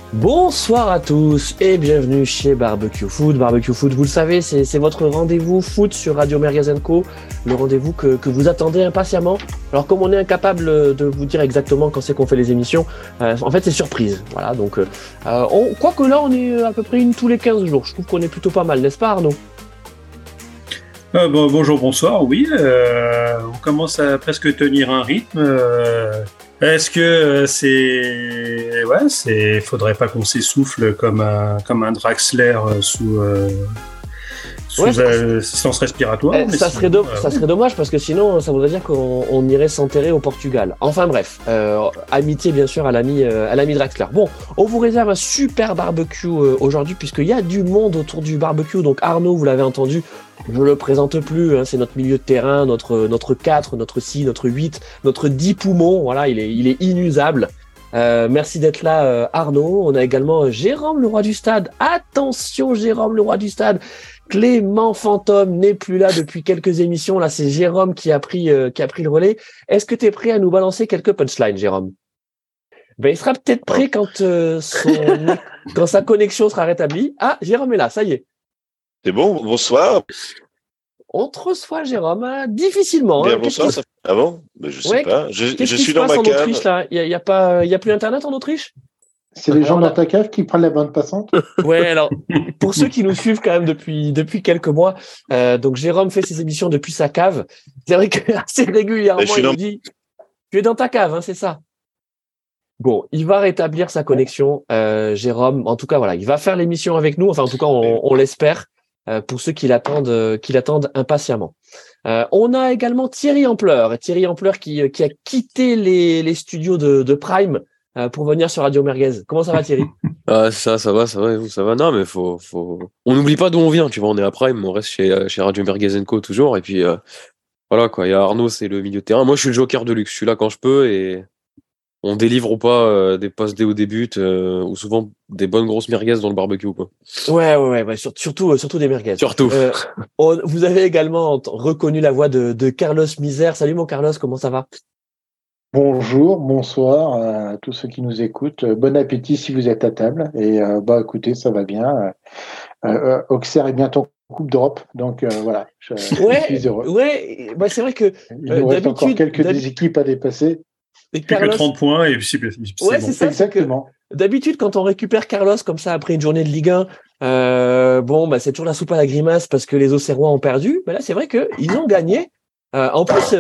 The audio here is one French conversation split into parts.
Bonsoir à tous et bienvenue chez Barbecue Foot. Barbecue Foot, vous le savez, c'est votre rendez-vous foot sur Radio Merguez & Co, le rendez-vous que vous attendez impatiemment. Alors comme on est incapable de vous dire exactement quand c'est qu'on fait les émissions, en fait c'est surprise. Voilà, donc quoique là on est à peu près une tous les 15 jours. Je trouve qu'on est plutôt pas mal, n'est-ce pas Arnaud? Bonjour, bonsoir, oui, on commence à presque tenir un rythme. Est-ce que faudrait pas qu'on s'essouffle comme un Draxler sous assistance respiratoire. Ça serait dommage parce que sinon ça voudrait dire qu'on irait s'enterrer au Portugal. Enfin bref, amitié bien sûr à l'ami Draxler. Bon, on vous réserve un super barbecue aujourd'hui puisqu'il y a du monde autour du barbecue. Donc Arnaud, vous l'avez entendu, je le présente plus, hein, c'est notre milieu de terrain, notre 4, notre 6, notre 8, notre 10 poumons. Voilà, il est inusable. Merci d'être là Arnaud. On a également Jérôme le roi du stade. Attention Jérôme le roi du stade. Clément Fantôme n'est plus là depuis quelques émissions. Là, c'est Jérôme qui a pris le relais. Est-ce que tu es prêt à nous balancer quelques punchlines, Jérôme? Ben, il sera peut-être prêt quand sa connexion sera rétablie. Ah, Jérôme est là, ça y est. C'est bon, bonsoir. On te reçoit, Jérôme, difficilement. Bien, bonsoir. Ah bon? Ben, je sais pas. Je suis dans ma cave. Autriche, là. Il y a plus Internet en Autriche? C'est les gens dans ta cave qui prennent la bande passante. Ouais, alors, pour ceux qui nous suivent quand même depuis quelques mois, donc Jérôme fait ses émissions depuis sa cave. C'est vrai que assez régulièrement, il nous dit « Tu es dans ta cave, hein, c'est ça ?» Bon, il va rétablir sa connexion, Jérôme. En tout cas, voilà, il va faire l'émission avec nous. Enfin, en tout cas, on l'espère, pour ceux qui l'attendent impatiemment. On a également Thierry Ampleur. Thierry Ampleur qui a quitté les studios de Prime pour venir sur Radio Merguez. Comment ça va, Thierry? Ça va. Non, mais faut. On n'oublie pas d'où on vient, tu vois. On est à Prime, on reste chez Radio Merguez & Co toujours. Et puis, voilà, quoi. Il y a Arnaud, c'est le milieu de terrain. Moi, je suis le joker de luxe. Je suis là quand je peux et on délivre ou pas des passes dès au début ou souvent des bonnes grosses merguez dans le barbecue, quoi. Ouais, surtout des merguez. Surtout. Vous avez également reconnu la voix de Carlos Misère. Salut, mon Carlos, comment ça va? Bonjour, bonsoir à tous ceux qui nous écoutent. Bon appétit si vous êtes à table. Et écoutez, ça va bien. Auxerre est bientôt en Coupe d'Europe, donc voilà, je suis heureux. Ouais, bah c'est vrai que il nous reste encore des équipes à dépasser. Et Carlos... Plus que 30 points et puis ouais, c'est ça. Exactement. D'habitude, quand on récupère Carlos comme ça après une journée de Ligue 1, c'est toujours la soupe à la grimace parce que les Auxerrois ont perdu. Mais là, c'est vrai qu'ils ont gagné. En plus,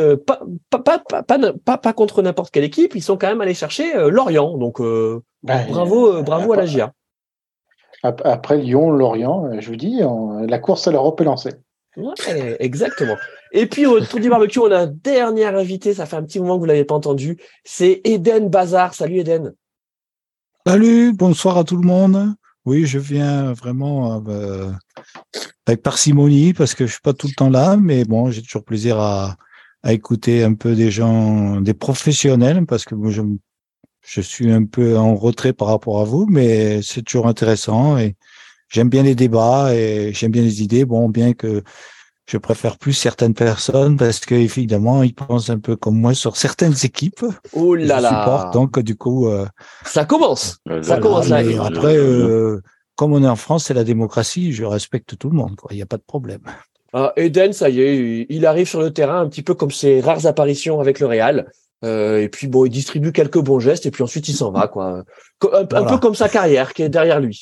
pas contre n'importe quelle équipe, ils sont quand même allés chercher Lorient. Donc, bravo à la GIA. Après Lyon, Lorient, je vous dis, la course à l'Europe est lancée. Ouais, exactement. Et puis, autour du barbecue, on a un dernier invité, ça fait un petit moment que vous ne l'avez pas entendu, c'est Eden Bazar. Salut Eden. Salut, bonsoir à tout le monde. Oui, je viens vraiment avec parcimonie parce que je suis pas tout le temps là, mais bon, j'ai toujours plaisir à écouter un peu des gens, des professionnels, parce que moi, je suis un peu en retrait par rapport à vous, mais c'est toujours intéressant et j'aime bien les débats et j'aime bien les idées. Bon, bien que je préfère plus certaines personnes parce que évidemment ils pensent un peu comme moi sur certaines équipes. Oh là là. Supporte, donc du coup. Ça commence. Ça commence là. Après. Comme on est en France, c'est la démocratie, je respecte tout le monde, quoi. Il n'y a pas de problème. Eden, ça y est, il arrive sur le terrain un petit peu comme ses rares apparitions avec le Real. Et puis bon, il distribue quelques bons gestes et puis ensuite il s'en va, quoi. Un peu comme sa carrière qui est derrière lui.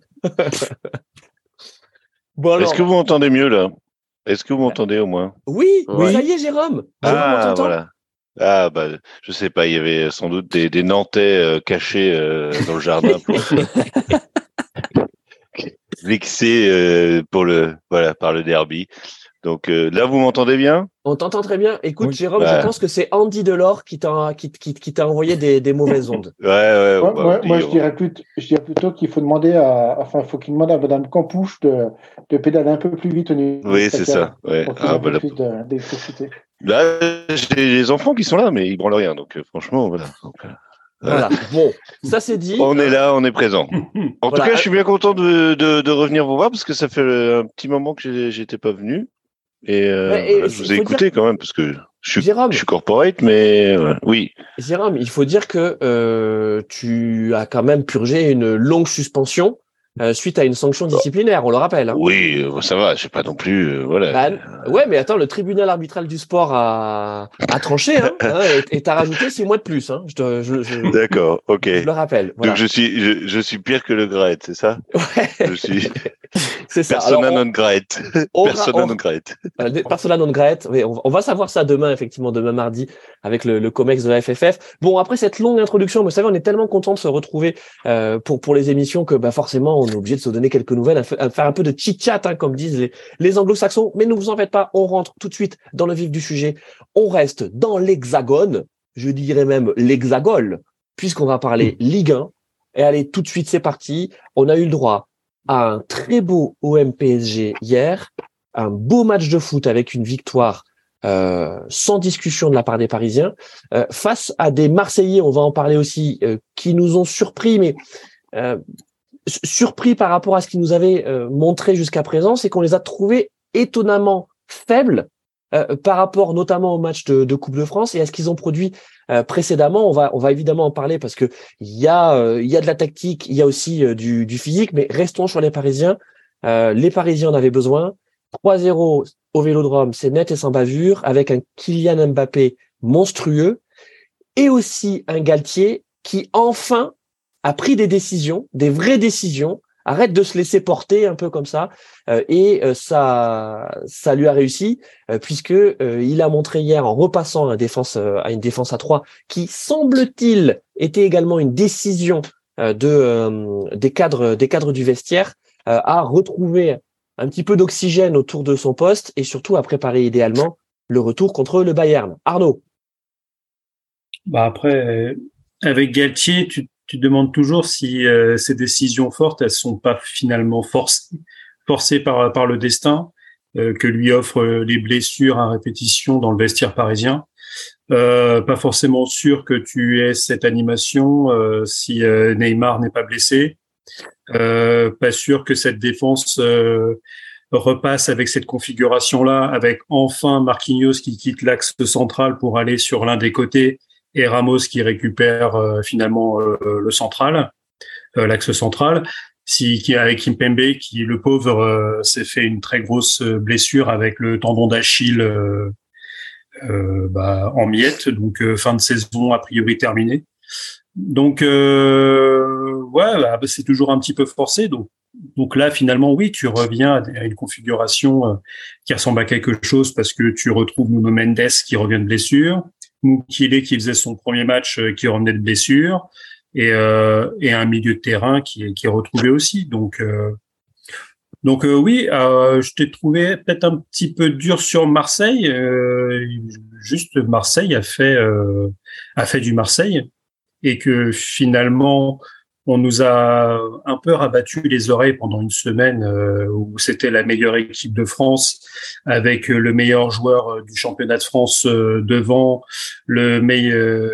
Bon, alors... Est-ce que vous m'entendez mieux là? Est-ce que vous m'entendez au moins? Oui, ça y est, Jérôme. Voilà. Ah je sais pas, il y avait sans doute des Nantais cachés dans le jardin pour vexés par le derby. Donc là, vous m'entendez bien? On t'entend très bien. Écoute, oui. Jérôme, je pense que c'est Andy Delors qui t'a envoyé des mauvaises ondes. Ouais. Moi, je dirais plutôt qu'il faut demander faut qu'il demande à Madame Campouche de pédaler un peu plus vite au niveau. Oui, c'est ça. Ouais. Pour qu'il ait un peu plus d'électricité. Là, j'ai les enfants qui sont là, mais ils branlent rien. Donc franchement, voilà. Voilà. Bon, ça c'est dit. On est là, on est présent. En tout cas, je suis bien content de revenir vous voir parce que ça fait un petit moment que j'étais pas venu. Et je vous ai écouté quand même parce que Jérôme, je suis corporate, mais oui. Jérôme, il faut dire que tu as quand même purgé une longue suspension suite à une sanction disciplinaire, on le rappelle. Hein. Oui, ça va, c'est pas non plus, voilà. Bah, ouais, mais attends, le tribunal arbitral du sport a tranché, hein, et t'as rajouté 6 mois de plus. Hein, D'accord, ok. Je le rappelle. Voilà. Donc je suis pire que le Gret, c'est ça? Ouais. Je suis C'est ça. persona non grate. Persona non grate. Persona non grate. Oui, on va savoir ça demain, effectivement, demain mardi, avec le COMEX de la FFF. Bon, après cette longue introduction, vous savez, on est tellement content de se retrouver pour les émissions que forcément, on est obligé de se donner quelques nouvelles, à faire un peu de chit-chat, hein, comme disent les anglo-saxons. Mais ne vous en faites pas, on rentre tout de suite dans le vif du sujet. On reste dans l'hexagone, je dirais même l'hexagole, puisqu'on va parler Ligue 1. Et allez, tout de suite, c'est parti. On a eu le droit à un très beau OM PSG hier, un beau match de foot avec une victoire sans discussion de la part des Parisiens, face à des Marseillais, on va en parler aussi, qui nous ont surpris, mais surpris par rapport à ce qu'ils nous avaient montré jusqu'à présent, c'est qu'on les a trouvés étonnamment faibles par rapport notamment au match de Coupe de France et à ce qu'ils ont produit précédemment. On va évidemment en parler parce que il y a de la tactique, il y a aussi du physique, mais restons sur les Parisiens. Les Parisiens en avaient besoin. 3-0 au Vélodrome, c'est net et sans bavure, avec un Kylian Mbappé monstrueux et aussi un Galtier qui enfin a pris des décisions, des vraies décisions. Arrête de se laisser porter un peu comme ça, et ça lui a réussi puisque il a montré hier en repassant à une défense à 3 qui semble-t-il était également une décision des cadres du vestiaire, à retrouver un petit peu d'oxygène autour de son poste et surtout à préparer idéalement le retour contre le Bayern. Arnaud. Après, avec Galtier, tu te demandes toujours si ces décisions fortes, elles sont pas finalement forcées par le destin que lui offrent les blessures à répétition dans le vestiaire parisien. Pas forcément sûr que tu aies cette animation si Neymar n'est pas blessé. Pas sûr que cette défense repasse avec cette configuration-là, avec enfin Marquinhos qui quitte l'axe central pour aller sur l'un des côtés et Ramos qui récupère finalement le central, l'axe central. Avec Kimpembe qui, le pauvre, s'est fait une très grosse blessure avec le tendon d'Achille en miettes, donc fin de saison a priori terminée. Donc c'est toujours un petit peu forcé. Donc là finalement oui, tu reviens à une configuration qui ressemble à quelque chose parce que tu retrouves Nuno Mendes qui revient de blessure, Mukile qui faisait son premier match qui revenait de blessure et un milieu de terrain qui est retrouvé aussi. Donc oui, je t'ai trouvé peut-être un petit peu dur sur Marseille. Juste Marseille a fait du Marseille. Et que finalement, on nous a un peu rabattu les oreilles pendant une semaine où c'était la meilleure équipe de France avec le meilleur joueur du championnat de France devant, le meilleur,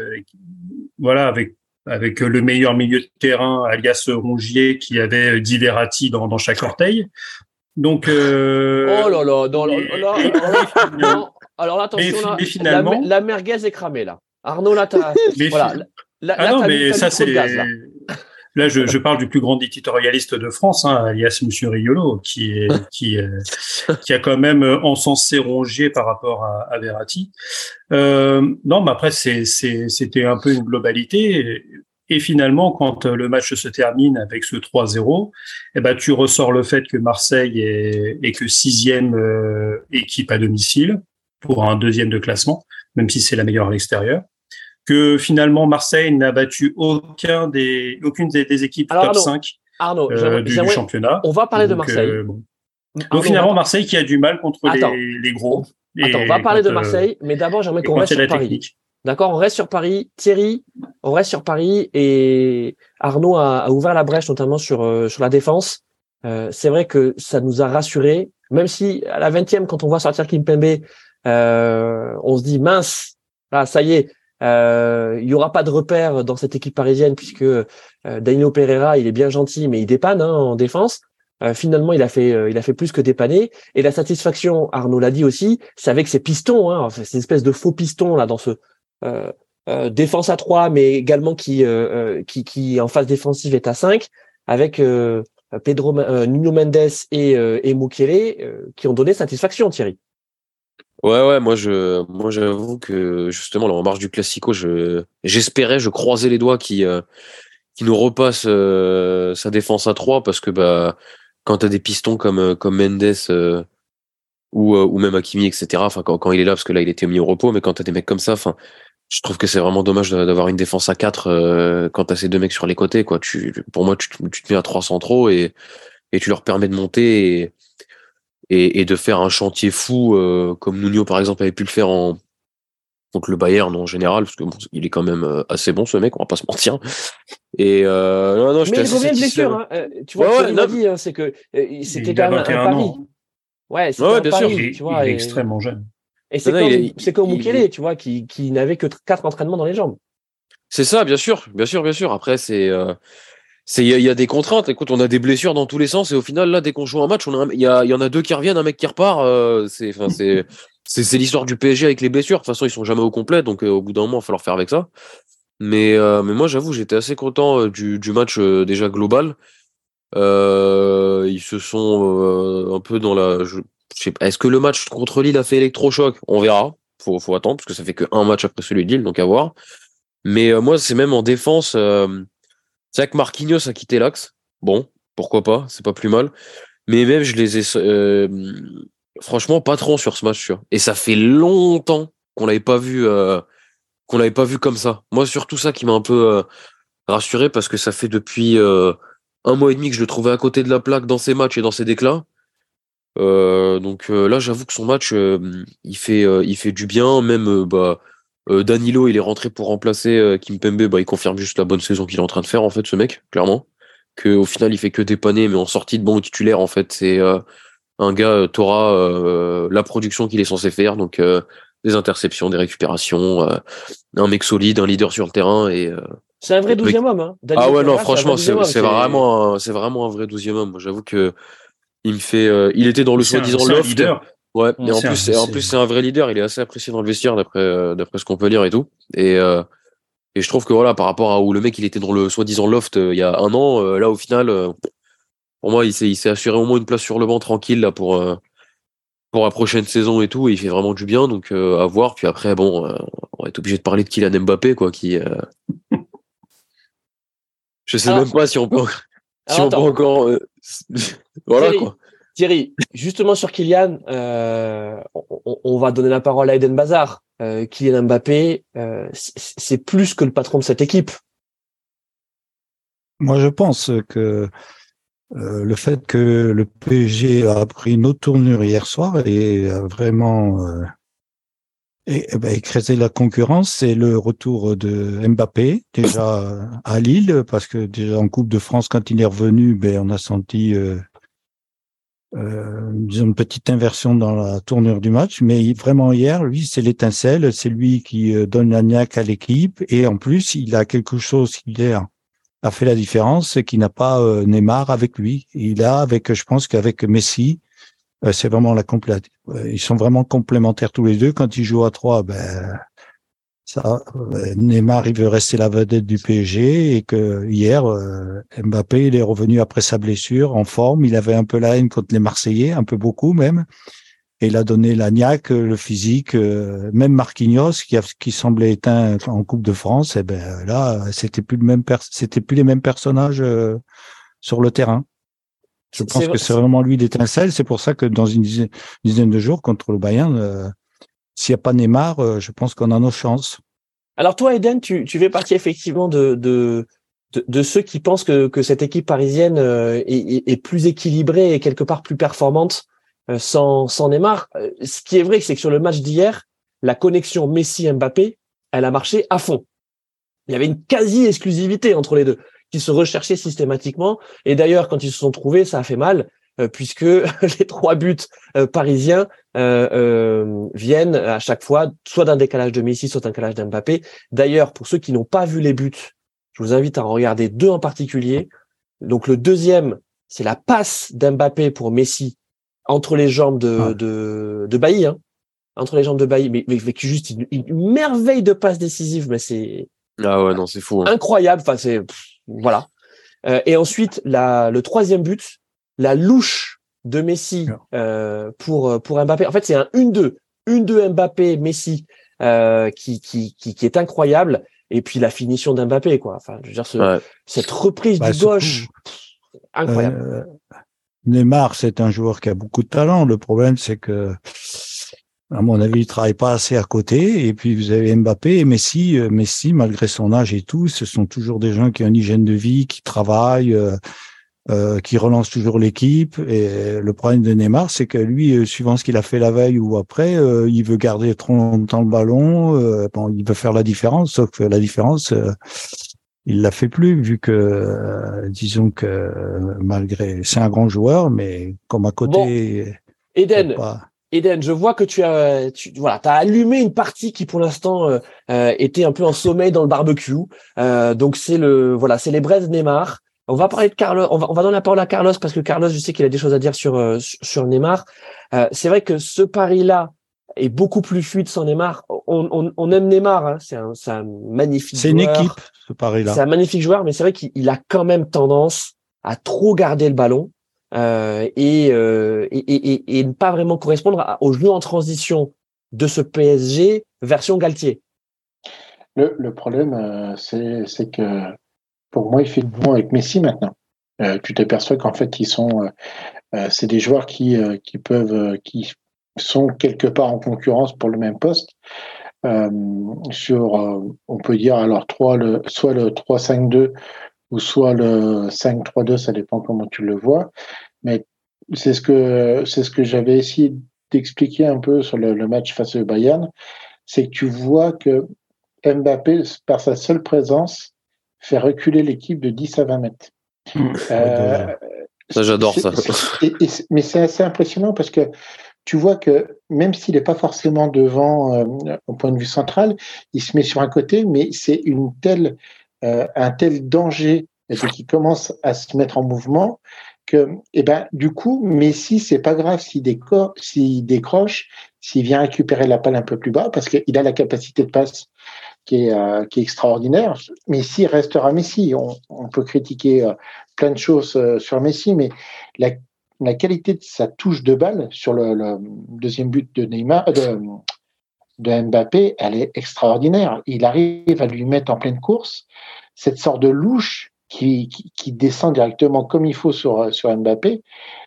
avec le meilleur milieu de terrain, alias Rongier, qui avait 10 Verratti dans chaque orteil. Donc, oh là là, non. Alors là, attention, mais finalement, la merguez est cramée là. Arnaud, là, voilà. Mais ça c'est. Là, je parle du plus grand éditorialiste de France, alias Monsieur Riolo, qui a quand même encensé Rongier par rapport à Verratti. Non, mais après c'était un peu une globalité. Et finalement, quand le match se termine avec ce 3-0, tu ressors le fait que Marseille est que 6e équipe à domicile pour un 2e de classement, même si c'est la meilleure à l'extérieur. Que finalement Marseille n'a battu aucune des équipes top 5 du championnat. On va parler de Marseille. Donc finalement Marseille qui a du mal contre les gros. On va parler de Marseille, mais d'abord j'aimerais qu'on reste sur Paris. Technique. D'accord, on reste sur Paris. Thierry, on reste sur Paris et Arnaud a ouvert la brèche notamment sur la défense. C'est vrai que ça nous a rassurés, même si à la 20e quand on voit sortir Kimpembe, on se dit mince, là ça y est. Il y aura pas de repère dans cette équipe parisienne puisque Danilo Pereira il est bien gentil mais il dépanne en défense. finalement, il a fait plus que dépanner. Et la satisfaction, Arnaud l'a dit aussi, c'est avec ces pistons, hein, c'est une espèce de faux piston là dans ce défense à 3, mais également qui en phase défensive est à 5, avec Nuno Mendes et Mukiele qui ont donné satisfaction, Thierry. Ouais, moi j'avoue que justement là en marge du Classico, j'espérais, je croisais les doigts qui nous repasse sa défense à 3 parce que bah quand t'as des pistons comme Mendes ou même Hakimi, etc. Enfin quand il est là, parce que là il était mis au repos, mais quand t'as des mecs comme ça, enfin je trouve que c'est vraiment dommage d'avoir une défense à 4 quand t'as ces deux mecs sur les côtés, quoi. Pour moi, tu te mets à 3 centraux et tu leur permets de monter et de faire un chantier fou comme Nuno par exemple avait pu le faire contre le Bayern en général, parce que bon, il est quand même assez bon ce mec, on va pas se mentir. Et non, mais il revient de blessure, hein. Tu vois, tu l'as dit, hein, c'est que c'était quand même un pari. Ouais, c'était un bien pari, sûr. tu vois. Il est extrêmement jeune. Et c'est comme Mukiele, tu vois, qui n'avait que 4 entraînements dans les jambes. C'est ça, bien sûr. Après, il y a des contraintes. Écoute, on a des blessures dans tous les sens et au final, là, dès qu'on joue un match, il y en a 2 qui reviennent, un mec qui repart. C'est l'histoire du PSG avec les blessures. De toute façon, ils sont jamais au complet, donc au bout d'un moment, il va falloir faire avec ça. Mais moi, j'avoue, j'étais assez content du match déjà global. Ils se sont un peu dans je sais pas. Est-ce que le match contre Lille a fait électrochoc? On verra. Faut attendre parce que ça fait que un match après celui de Lille, donc à voir. Mais moi, c'est même en défense. C'est vrai que Marquinhos a quitté l'axe. Bon, pourquoi pas, c'est pas plus mal. Mais même, je les ai franchement pas trop sur ce match, tu vois. Et ça fait longtemps qu'on l'avait pas vu comme ça. Moi, surtout ça qui m'a un peu rassuré parce que ça fait depuis 1 mois et demi que je le trouvais à côté de la plaque dans ses matchs et dans ses déclats. Donc là, j'avoue que son match, il fait du bien. Même Danilo, il est rentré pour remplacer Kimpembe. Bah, il confirme juste la bonne saison qu'il est en train de faire, en fait, ce mec, clairement. Que au final, il fait que dépanner, mais en sortie de banc titulaire, en fait, c'est un gars, t'auras la production qu'il est censé faire. Donc des interceptions, des récupérations, un mec solide, un leader sur le terrain et c'est un vrai 12e homme. Hein. Ah ouais, non, franchement, c'est vraiment un vrai 12e homme. J'avoue que il me fait, il était dans le soi-disant loft. Ouais, et en plus, c'est un vrai leader. Il est assez apprécié dans le vestiaire d'après ce qu'on peut lire et tout. Et je trouve que voilà, par rapport à où le mec il était dans le soi-disant loft il y a un an, là au final, pour moi, il s'est assuré au moins une place sur le banc tranquille là pour la prochaine saison et tout. Et il fait vraiment du bien, donc à voir. Puis après, bon, on va être obligé de parler de Kylian Mbappé, quoi, qui. Je sais même pas si on peut. Si on peut encore. Voilà, Thierry, quoi. Thierry, justement sur Kylian, on va donner la parole à Eden Bazar. Kylian Mbappé, c'est plus que le patron de cette équipe. Moi, je pense que le fait que le PSG a pris une autre tournure hier soir et a vraiment écrasé la concurrence, c'est le retour de Mbappé, déjà à Lille, parce que déjà en Coupe de France, quand il est revenu, on a senti disons une petite inversion dans la tournure du match, mais vraiment hier, lui, c'est l'étincelle, c'est lui qui donne la niaque à l'équipe, et en plus, il a quelque chose qui a fait la différence, c'est qu'il n'a pas Neymar avec lui. Il a je pense qu'avec Messi, c'est vraiment la complète. Ils sont vraiment complémentaires tous les deux. Quand ils jouent à 3, Neymar, il veut rester la vedette du PSG et que hier, Mbappé, il est revenu après sa blessure en forme. Il avait un peu la haine contre les Marseillais, un peu beaucoup même. Et il a donné la niaque, le physique, même Marquinhos, qui semblait éteint en Coupe de France, là, c'était plus les mêmes personnages sur le terrain. Je pense que c'est vraiment lui l'étincelle. C'est pour ça que dans une dizaine de jours contre le Bayern, s'il n'y a pas Neymar, je pense qu'on a nos chances. Alors toi, Eden, tu fais partie effectivement de ceux qui pensent que cette équipe parisienne est plus équilibrée et quelque part plus performante sans Neymar. Ce qui est vrai, c'est que sur le match d'hier, la connexion Messi-Mbappé, elle a marché à fond. Il y avait une quasi-exclusivité entre les deux qui se recherchaient systématiquement. Et d'ailleurs, quand ils se sont trouvés, ça a fait mal puisque les 3 buts parisiens viennent à chaque fois soit d'un décalage de Messi, soit d'un décalage d'Mbappé. D'ailleurs, pour ceux qui n'ont pas vu les buts, je vous invite à en regarder 2 en particulier. Donc le deuxième, c'est la passe d'Mbappé pour Messi entre les jambes de Bailly, hein. Entre les jambes de Bailly, mais avec juste une merveille de passe décisive, mais c'est Ah ouais, non, c'est fou. Hein. incroyable. Enfin, voilà. Et ensuite, le troisième but, la louche de Messi pour Mbappé. En fait, c'est un 1-2 Mbappé Messi qui est incroyable. Et puis la finition d'Mbappé, quoi. Enfin, je veux dire, cette reprise du gauche, incroyable. Neymar, c'est un joueur qui a beaucoup de talent. Le problème, c'est que, à mon avis, il travaille pas assez à côté. Et puis, vous avez Mbappé et Messi. Messi, malgré son âge et tout, ce sont toujours des gens qui ont une hygiène de vie, qui travaillent, qui relancent toujours l'équipe. Et le problème de Neymar, c'est que lui, suivant ce qu'il a fait la veille ou après, il veut garder trop longtemps le ballon. Il veut faire la différence, sauf que la différence, il l'a fait plus, vu que, disons que malgré, c'est un grand joueur, mais comme à côté. Bon, Eden, je vois que tu as allumé une partie qui pour l'instant était un peu en sommeil dans le barbecue. Donc c'est les braises Neymar. On va parler de Carlos. On va donner la parole à Carlos parce que Carlos, je sais qu'il a des choses à dire sur Neymar. C'est vrai que ce pari-là est beaucoup plus fluide sans Neymar. On aime Neymar, hein. C'est un magnifique joueur. C'est une équipe, ce pari-là. C'est un magnifique joueur, mais c'est vrai qu'il a quand même tendance à trop garder le ballon et ne pas vraiment correspondre au jeu en transition de ce PSG version Galtier. Le problème, c'est que pour moi, il fait le bon avec Messi maintenant. Tu t'aperçois qu'en fait, c'est des joueurs qui sont quelque part en concurrence pour le même poste. On peut dire alors soit le 3-5-2 ou soit le 5-3-2, ça dépend comment tu le vois. Mais c'est ce que j'avais essayé d'expliquer un peu sur le match face au Bayern, c'est que tu vois que Mbappé, par sa seule présence, fait reculer l'équipe de 10 à 20 mètres. Ça, j'adore ça. Mais c'est assez impressionnant parce que tu vois que même s'il n'est pas forcément devant au point de vue central, il se met sur un côté, mais c'est un tel danger qui commence à se mettre en mouvement que, du coup, Messi, c'est pas grave s'il décroche, s'il vient récupérer la balle un peu plus bas, parce qu'il a la capacité de passe qui est extraordinaire. Messi restera Messi. On peut critiquer plein de choses sur Messi, mais la qualité de sa touche de balle sur le deuxième but de Mbappé, elle est extraordinaire. Il arrive à lui mettre en pleine course cette sorte de louche qui descend directement comme il faut sur Mbappé.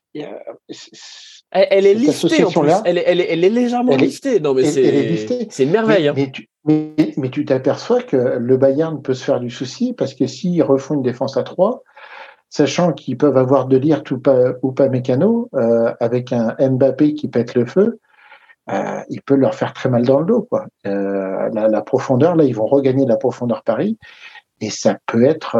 Elle est liftée en plus. Elle est légèrement liftée. Non, mais c'est une merveille. Mais tu t'aperçois que le Bayern peut se faire du souci parce que s'ils refont une défense à 3, sachant qu'ils peuvent avoir De Ligt ou pas Mécano, avec un Mbappé qui pète le feu, il peut leur faire très mal dans le dos, quoi. La profondeur, là, ils vont regagner la profondeur Paris, et ça peut être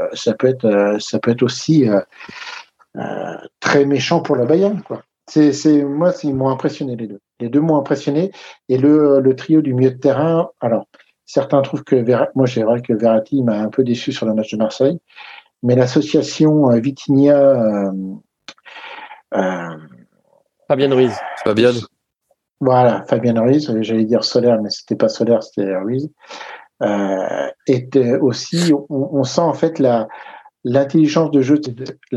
aussi très méchant pour le Bayern, quoi. Moi, ils m'ont impressionné les deux. Les deux m'ont impressionné, et le trio du milieu de terrain. Alors, certains trouvent que moi, c'est vrai que Verratti m'a un peu déçu sur le match de Marseille, mais l'association Vitinha, Fabien Ruiz. Voilà, Fabien Ruiz, j'allais dire Solaire, mais c'était pas Solaire, c'était Ruiz. Et aussi, on sent en fait l'intelligence de jeu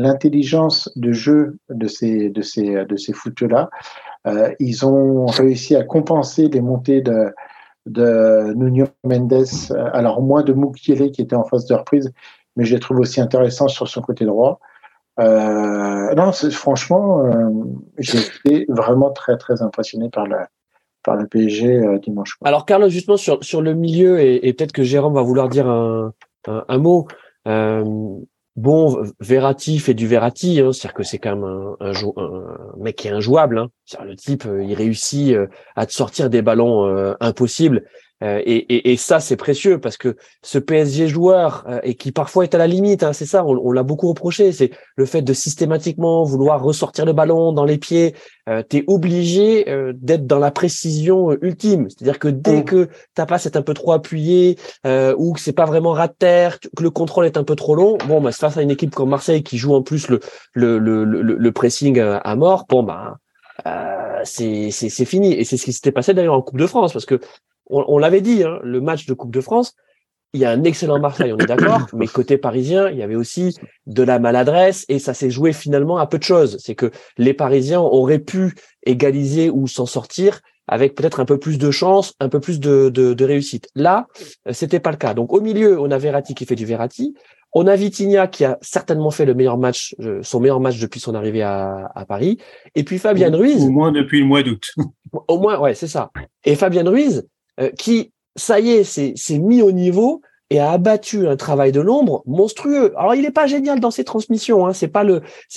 de ces footeux-là. Ils ont réussi à compenser les montées de Nuno Mendes, alors moins de Mukiele qui était en phase de reprise, mais je les trouve aussi intéressants sur son côté droit. Non, franchement, j'ai été vraiment très très impressionné par le PSG dimanche. Alors Carlos, justement sur le milieu, et peut-être que Jérôme va vouloir dire un mot. Bon, Verratti fait du Verratti, hein, c'est-à-dire que c'est quand même un mec qui est injouable. Hein. Le type, il réussit à te sortir des ballons impossibles. Et ça, c'est précieux parce que ce PSG joueur, et qui parfois est à la limite, c'est ça, on l'a beaucoup reproché, c'est le fait de systématiquement vouloir ressortir le ballon dans les pieds. T'es obligé d'être dans la précision ultime. C'est-à-dire que dès que ta passe est un peu trop appuyée, ou que c'est pas vraiment ras de terre, que le contrôle est un peu trop long, face à une équipe comme Marseille qui joue en plus le pressing à mort, c'est fini. Et c'est ce qui s'était passé d'ailleurs en Coupe de France, parce que on l'avait dit, le match de Coupe de France, il y a un excellent Marseille, on est d'accord, mais côté parisien, il y avait aussi de la maladresse et ça s'est joué finalement à peu de choses. C'est que les Parisiens auraient pu égaliser ou s'en sortir avec peut-être un peu plus de chance, un peu plus de réussite. Là, c'était pas le cas. Donc au milieu, on a Verratti qui fait du Verratti. On a Vitinha qui a certainement fait son meilleur match depuis son arrivée à Paris. Et puis Fabien Ruiz. Au moins depuis le mois d'août. Au moins, ouais, c'est ça. Et Fabien Ruiz, qui, ça y est, s'est mis au niveau et a abattu un travail de l'ombre monstrueux. Alors, il est pas génial dans ses transmissions, c'est pas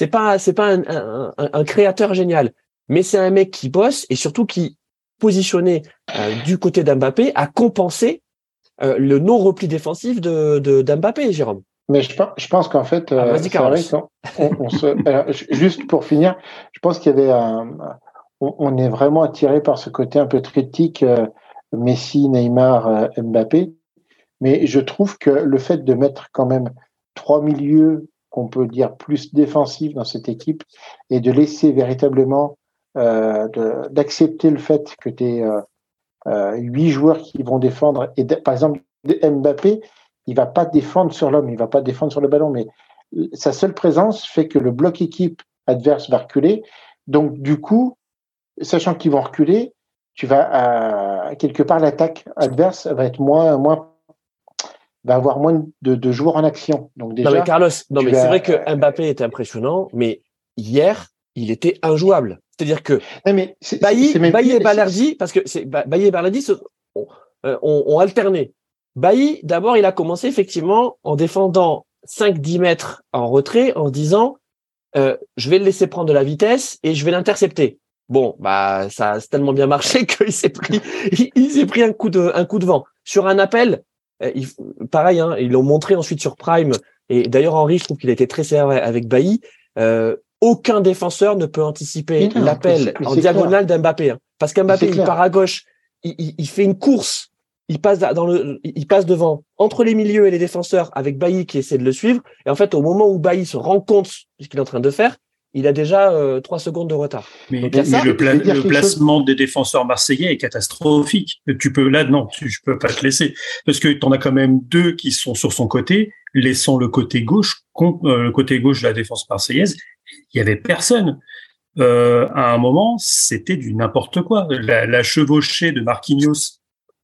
un créateur génial, mais c'est un mec qui bosse et surtout qui, positionné du côté d'Mbappé, a compensé le non-repli défensif d'Mbappé, Jérôme. Mais je pense qu'en fait, vas-y, Carlos. Juste pour finir, je pense qu'il y avait on est vraiment attiré par ce côté un peu critique Messi, Neymar, Mbappé. Mais je trouve que le fait de mettre quand même 3 milieux qu'on peut dire plus défensifs dans cette équipe et de laisser véritablement d'accepter le fait que tu aies 8 joueurs qui vont défendre. Et par exemple, Mbappé, il va pas défendre sur l'homme, il va pas défendre sur le ballon, mais sa seule présence fait que le bloc équipe adverse va reculer. Donc du coup, sachant qu'ils vont reculer, tu vas quelque part l'attaque adverse va être va avoir moins de joueurs en action. Donc déjà, non mais Carlos, c'est vrai que Mbappé est impressionnant, mais hier, il était injouable. C'est-à-dire que Bailly et Balerdi, parce que Bailly et Balerdi ont alterné. Bailly, d'abord, il a commencé effectivement en défendant 5-10 mètres en retrait, en disant je vais le laisser prendre de la vitesse et je vais l'intercepter. Bon, ça a tellement bien marché qu'il s'est pris un coup de vent. Sur un appel, pareil, ils l'ont montré ensuite sur Prime. Et d'ailleurs, Henry, je trouve qu'il a été très sévère avec Bailly. Aucun défenseur ne peut anticiper l'appel en diagonale d'Mbappé. Parce qu'Mbappé, il part à gauche, il fait une course, il passe devant, entre les milieux et les défenseurs, avec Bailly qui essaie de le suivre. Et en fait, au moment où Bailly se rend compte de ce qu'il est en train de faire, il a déjà 3 secondes de retard. Mais le placement des défenseurs marseillais est catastrophique. Je peux pas te laisser. Parce que t'en as quand même 2 qui sont sur son côté, laissant le côté gauche de la défense marseillaise. Il y avait personne. À un moment, c'était du n'importe quoi. La chevauchée de Marquinhos,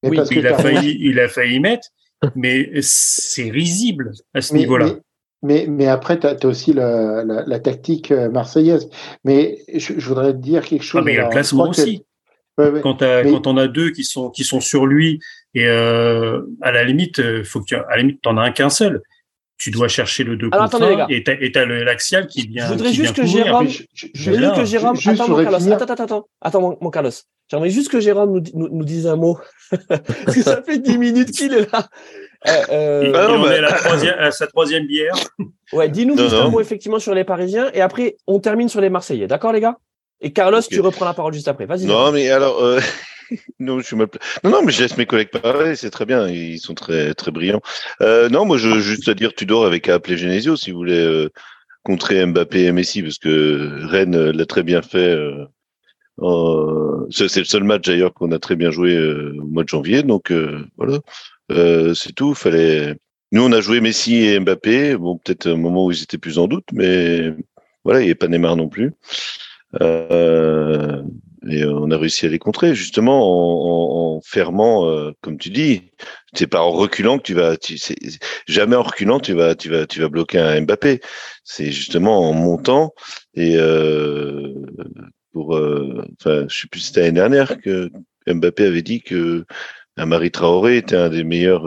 il a failli mettre, mais c'est risible à ce niveau-là. Mais après, tu as aussi la tactique marseillaise. Mais je voudrais te dire quelque chose. Mais il y a le placement aussi. Quand on a 2 qui sont sur lui, et à la limite, t'en as un qu'un seul. Tu dois chercher le 2 contre 1 et t'as l'axial qui vient. Je voudrais juste que Jérôme. Attends, mon Carlos. J'aimerais juste que Jérôme nous dise un mot. Parce que ça fait 10 minutes qu'il est là. Il en est à sa 3e bière. Ouais, dis-nous juste un mot effectivement sur les Parisiens et après on termine sur les Marseillais. D'accord, les gars? Et Carlos, okay. Tu reprends la parole juste après. Vas-y. Non, mais alors, non, mais je laisse mes collègues parler, c'est très bien, ils sont très, très brillants. Non, moi, je veux juste te dire, Tudor avait qu'à appeler Genesio si vous voulez contrer Mbappé et Messi, parce que Rennes l'a très bien fait. C'est le seul match d'ailleurs qu'on a très bien joué au mois de janvier, donc voilà, c'est tout. Nous, on a joué Messi et Mbappé, bon, peut-être un moment où ils étaient plus en doute, mais voilà, il n'y a pas Neymar non plus. Et on a réussi à les contrer justement en fermant, comme tu dis, c'est pas en reculant que jamais en reculant tu vas bloquer un Mbappé. C'est justement en montant et je sais plus si c'était l'année dernière que Mbappé avait dit que Amari Traoré était un des meilleurs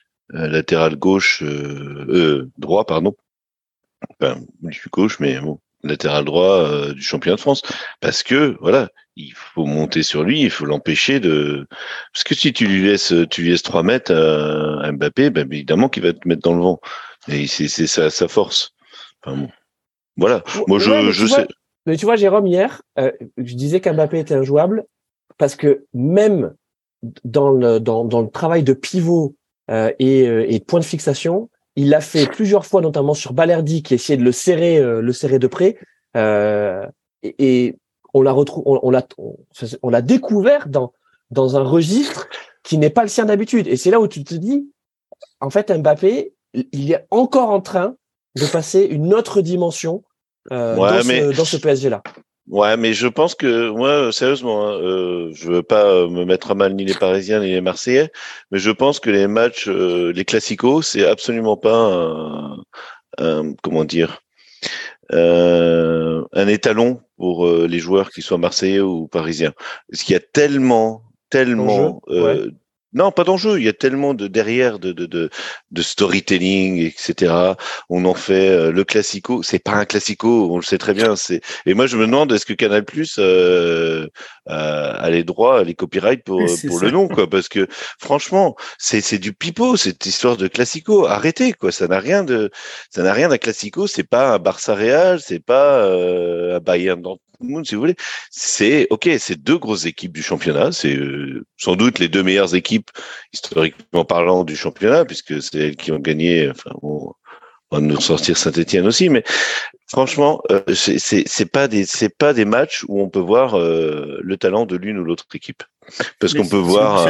latéral droit, pardon. Enfin, je suis gauche, mais bon. latéral droit du championnat de France. Parce que, voilà, il faut monter sur lui, il faut l'empêcher de... Parce que si tu lui laisses 3 mètres à Mbappé, ben, évidemment qu'il va te mettre dans le vent. Et c'est sa force. Enfin, bon. Voilà. Moi, je sais. Mais tu vois, Jérôme, hier, je disais qu'Mbappé était injouable parce que même dans le travail de pivot et de point de fixation, il l'a fait plusieurs fois, notamment sur Balerdi, qui essayait de le serrer de près. Et on l'a découvert dans un registre qui n'est pas le sien d'habitude. Et c'est là où tu te dis, en fait, Mbappé, il est encore en train de passer une autre dimension dans ce PSG-là. Ouais, mais je pense que moi, sérieusement, je veux pas me mettre à mal ni les Parisiens ni les Marseillais, mais je pense que les matchs, les classicos, c'est absolument pas comment dire, un étalon pour les joueurs qui soient Marseillais ou Parisiens. Parce qu'il y a tellement, non, pas d'enjeu. Il y a tellement de derrière de storytelling, etc. On en fait le classico. C'est pas un classico, on le sait très bien. Et moi je me demande est-ce que Canal+ a les droits, les copyrights pour le nom, quoi. Parce que franchement, c'est du pipeau cette histoire de classico. Arrêtez, quoi. Ça n'a rien d'un classico. C'est pas un Barça Real, c'est pas un Bayern Dortmund, si vous voulez. C'est deux grosses équipes du championnat. C'est sans doute les deux meilleures équipes historiquement parlant du championnat, puisque c'est elles qui ont gagné. Enfin, on va nous sortir Saint-Etienne aussi, mais franchement, c'est pas des matchs où on peut voir le talent de l'une ou l'autre équipe, parce qu'on peut voir.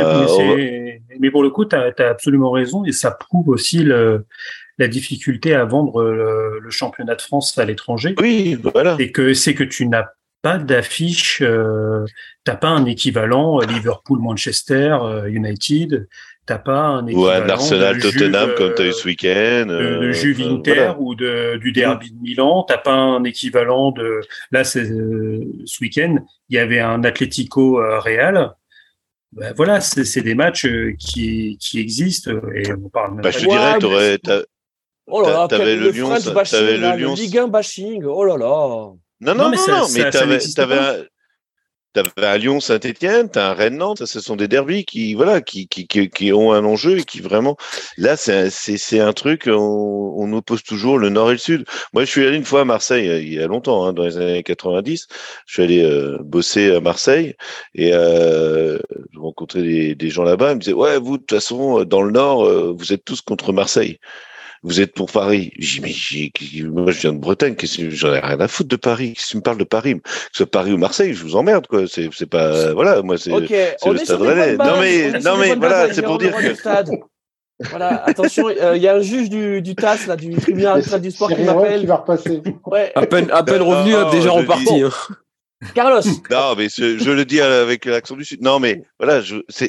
Mais pour le coup, t'as absolument raison, et ça prouve aussi la difficulté à vendre le championnat de France à l'étranger. Oui, voilà. Et c'est que tu n'as pas d'affiche, t'as pas un équivalent Liverpool-Manchester United, t'as pas un équivalent Arsenal-Tottenham comme t'as eu ce week-end, de Juve-Inter ou du derby de Milan, t'as pas un équivalent là ce week-end il y avait un Atlético Real. Ben voilà, c'est des matchs qui existent et on parle même pas. Je te dirais, t'avais le Lyon, t'avais le Lyon, Ligue 1 bashing. Oh là là. Non, mais t'avais un Lyon Saint-Etienne, t'as un Rennes Nantes, ce sont des derbys qui ont un enjeu et qui vraiment, là, c'est un truc, on oppose toujours le Nord et le Sud. Moi, je suis allé une fois à Marseille, il y a longtemps, hein, dans les années 90, je suis allé bosser à Marseille et je rencontrais des gens là-bas, ils me disaient, ouais, vous, de toute façon, dans le Nord, vous êtes tous contre Marseille. Vous êtes pour Paris. J'ai dit, mais moi, je viens de Bretagne. J'en ai rien à foutre de Paris. Qu'est-ce que tu me parles de Paris? Que ce soit Paris ou Marseille, je vous emmerde, quoi. C'est pas, voilà, moi, c'est le Stade Rennais. Non, mais voilà, c'est pour dire que. Voilà, attention, il y a un juge du TAS, là, du tribunal arbitral du sport qui m'appelle. Qui va repasser. Ouais. À peine revenu, déjà reparti. Hein. Carlos. Non, mais je le dis avec l'accent du Sud. Non, mais voilà,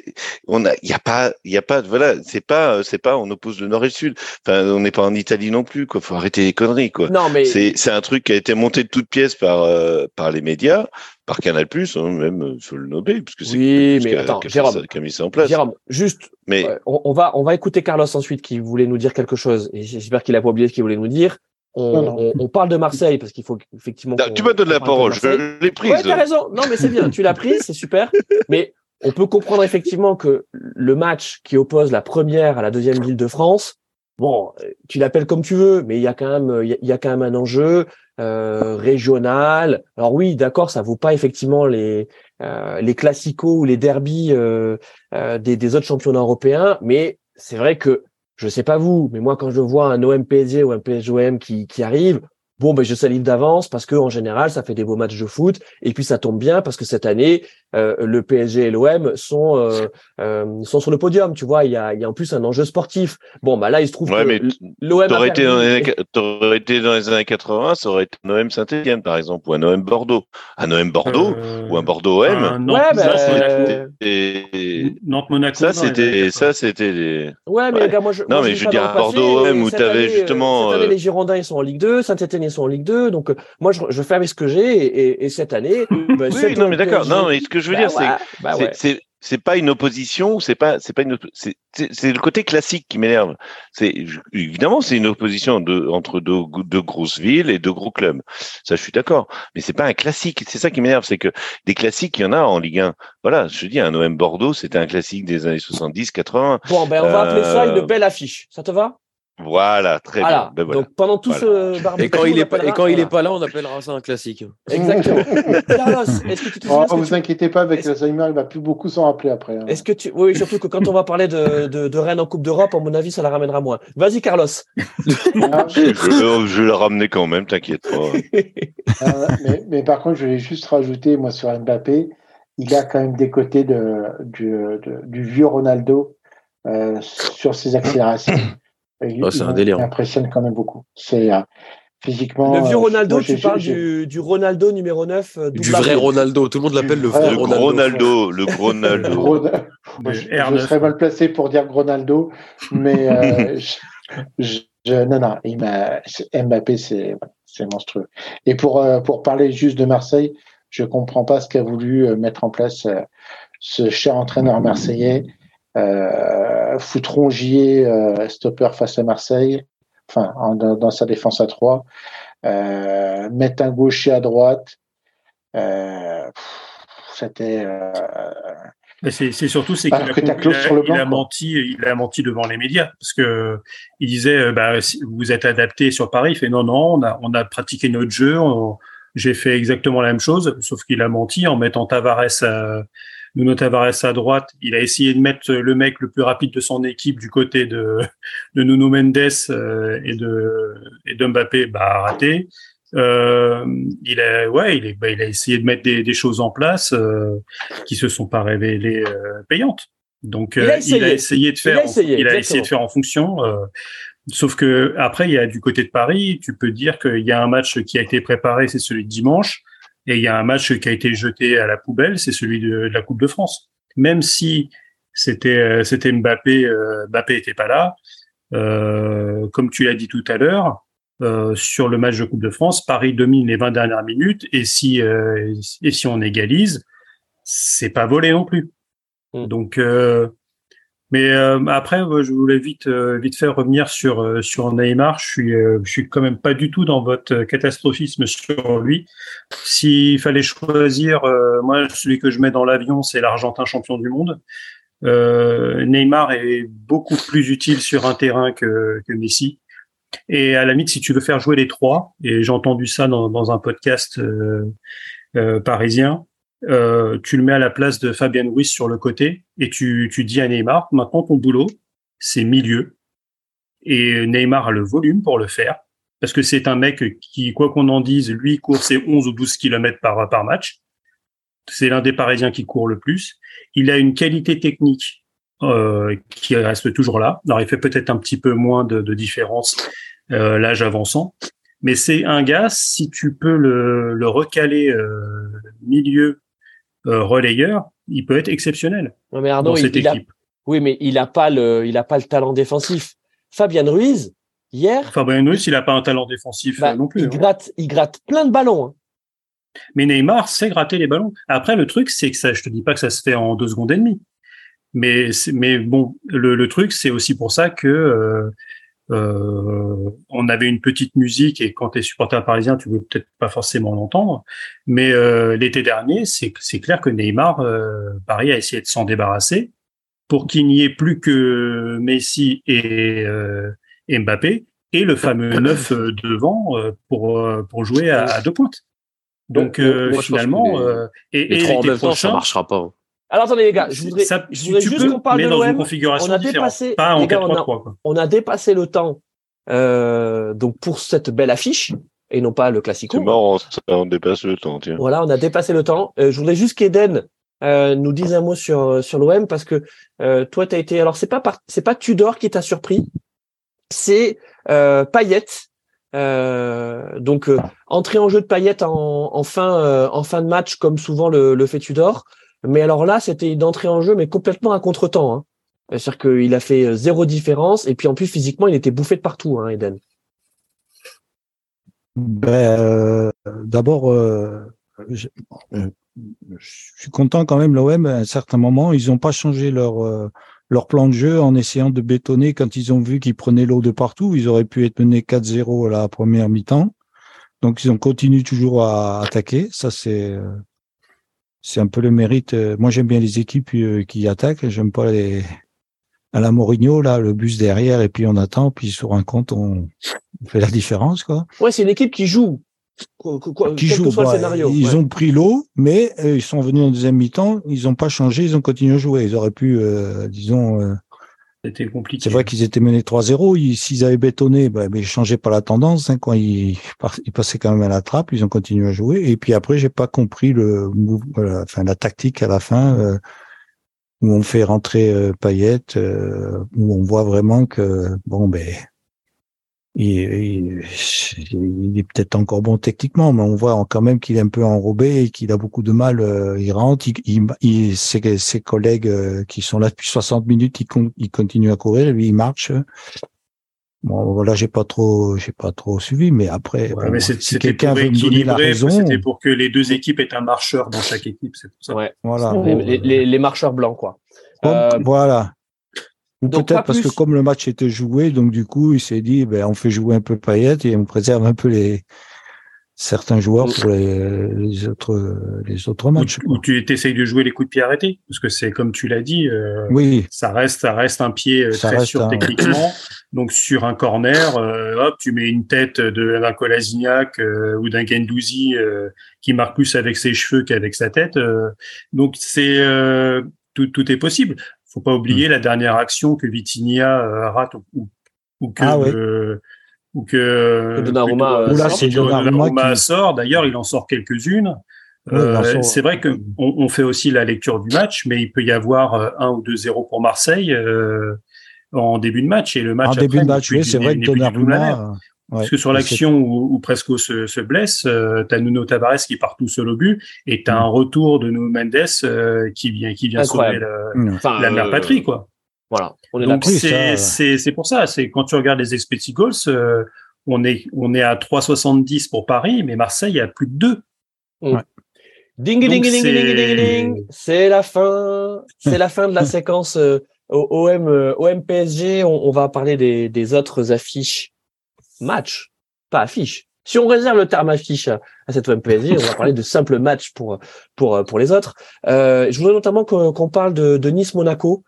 il y a pas, voilà, c'est pas, on oppose le Nord et le Sud. Enfin, on n'est pas en Italie non plus, quoi. Faut arrêter les conneries, quoi. Non, mais c'est un truc qui a été monté de toutes pièces par les médias, par Canal+, hein, même, faut le nommer, parce que c'est Jérôme, qui a mis ça en place. Jérôme, juste, mais on va écouter Carlos ensuite, qui voulait nous dire quelque chose, et j'espère qu'il a pas oublié ce qu'il voulait nous dire. On parle de Marseille parce qu'il faut effectivement. Tu m'as donné la parole, je l'ai prise. Ouais, t'as raison. Non, mais c'est bien. Tu l'as prise, c'est super. Mais on peut comprendre effectivement que le match qui oppose la première à la deuxième ville de France, bon, tu l'appelles comme tu veux, mais il y a quand même un enjeu régional. Alors oui, d'accord, ça vaut pas effectivement les classicos ou les derbys des autres championnats européens, mais c'est vrai que je sais pas vous, mais moi quand je vois un OM PSG ou un PSG OM qui arrive, bon ben je salive d'avance parce que en général ça fait des beaux matchs de foot et puis ça tombe bien parce que cette année le PSG et l'OM sont sur le podium, tu vois, il y a en plus un enjeu sportif. Bon bah là il se trouve que l'OM t'aurais été dans les années 80, ça aurait été un OM Saint-Etienne par exemple ou un OM Bordeaux, ou un Bordeaux OM. Nantes-Monaco. Ça c'était les. Ouais, mais les gars, moi je veux dire un Bordeaux OM où t'avais justement. Cette année, les Girondins ils sont en Ligue 2, Saint-Etienne ils sont en Ligue 2, donc moi je fais avec ce que j'ai et cette année. Oui, non mais d'accord. Non mais ce que je veux dire c'est pas une opposition, c'est le côté classique qui m'énerve. Évidemment, c'est une opposition entre deux grosses villes et deux gros clubs. Ça, je suis d'accord. Mais c'est pas un classique. C'est ça qui m'énerve, c'est que des classiques, il y en a en Ligue 1. Voilà, je te dis, un OM Bordeaux, c'était un classique des années 70, 80. Bon, ben, on va appeler ça une belle affiche. Ça te va? Voilà, très bien. Ben, voilà. Donc pendant tout ce barbecue, et quand il est pas là, on appellera ça un classique. Exactement. Carlos, est-ce que tu te souviens vous inquiétez pas, avec l'Alzheimer, il va plus beaucoup s'en rappeler après. Hein. Est-ce que oui, surtout que quand on va parler de Rennes en Coupe d'Europe, à mon avis, ça la ramènera moins. Vas-y, Carlos. Je vais la ramener quand même, t'inquiète pas. Mais par contre, je voulais juste rajouter, moi, sur Mbappé, il a quand même des côtés du vieux Ronaldo sur ses accélérations. C'est un délire. Il impressionne quand même beaucoup. C'est physiquement. Le vieux Ronaldo, tu parles du Ronaldo numéro 9. Du vrai Ronaldo. Tout le monde l'appelle le vrai Ronaldo. Le Ronaldo. Je serais mal placé pour dire Ronaldo, mais non, Mbappé, c'est monstrueux. Et pour parler juste de Marseille, je comprends pas ce qu'a voulu mettre en place ce cher entraîneur marseillais. Foutre Rongier stopper face à Marseille, enfin dans sa défense à 3, mettre un gaucher à droite, c'était c'est surtout qu'il a menti devant les médias, parce que il disait si vous êtes adapté sur Paris, il fait non, on a pratiqué notre jeu, j'ai fait exactement la même chose, sauf qu'il a menti en mettant Nuno Tavares à droite. Il a essayé de mettre le mec le plus rapide de son équipe du côté de Nuno Mendes et de Mbappé, raté. Il a essayé de mettre des choses en place qui se sont pas révélées payantes. Donc il a essayé de faire en fonction. Sauf que après, il y a du côté de Paris, tu peux dire qu'il y a un match qui a été préparé, c'est celui de dimanche. Et il y a un match qui a été jeté à la poubelle, c'est celui de la Coupe de France. Même si c'était Mbappé était pas là, comme tu l'as dit tout à l'heure, sur le match de Coupe de France, Paris domine les 20 dernières minutes, et si on égalise, c'est pas volé non plus. Donc mais après, je voulais vite fait revenir sur Neymar. Je suis quand même pas du tout dans votre catastrophisme sur lui. S'il fallait choisir, moi, celui que je mets dans l'avion, c'est l'Argentin champion du monde. Neymar est beaucoup plus utile sur un terrain que Messi. Et à la limite, si tu veux faire jouer les trois, et j'ai entendu ça dans un podcast parisien, tu le mets à la place de Fabien Ruiz sur le côté et tu dis à Neymar, maintenant ton boulot, c'est milieu. Et Neymar a le volume pour le faire, parce que c'est un mec qui, quoi qu'on en dise, lui court ses 11 ou 12 kilomètres par match. C'est l'un des Parisiens qui court le plus. Il a une qualité technique qui reste toujours là. Alors il fait peut-être un petit peu moins de différence l'âge avançant, mais c'est un gars, si tu peux le recaler milieu relayeur, il peut être exceptionnel. Non, mais Arnaud, dans cette équipe. Oui, mais il a pas le talent défensif. Fabien Ruiz, hier. Fabien Ruiz, il a pas un talent défensif non plus. Il gratte plein de ballons. Hein. Mais Neymar sait gratter les ballons. Après, le truc, c'est que ça, je te dis pas que ça se fait en 2 secondes et demie. Mais bon, le truc, c'est aussi pour ça que on avait une petite musique, et quand tu es supporter parisien, tu veux peut-être pas forcément l'entendre, mais l'été dernier, c'est clair que Neymar, Paris a essayé de s'en débarrasser pour qu'il n'y ait plus que Messi et Mbappé et le fameux 9 devant pour jouer à 2 pointes. Donc finalement, et trois en même temps, ça marchera pas. Alors attendez les gars, je voudrais juste qu'on parle de l'OM. Dans une configuration différente, pas en 4-3-3. On a dépassé le temps donc pour cette belle affiche et non pas le classico. C'est marrant, on dépasse le temps. Tiens. Voilà, on a dépassé le temps. Je voudrais juste qu'Eden nous dise un mot sur l'OM, parce que toi t'as été, alors c'est pas Tudor qui t'a surpris, c'est Payet. Donc entrée en jeu de Payet en fin de match, comme souvent le fait Tudor. Mais alors là, c'était d'entrée en jeu, mais complètement à contre-temps. Hein. C'est-à-dire qu'il a fait 0 différence, et puis en plus physiquement, il était bouffé de partout, hein, Eden. D'abord, je suis content quand même, l'OM, à un certain moment, ils n'ont pas changé leur plan de jeu en essayant de bétonner quand ils ont vu qu'ils prenaient l'eau de partout. Ils auraient pu être menés 4-0 à la première mi-temps. Donc, ils ont continué toujours à attaquer. Ça, c'est un peu le mérite. Moi, j'aime bien les équipes qui attaquent. J'aime pas à la Mourinho, là, le bus derrière, et puis on attend, puis sur un compte, on fait la différence, quoi. Ouais, c'est une équipe qui joue. Quel que soit le scénario. Ils ont pris l'eau, mais ils sont venus en deuxième mi-temps, ils n'ont pas changé, ils ont continué à jouer. Ils auraient pu, C'était compliqué. c'est vrai qu'ils étaient menés 3-0. S'ils avaient bétonné, mais ils changeaient pas la tendance. Hein, quand ils passaient quand même à la trappe, ils ont continué à jouer. Et puis après, j'ai pas compris la tactique à la fin, où on fait rentrer Payet, où on voit vraiment que il est peut-être encore bon techniquement, mais on voit quand même qu'il est un peu enrobé et qu'il a beaucoup de mal. Il rentre, ses collègues qui sont là depuis 60 minutes, ils continuent à courir, lui il marche. Bon, voilà, j'ai pas trop suivi, mais après, mais si quelqu'un veut me donner la raison, c'était pour que les deux équipes aient un marcheur dans chaque équipe, c'est pour ça. Ouais. Voilà. Les marcheurs blancs, quoi. Voilà. Ou Donc, peut-être parce que comme le match était joué, donc du coup, il s'est dit, on fait jouer un peu Payet et on préserve un peu certains joueurs pour les autres matchs. Ou tu essayes de jouer les coups de pied arrêtés, parce que c'est comme tu l'as dit, oui, ça reste un pied très sûr techniquement. Donc sur un corner, hop, tu mets une tête d'un Kolasinac ou d'un Guendouzi qui marque plus avec ses cheveux qu'avec sa tête. Donc c'est tout est possible. Faut pas oublier la dernière action que Vitinha rate ou que Donnarumma sort. D'ailleurs, il en sort quelques-unes. C'est vrai que on fait aussi la lecture du match, mais il peut y avoir 1 ou 2-0 pour Marseille en début de match, et le match début de match, oui, c'est vrai que Donnarumma. Parce que sur l'action où Presco se blesse, t'as Nuno Tavares qui part tout seul au but, et t'as un retour de Nuno Mendes qui vient sauver la mère patrie, quoi. Voilà. Donc c'est pour ça. C'est quand tu regardes les expected goals, on est à 3,70 pour Paris, mais Marseille a plus de 2. Ouais. Ding ding ding ding ding ding ding. C'est la fin de la séquence OM PSG. On va parler des autres affiches. Match, pas affiche. Si on réserve le terme affiche à cette OM PSG, on va parler de simple match pour les autres. Je voudrais notamment qu'on parle de Nice-Monaco,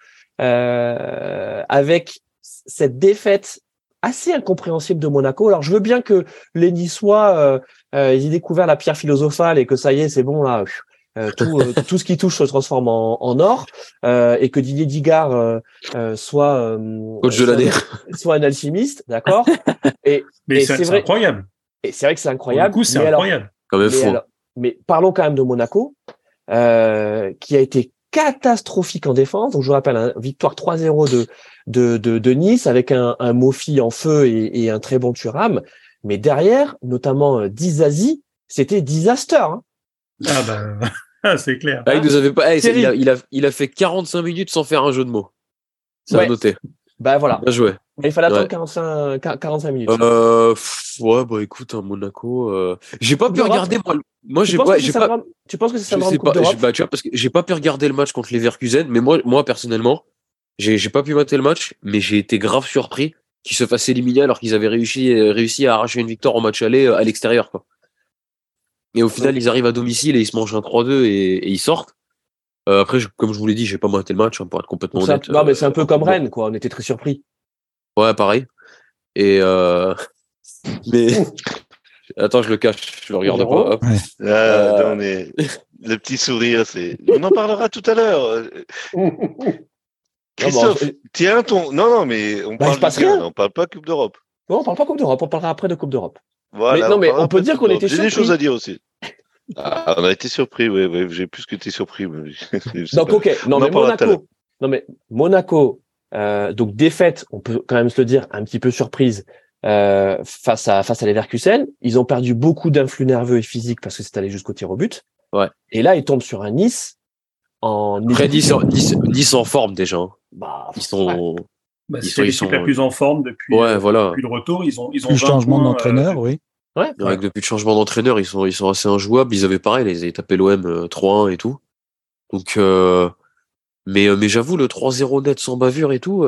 avec cette défaite assez incompréhensible de Monaco. Alors, je veux bien que les Niçois ils aient découvert la pierre philosophale et que ça y est, c'est bon là. Tout ce qui touche se transforme en or, et que Didier Digard soit coach de l'année, soit un alchimiste, d'accord. Mais c'est incroyable. Et c'est vrai que c'est incroyable. Du coup, c'est incroyable. Mais parlons quand même de Monaco, qui a été catastrophique en défense. Donc je vous rappelle, victoire 3-0 de Nice avec un Mofi en feu et un très bon Thuram. Mais derrière, notamment Dizazi, c'était disaster. Hein. Ah bah c'est clair. Il nous avait pas. Il a fait 45 minutes sans faire un jeu de mots. Ça a noté. Bah voilà. Bien joué. Mais il fallait attendre 45 minutes. Écoute, Monaco. J'ai pas pu regarder moi. Tu penses que c'est syndrome de Coupe d'Europe ? Tu vois, parce que j'ai pas pu regarder le match contre Leverkusen, mais moi personnellement, j'ai pas pu mater le match, mais j'ai été grave surpris qu'ils se fassent éliminer alors qu'ils avaient réussi à arracher une victoire en match aller à l'extérieur, quoi. Et au final, ils arrivent à domicile et ils se mangent un 3-2 et ils sortent. Après, comme je vous l'ai dit, j'ai pas maté le match, pour être complètement honnête. Non, mais c'est un peu comme Rennes, quoi. On était très surpris. Ouais, pareil. Et mais attends, je le cache, je le regarde pas. Le petit sourire, on en parlera tout à l'heure. Christophe, tiens Non, mais on parle on parle pas Coupe d'Europe. Non, on parle pas Coupe d'Europe, on parlera après de Coupe d'Europe. Voilà, mais on peut dire qu'on était surpris. J'ai des choses à dire aussi. On a été surpris, oui, j'ai plus que été surpris. Donc, Monaco, donc défaite, on peut quand même se le dire, un petit peu surprise face à Leverkusen. Ils ont perdu beaucoup d'influx nerveux et physiques parce que c'est allé jusqu'au tir au but. Ouais. Et là, ils tombent sur un Nice Après, Nice en forme déjà. Ils sont. C'est l'équipe la plus en forme depuis le retour. Ils ont le changement d'entraîneur, oui. Ouais. Avec depuis le changement d'entraîneur, ils sont assez injouables. Ils avaient pareil, ils avaient tapé l'OM 3-1 et tout. Donc, mais j'avoue, le 3-0 net sans bavure et tout,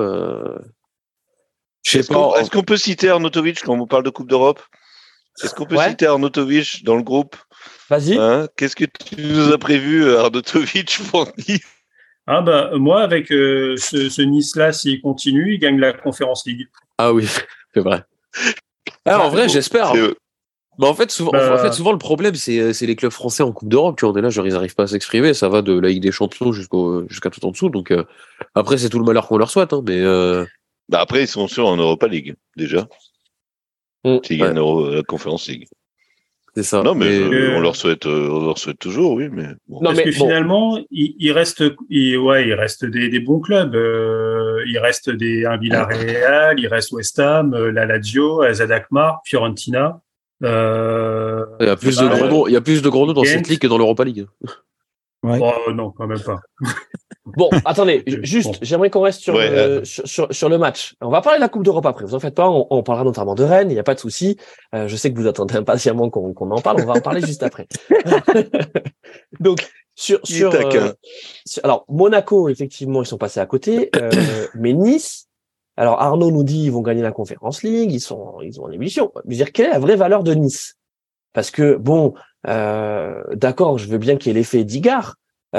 je sais pas. Est-ce qu'on peut citer Arnautovic quand on parle de Coupe d'Europe? Est-ce qu'on peut citer Arnautovic dans le groupe? Vas-y. Qu'est-ce que tu nous as prévu, Arnautovic, pour Nice? Ah bah moi avec ce Nice-là, s'il continue, il gagne la Conference League. Ah oui, c'est vrai. En vrai, j'espère. Mais en fait, souvent, le problème, c'est les clubs français en Coupe d'Europe. Tu vois, on est là, genre, ils n'arrivent pas à s'exprimer. Ça va de la Ligue des Champions jusqu'à tout en dessous. Donc, après, c'est tout le malheur qu'on leur souhaite. Hein, mais après, ils sont sûrs en Europa League, déjà. S'ils gagnent la Conference League. C'est ça. Non, mais on leur souhaite toujours, oui. Mais bon. Parce que finalement, il reste des bons clubs. Il reste un Villarreal, il reste West Ham, la Lazio, AZ Alkmaar, Fiorentina. Il y a plus de gros noms dans cette ligue que dans l'Europa League. Ouais. Oh, non, quand même pas. Bon, attendez, j'aimerais qu'on reste sur le match. On va parler de la Coupe d'Europe après. Vous en faites pas, on parlera notamment de Rennes, il n'y a pas de souci. Je sais que vous attendez impatiemment qu'on en parle, on va en parler juste après. Donc, alors, Monaco, effectivement, ils sont passés à côté, mais Nice, alors Arnaud nous dit ils vont gagner la Conference League, ils ont une émission. Je veux dire, quelle est la vraie valeur de Nice? Parce que, bon, d'accord, je veux bien qu'il y ait l'effet Digard.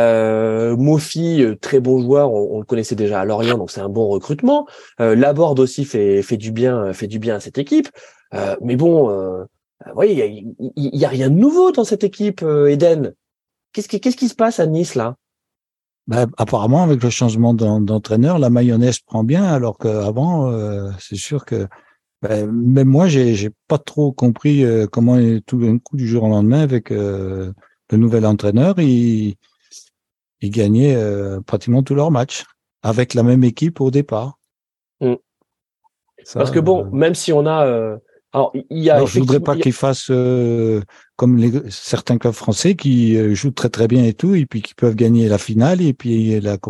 Mofi, très bon joueur, on le connaissait déjà à Lorient, donc c'est un bon recrutement. Laborde aussi fait du bien à cette équipe. Mais bon, il y a rien de nouveau dans cette équipe, Eden. Qu'est-ce qui se passe à Nice là? Apparemment, avec le changement d'entraîneur, la mayonnaise prend bien, alors qu'avant, c'est sûr que même moi, j'ai pas trop compris comment tout d'un coup, du jour au lendemain, avec le nouvel entraîneur, il gagnait pratiquement tous leurs matchs avec la même équipe au départ. Parce que bon, même si on a je voudrais pas qu'ils fassent comme certains clubs français qui jouent très très bien et tout, et puis qui peuvent gagner la finale et puis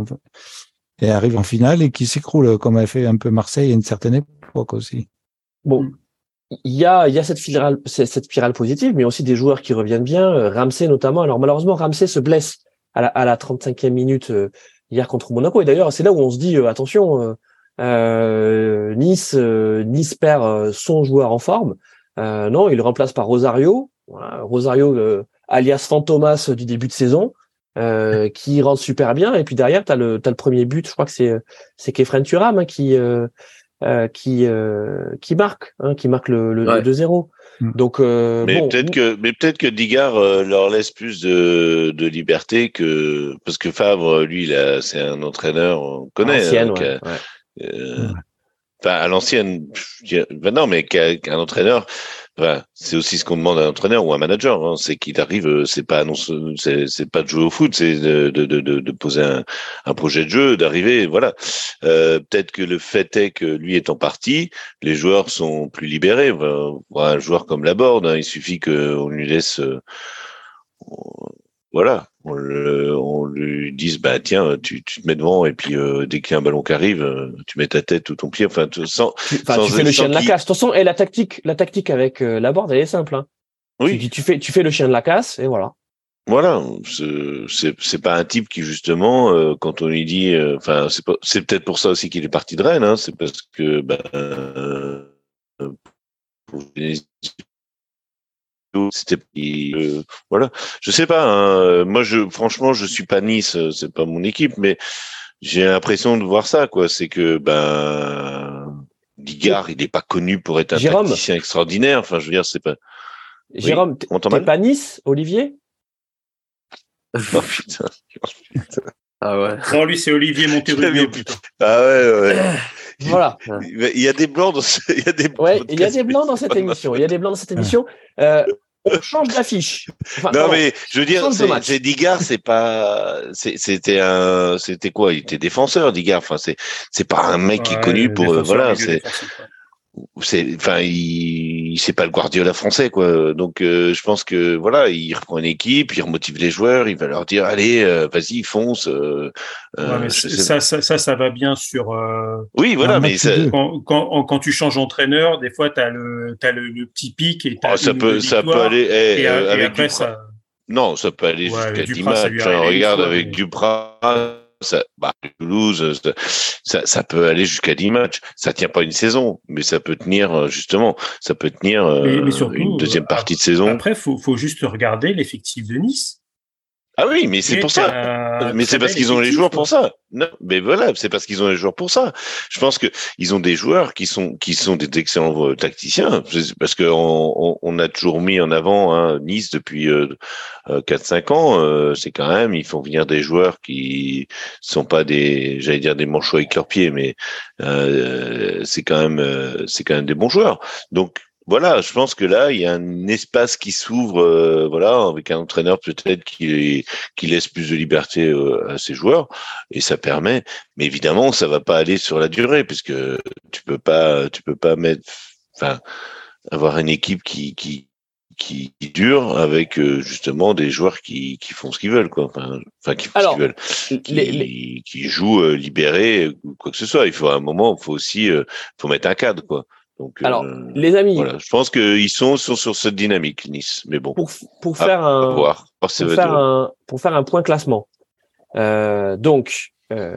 et arrivent en finale et qui s'écroulent, comme a fait un peu Marseille à une certaine époque aussi. Bon, il y a cette spirale positive, mais aussi des joueurs qui reviennent bien. Ramsey notamment. Alors malheureusement, Ramsey se blesse à la 35e minute hier contre Monaco. Et d'ailleurs, c'est là où on se dit attention. Nice perd son joueur en forme. Non, il le remplace par Rosario. Voilà, Rosario, alias Fantomas du début de saison, qui rentre super bien. Et puis derrière, t'as le premier but. Je crois que c'est Kefren Thuram qui marque le 2-0. Donc, peut-être que Digard leur laisse plus de liberté parce que Favre, lui, c'est un entraîneur, on connaît. Ancienne, à l'ancienne, non, mais qu'un entraîneur, c'est aussi ce qu'on demande à un entraîneur ou à un manager, hein, c'est qu'il arrive, c'est pas de jouer au foot, c'est de poser un projet de jeu, d'arriver, voilà. Peut-être que le fait est que lui étant parti, les joueurs sont plus libérés. Un joueur comme Laborde, il suffit qu'on lui laisse, voilà. On lui dise tiens, tu te mets devant et puis dès qu'il y a un ballon qui arrive, tu mets ta tête ou ton pied, tu fais le chien de la casse. De toute façon, et la tactique avec Laborde, elle est simple, hein. Oui. Tu fais le chien de la casse et voilà. Voilà, c'est pas un type qui justement quand on lui dit c'est peut-être pour ça aussi qu'il est parti de Rennes, hein, c'est parce que c'était voilà, je sais pas, hein, moi franchement je suis pas Nice, c'est pas mon équipe, mais j'ai l'impression de voir ça, quoi. C'est que Digard, il n'est pas connu pour être un tacticien extraordinaire, enfin je veux dire, c'est pas Jérôme, t'es pas Nice, Olivier? Oh putain. Ah ouais. Non, lui c'est Olivier Monterrubio. Ah ouais. Voilà. Il y a des blancs dans il y a des blancs dans cette émission. On change d'affiche. Mais je veux dire, c'est Digard, c'était quoi? Il était défenseur, Digard. Enfin, c'est pas un mec qui est connu pour, il c'est pas le Guardiola français, quoi. Donc, je pense que voilà, il reprend une équipe, il remotive les joueurs, il va leur dire, allez, vas-y, fonce. Ouais, mais ça va bien sur. Oui, voilà, mais ça, quand tu changes d'entraîneur, des fois, t'as le petit pic et t'as ça peut aller et avec après Duprat. ça. Non, ça peut aller Ouais, jusqu'à 10 Duprat, ça lui matchs. est arrivé Regarde, une fois, avec mais... Duprat, Toulouse, ça peut aller jusqu'à 10 matchs. Ça tient pas une saison, mais ça peut tenir, justement, ça peut tenir mais surtout, une deuxième partie de saison. Après, faut juste regarder l'effectif de Nice. Ah oui, mais c'est pour ça. Mais c'est parce qu'ils ont les joueurs pour ça. Non, mais voilà, c'est parce qu'ils ont les joueurs pour ça. Je pense que ils ont des joueurs qui sont des excellents tacticiens. Parce que on a toujours mis en avant Nice depuis 4-5 ans. C'est quand même, ils font venir des joueurs qui sont pas j'allais dire des manchots avec leurs pieds, mais c'est quand même des bons joueurs. Donc voilà, je pense que là, il y a un espace qui s'ouvre, voilà, avec un entraîneur peut-être qui laisse plus de liberté à ses joueurs, et ça permet. Mais évidemment, ça va pas aller sur la durée, puisque tu peux pas avoir une équipe qui dure avec justement des joueurs qui font ce qu'ils veulent, quoi. Qui font ce qu'ils veulent, qui jouent libérés, quoi que ce soit. Il faut à un moment, faut aussi, faut mettre un cadre, quoi. Donc, les amis, voilà, je pense qu'ils sont sur cette dynamique, Nice. Mais bon, pour faire un point classement. Donc,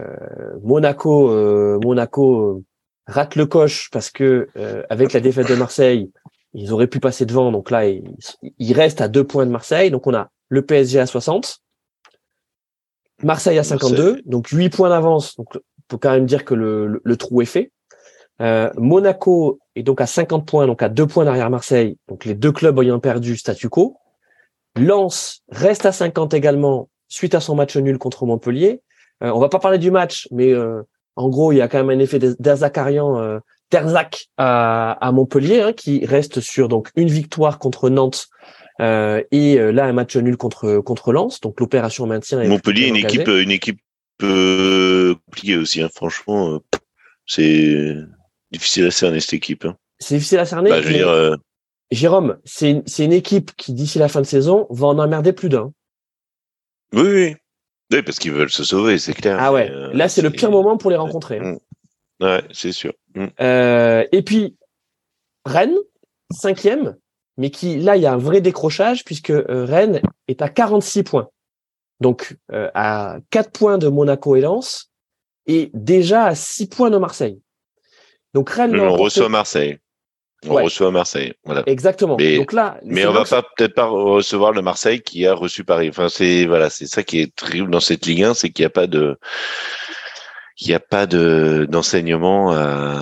Monaco rate le coche parce que avec la défaite de Marseille, ils auraient pu passer devant. Donc là, ils restent à 2 points de Marseille. Donc on a le PSG à 60, Marseille à 52, donc 8 points d'avance. Donc on peut quand même dire que le trou est fait. Monaco est donc à 50 points, donc à 2 points derrière Marseille. Donc les deux clubs ayant perdu statu quo. Lens reste à 50 également suite à son match nul contre Montpellier. On va pas parler du match, mais en gros il y a quand même un effet d'Azakarian, Terzak à Montpellier, qui reste sur donc une victoire contre Nantes et là un match nul contre Lens. Donc l'opération maintien. Montpellier, une équipe compliquée aussi, franchement. C'est difficile à cerner cette équipe. C'est difficile à cerner. Je veux dire, Jérôme, c'est une équipe qui d'ici la fin de saison va en emmerder plus d'un. Oui, parce qu'ils veulent se sauver, c'est clair. Ah ouais. Là, c'est le pire moment pour les rencontrer. Ouais, c'est sûr. Et puis Rennes, 5e, mais là il y a un vrai décrochage puisque Rennes est à 46 points. Donc à 4 points de Monaco et Lens et déjà à 6 points de Marseille. Donc Rennes reçoit Marseille. On reçoit Marseille, voilà. Exactement. Donc là, mais on va peut-être pas recevoir le Marseille qui a reçu Paris. Enfin, c'est ça qui est terrible dans cette Ligue 1, c'est qu'il n'y a pas d'enseignement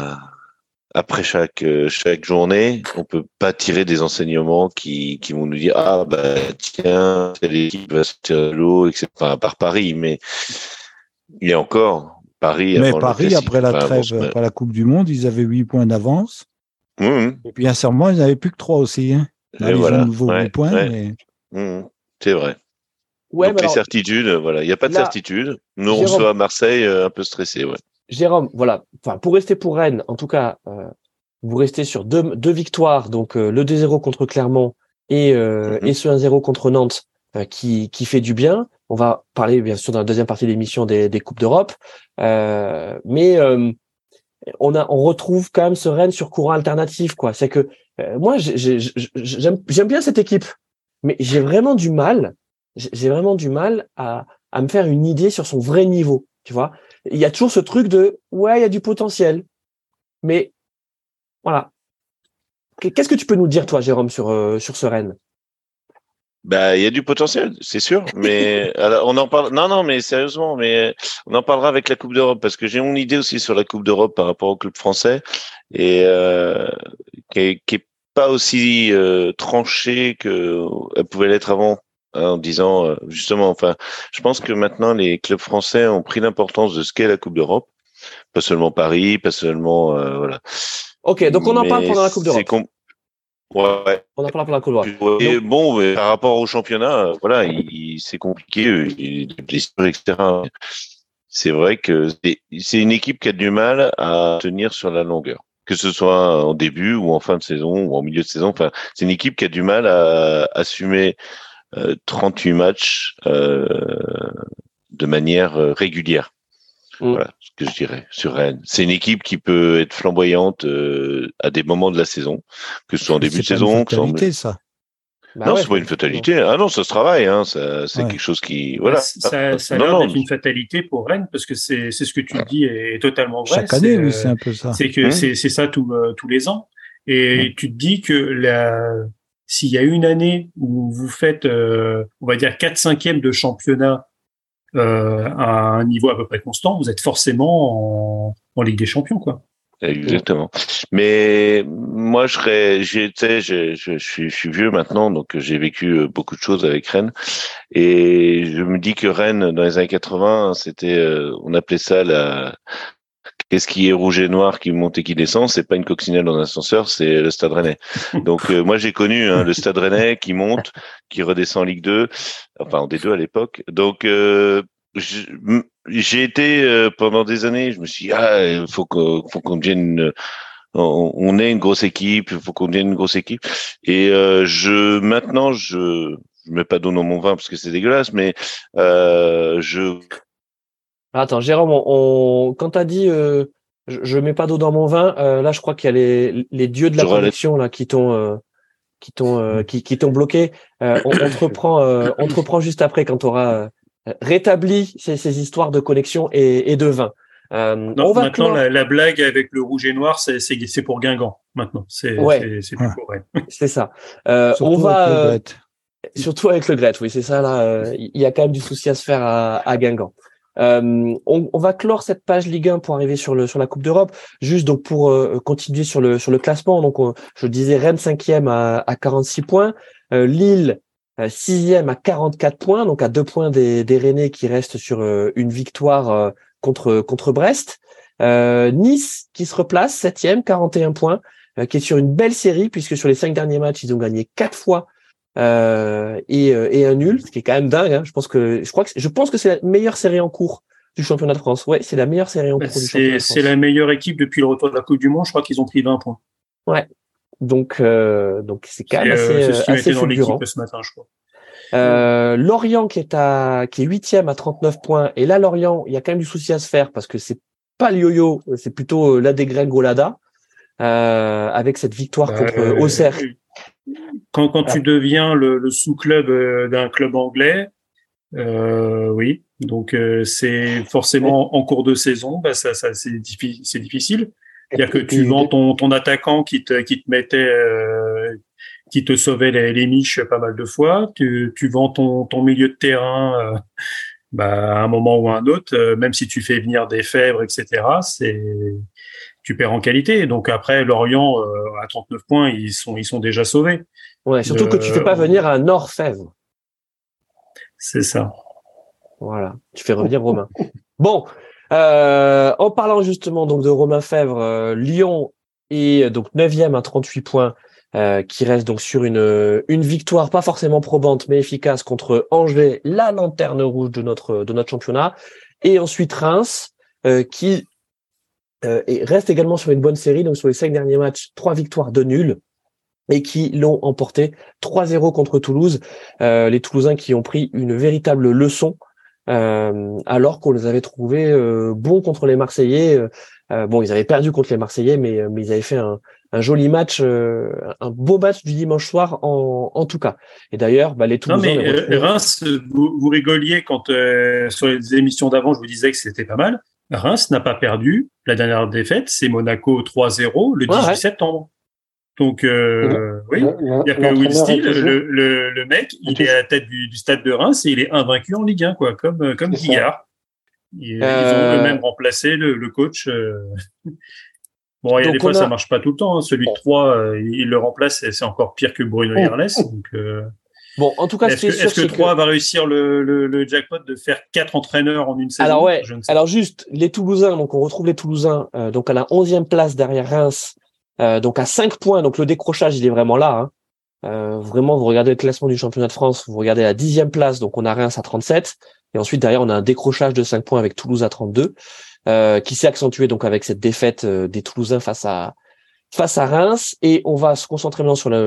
après chaque journée. On peut pas tirer des enseignements qui vont nous dire tiens, telle équipe va se tirer de l'eau, etc. Enfin, à part Paris, mais il y a encore Paris. Mais Paris, après la trêve, après la Coupe du Monde, ils avaient 8 points d'avance. Et puis, sincèrement, ils n'avaient plus que 3 aussi. Là, ils ont nouveau 8 points. Mais... C'est vrai. Ouais, donc, les certitudes, voilà. Il n'y a pas de certitude. Nous, on reçoit à Marseille un peu stressé, ouais. Jérôme, voilà. Enfin, pour rester pour Rennes, en tout cas, vous restez sur deux victoires. Donc, le 2-0 contre Clermont et ce 1-0 contre Nantes qui fait du bien. On va parler, bien sûr, dans la deuxième partie de l'émission des Coupes d'Europe. Mais on retrouve quand même ce Rennes sur courant alternatif, quoi. C'est que moi, j'aime bien cette équipe, mais j'ai vraiment du mal à me faire une idée sur son vrai niveau, tu vois. Il y a toujours ce truc de il y a du potentiel, mais voilà. Qu'est-ce que tu peux nous dire, toi, Jérôme, sur ce Rennes? Il y a du potentiel, c'est sûr, mais alors, on en parle. Non, mais sérieusement, mais on en parlera avec la Coupe d'Europe parce que j'ai mon idée aussi sur la Coupe d'Europe par rapport au club français et qui est pas aussi tranchée que elle pouvait l'être avant, en disant justement. Enfin, je pense que maintenant les clubs français ont pris l'importance de ce qu'est la Coupe d'Europe, pas seulement Paris, pas seulement voilà. Ok, donc on en parle pendant la Coupe d'Europe. Ouais. On en parle pendant la Coupe d'Europe. Et bon, par rapport au championnat, voilà, c'est compliqué, il y a des blessures, etc. C'est vrai que c'est une équipe qui a du mal à tenir sur la longueur. que ce soit en début ou en fin de saison ou en milieu de saison. Enfin, c'est une équipe qui a du mal à assumer 38 matchs de manière régulière. Voilà ce que je dirais sur Rennes. C'est une équipe qui peut être flamboyante à des moments de la saison, que ce soit en début de saison. C'est une fatalité, ça. Non, c'est pas une fatalité. Ah non, ça se travaille. C'est quelque chose qui, voilà. Ça a l'air d'être une fatalité pour Rennes parce que c'est ce que tu dis est totalement vrai. Chaque année, oui, c'est un peu ça. C'est que c'est ça tous les ans. Et tu te dis que s'il y a une année où vous faites, on va dire 4/5 de championnat à un niveau à peu près constant, vous êtes forcément en Ligue des Champions, quoi. Exactement. Mais moi, je suis vieux maintenant, donc j'ai vécu beaucoup de choses avec Rennes. Et je me dis que Rennes, dans les années 80, on appelait ça qu'est-ce qui est rouge et noir, qui monte et qui descend. C'est pas une coccinelle dans un ascenseur, c'est le Stade Rennais. Donc moi, j'ai connu le Stade Rennais qui monte, qui redescend en Ligue 2, enfin en D2 à l'époque. Donc j'ai été pendant des années, je me suis dit, il faut qu'on devienne on est une grosse équipe, il faut qu'on devienne une grosse équipe. Et maintenant je mets pas d'eau dans mon vin parce que c'est dégueulasse, mais Attends, Jérôme, quand t'as dit je mets pas d'eau dans mon vin, là je crois qu'il y a les dieux de la connexion là qui t'ont bloqué. On te reprend juste après quand t'auras rétabli ces histoires de connexion et de vin. Non, maintenant la blague avec le rouge et noir, c'est pour Guingamp. Maintenant, c'est plus pour Rennes. C'est ça. Surtout avec le Gret, oui, c'est ça là. Il y a quand même du souci à se faire à Guingamp. On va clore cette page Ligue 1 pour arriver sur la Coupe d'Europe. Juste donc pour continuer sur le classement. Donc je disais Rennes 5e à 46 points, Lille 6e à 44 points, donc à 2 points des Rennais qui restent sur une victoire contre Brest. Nice qui se replace 7e, 41 points, qui est sur une belle série puisque sur les 5 derniers matchs ils ont gagné 4 fois et un nul, ce qui est quand même dingue. Hein. Je pense que c'est la meilleure série en cours du championnat de France. Ouais, c'est la meilleure série en cours du championnat de France. C'est la meilleure équipe depuis le retour de la Coupe du Monde. Je crois qu'ils ont pris 20 points. Ouais. Donc c'est quand même assez fulgurant. Ce matin, je crois. Lorient qui est 8e à 39 points. Et là, Lorient, il y a quand même du souci à se faire parce que c'est pas le yo-yo, c'est plutôt la dégringolada avec cette victoire contre Auxerre. Quand tu deviens le sous-club d'un club anglais, oui. Donc c'est forcément en cours de saison, ça c'est difficile. C'est-à-dire que tu vends ton attaquant qui te mettait, qui te sauvait les miches pas mal de fois. Tu vends ton milieu de terrain, à un moment ou à un autre, même si tu fais venir des Fèvres, etc. Tu perds en qualité. Donc après, Lorient, à 39 points, ils sont déjà sauvés. Ouais, surtout que tu fais pas venir un Orfèvre. C'est ça. Voilà. Tu fais revenir Romain. Bon. En parlant justement donc de Romain Fèvre, Lyon est donc 9e à 38 points, qui reste donc sur une victoire pas forcément probante mais efficace contre Angers, la lanterne rouge de notre championnat, et ensuite Reims qui reste également sur une bonne série, donc sur les 5 derniers matchs 3 victoires, 2 nuls, et qui l'ont emporté 3-0 contre Toulouse, les Toulousains qui ont pris une véritable leçon. Alors qu'on les avait trouvés bons contre les Marseillais. Ils avaient perdu contre les Marseillais, mais ils avaient fait un joli match, un beau match du dimanche soir en tout cas. Et d'ailleurs, les Toulousains... Non, mais Reims, vous rigoliez quand sur les émissions d'avant, je vous disais que c'était pas mal. Reims n'a pas perdu. La dernière défaite, c'est Monaco 3-0 le 18 septembre. Donc, oui, il y a que Will Steele, le mec, il est à la tête du stade de Reims et il est invaincu en Ligue 1, quoi, comme Guillard. Ils ont eux-mêmes remplacé le coach. Bon, il y a des fois, ça marche pas tout le temps. Hein. Celui de 3, il le remplace et c'est encore pire que Bruno Irles. Donc, bon, en tout cas, est-ce que 3 va réussir le jackpot de faire 4 entraîneurs en une saison? Alors, ouais. Alors, juste, les Toulousains, donc on retrouve les Toulousains, donc à la 11e place derrière Reims, donc à 5 points, donc le décrochage il est vraiment là. Hein. Vraiment, vous regardez le classement du championnat de France, vous regardez la 10e place, donc on a Reims à 37, et ensuite derrière on a un décrochage de 5 points avec Toulouse à 32, qui s'est accentué donc avec cette défaite des Toulousains face à face à Reims, et on va se concentrer maintenant sur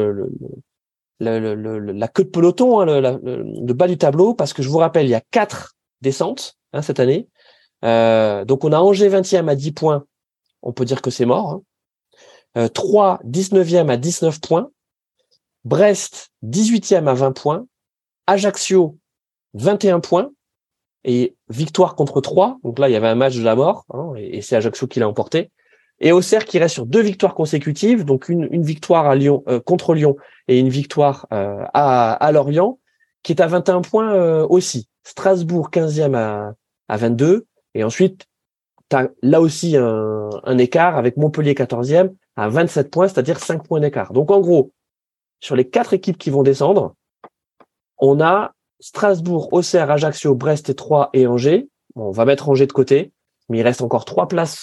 la queue de peloton, hein, le bas du tableau, parce que je vous rappelle, il y a 4 descentes cette année. Donc on a Angers 20e à 10 points, on peut dire que c'est mort. 3 19e à 19 points, Brest 18e à 20 points, Ajaccio 21 points, et victoire contre 3, donc là il y avait un match de la mort, et c'est Ajaccio qui l'a emporté. Et Auxerre qui reste sur 2 victoires consécutives, donc une victoire à Lyon contre Lyon et une victoire à Lorient, qui est à 21 points aussi. Strasbourg 15e à 22, et ensuite tu as là aussi un écart avec Montpellier 14e à 27 points, c'est-à-dire 5 points d'écart. Donc en gros, sur les 4 équipes qui vont descendre, on a Strasbourg, Auxerre, Ajaccio, Brest et Troyes et Angers. Bon, on va mettre Angers de côté, mais il reste encore 3 places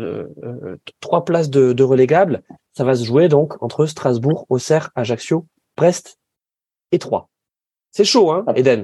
de relégables. Ça va se jouer donc entre Strasbourg, Auxerre, Ajaccio, Brest et Troyes. C'est chaud, hein, Eden?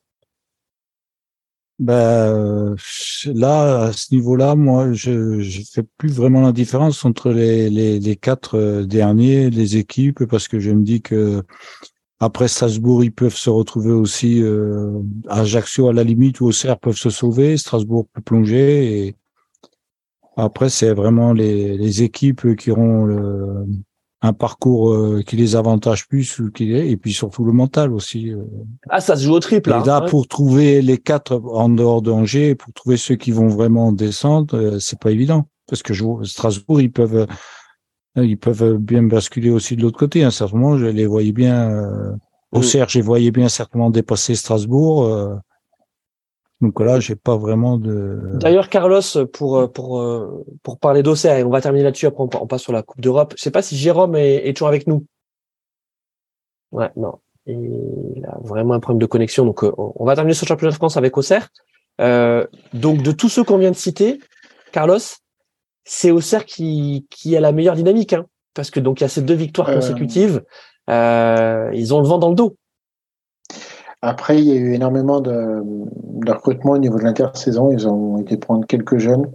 Là, à ce niveau-là, moi, je fais plus vraiment la différence entre les 4 derniers, les équipes, parce que je me dis que après Strasbourg, ils peuvent se retrouver aussi, Ajaccio à la limite, ou Auxerre peuvent se sauver, Strasbourg peut plonger, et après, c'est vraiment les équipes qui auront un parcours qui les avantage plus, et puis surtout le mental aussi. Ça se joue au triple. Et là, pour trouver les 4 en dehors de Angers, pour trouver ceux qui vont vraiment descendre, c'est pas évident, parce que Strasbourg, ils peuvent bien basculer aussi de l'autre côté. Hein. Certainement, je les voyais bien. Auxerre, je les voyais bien certainement dépasser Strasbourg. Donc là, j'ai pas vraiment de. D'ailleurs, Carlos, pour parler d'Auxerre, et on va terminer là-dessus, après on passe sur la Coupe d'Europe. Je sais pas si Jérôme est toujours avec nous. Ouais, non. Il a vraiment un problème de connexion. Donc, on va terminer sur le championnat de France avec Auxerre. Donc, de tous ceux qu'on vient de citer, Carlos, c'est Auxerre qui a la meilleure dynamique, hein, parce que donc il y a ces 2 victoires consécutives. Ils ont le vent dans le dos. Après, il y a eu énormément de recrutement au niveau de l'intersaison. Ils ont été prendre quelques jeunes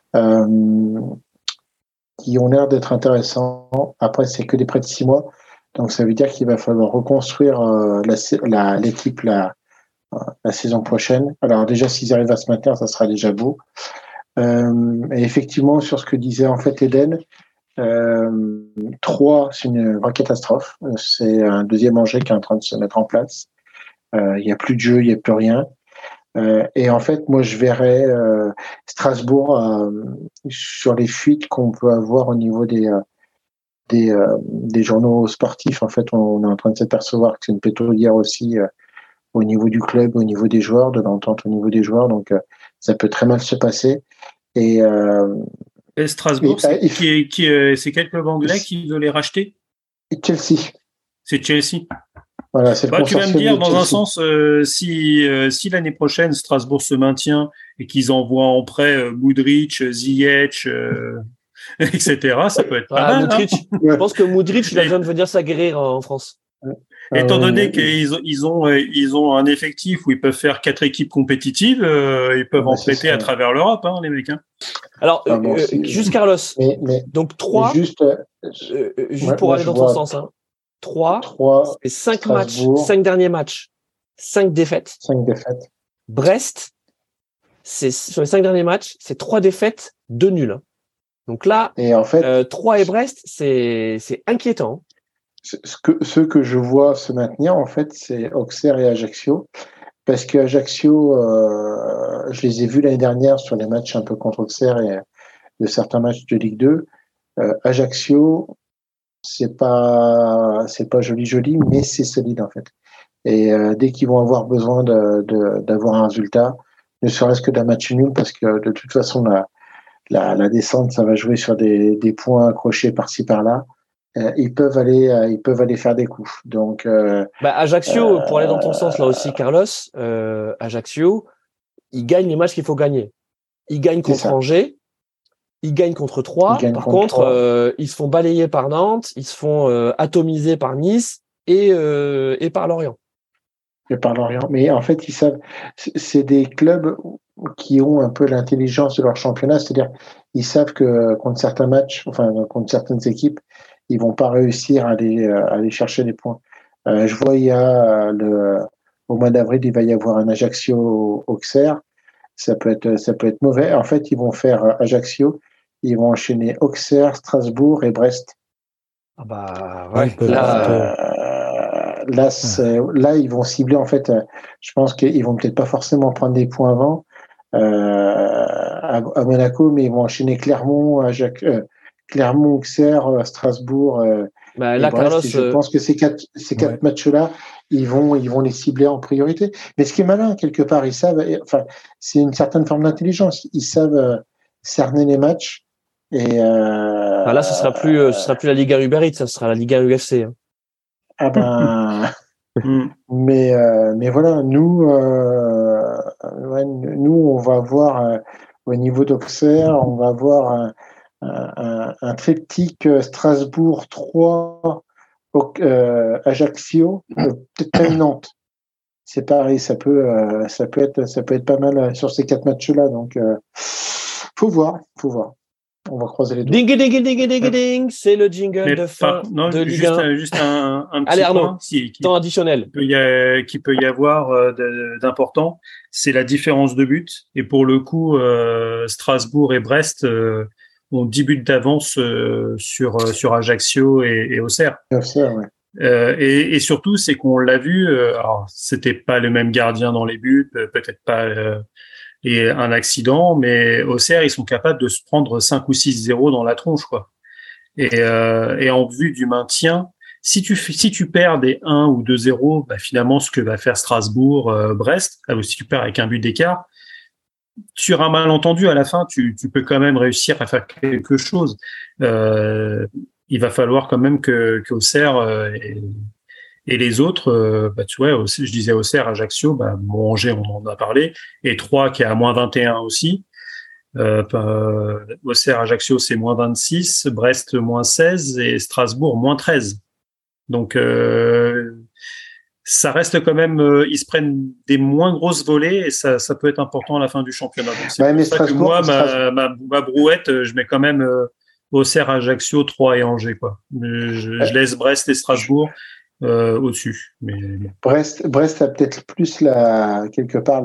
qui ont l'air d'être intéressants. Après, c'est que des prêts de 6 mois. Donc, ça veut dire qu'il va falloir reconstruire l'équipe la saison prochaine. Alors, déjà, s'ils arrivent à se maintenir, ça sera déjà beau. Et effectivement, sur ce que disait en fait Eden, 3, c'est une vraie catastrophe. C'est un deuxième Angers qui est en train de se mettre en place. Il n'y a plus de jeu, il n'y a plus rien. Et en fait, moi, je verrais Strasbourg sur les fuites qu'on peut avoir au niveau des journaux sportifs. En fait, on est en train de s'apercevoir que c'est une pétrolière aussi au niveau du club, au niveau des joueurs, de l'entente au niveau des joueurs. Donc, ça peut très mal se passer. Et Strasbourg, c'est quel club anglais qui veut les racheter? Chelsea. C'est Chelsea. Voilà, c'est tu vas me dire, dans un sens, si l'année prochaine Strasbourg se maintient et qu'ils envoient en prêt Mudryk, Ziyech, etc., ça peut être pas mal. Mudryk, je pense que Mudryk, il a besoin de venir s'aguerrir en France. Étant donné qu'ils ont un effectif où ils peuvent faire 4 équipes compétitives, ils peuvent en prêter à travers l'Europe, hein, les mecs. Hein. Alors, juste Carlos. Donc 3, juste pour aller dans ton sens, hein. 3, c'est 5 matchs, 5 derniers matchs, 5 défaites. 5 défaites. Brest, sur les 5 derniers matchs, c'est 3 défaites, 2 nuls. Donc là, et en fait, 3 et Brest, c'est inquiétant. Ce que je vois se maintenir, en fait, c'est Auxerre et Ajaccio. Parce que Ajaccio, je les ai vus l'année dernière sur les matchs un peu contre Auxerre et de certains matchs de Ligue 2. Ajaccio, c'est pas joli, mais c'est solide en fait. Et dès qu'ils vont avoir besoin d'avoir un résultat, ne serait-ce que d'un match nul, parce que de toute façon la descente, ça va jouer sur des points accrochés par-ci par-là. Ils peuvent aller faire des coups. Donc Ajaccio, pour aller dans ton sens là aussi, Carlos, Ajaccio, ils gagnent les matchs qu'il faut gagner. Ils gagnent contre Angers. Ils gagnent contre Troyes. Par contre, ils se font balayer par Nantes, ils se font atomiser par Nice et par Lorient. Mais en fait, ils savent, c'est des clubs qui ont un peu l'intelligence de leur championnat, c'est-à-dire ils savent que contre certains matchs, enfin contre certaines équipes, ils vont pas réussir à aller chercher des points. Je vois au mois d'avril, il va y avoir un Ajaccio-Auxerre. Ça peut être mauvais. En fait, ils vont faire Ajaccio, ils vont enchaîner Auxerre, Strasbourg et Brest. Ah bah Ouais, ouais, là, ils vont cibler, en fait, je pense qu'ils vont peut-être pas forcément prendre des points avant à Monaco, mais ils vont enchaîner Clermont, Clermont, Auxerre, Strasbourg et là, Brest. Carlos, Et je pense que ces quatre matchs-là, ils vont les cibler en priorité. Mais ce qui est malin, quelque part, ils savent, enfin, c'est une certaine forme d'intelligence. Ils savent cerner les matchs. Et là, ce sera plus la Liga Uber Eats, ça sera la Liga UFC. Hein. Ah ben, mais voilà, nous, on va voir au niveau d'Auxerre, on va voir un triptyque Strasbourg 3, Ajaccio, peut-être même Nantes. C'est pareil, ça peut être pas mal sur ces 4 matchs-là. Donc, faut voir. On va croiser les doigts. Ding, ding, ding, ding, ding, c'est le jingle de fin de Ligue 1. Juste un Allez, petit Arnaud, point temps additionnel. qui peut y avoir d'important, c'est la différence de but. Et pour le coup, Strasbourg et Brest ont 10 buts d'avance sur Ajaccio et Auxerre. Auxerre, ouais. Et surtout, c'est qu'on l'a vu. Alors, c'était pas le même gardien dans les buts, peut-être pas. Et un accident, mais Auxerre, ils sont capables de se prendre 5 ou 6-0 dans la tronche, quoi. Et en vue du maintien, si tu perds des 1 ou 2-0, bah, finalement, ce que va faire Strasbourg, Brest, si tu perds avec un but d'écart, sur un malentendu, à la fin, tu peux quand même réussir à faire quelque chose. Il va falloir quand même que Auxerre et les autres, bah, tu vois, je disais Auxerre, Ajaccio, bah, Angers, on en a parlé, et 3 qui est à moins 21 aussi. Auxerre, Ajaccio, c'est moins 26, Brest, moins 16, et Strasbourg, moins 13. Donc, ça reste quand même, ils se prennent des moins grosses volées, et ça peut être important à la fin du championnat. Donc, c'est pour ça que moi, ma brouette, je mets quand même Auxerre, Ajaccio, 3 et Angers, quoi. Je laisse Brest et Strasbourg au-dessus. Mais Brest a peut-être plus quelque part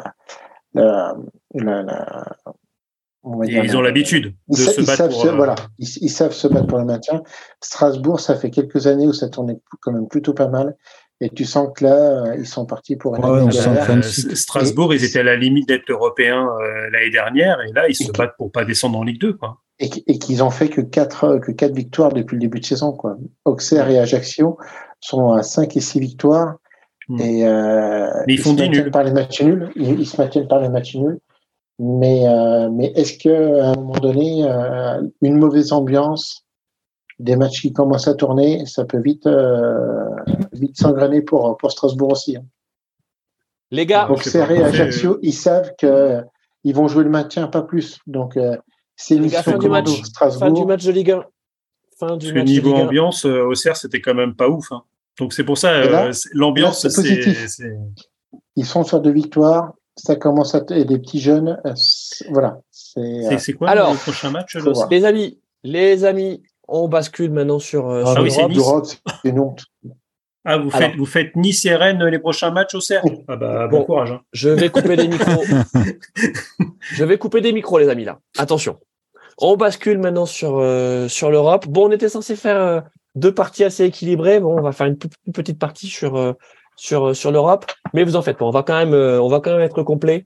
on va dire ils ont l'habitude de se battre voilà, ils savent se battre pour le maintien. Strasbourg, ça fait quelques années où ça tournait quand même plutôt pas mal. Et tu sens que là, ils sont partis pour une année. Strasbourg, ils étaient à la limite d'être européens l'année dernière, et là, ils se battent pour pas descendre en Ligue 2, quoi. Et qu'ils ont fait que 4 victoires depuis le début de saison, quoi. Auxerre et Ajaccio sont à 5 et 6 victoires. Et mais ils font 10 nuls. Par les matchs nuls. Ils se maintiennent par les matchs nuls. Mais est-ce que à un moment donné, une mauvaise ambiance, des matchs qui commencent à tourner, ça peut vite s'engrainer pour Strasbourg aussi. Hein. Les gars, Auxerre et Ajaccio, ils savent que ils vont jouer le maintien, pas plus. Donc c'est une fin du match. Strasbourg. Fin du match de Ligue 1. Fin du match niveau de Ligue 1. ambiance, Auxerre, c'était quand même pas ouf. Hein. Donc c'est pour ça, l'ambiance, c'est positif. Ils sont sur 2 victoires. Ça commence à et des petits jeunes, voilà. C'est quoi le prochain match Les amis, on bascule maintenant sur l'Europe. C'est une honte. Ah, vous faites Nice et Rennes les prochains matchs au CERF. Ah bah bon courage. Hein. Je vais couper des micros. Je vais couper des micros, les amis là. Attention. On bascule maintenant sur l'Europe. Bon, on était censé faire 2 parties assez équilibrées. Bon, on va faire une petite partie sur l'Europe, mais vous en faites pas. On va quand même être complet.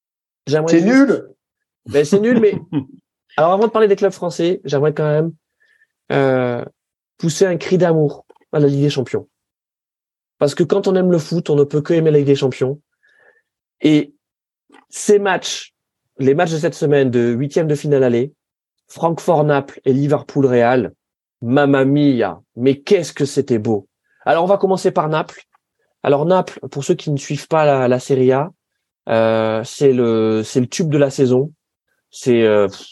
Nul. Ben, c'est nul, mais alors avant de parler des clubs français, j'aimerais quand même pousser un cri d'amour à la Ligue des Champions. Parce que quand on aime le foot, on ne peut que aimer la Ligue des Champions. Et les matchs de cette semaine de 8e de finale aller, Francfort-Naples et Liverpool-Real, mamma mia, mais qu'est-ce que c'était beau. Alors on va commencer par Naples. Alors Naples, pour ceux qui ne suivent pas la Serie A, c'est le tube de la saison. C'est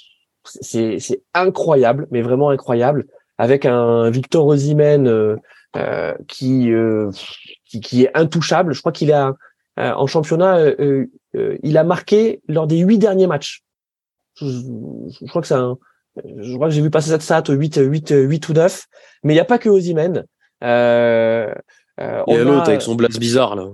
incroyable, mais vraiment incroyable, avec un Victor Osimhen qui est intouchable. Je crois qu'il a en championnat, il a marqué lors des 8 derniers matchs. Je crois que je crois que j'ai vu passer cette stat 8 ou 9, mais il n'y a pas que Osimhen. Il y a l'autre avec son blast bizarre là.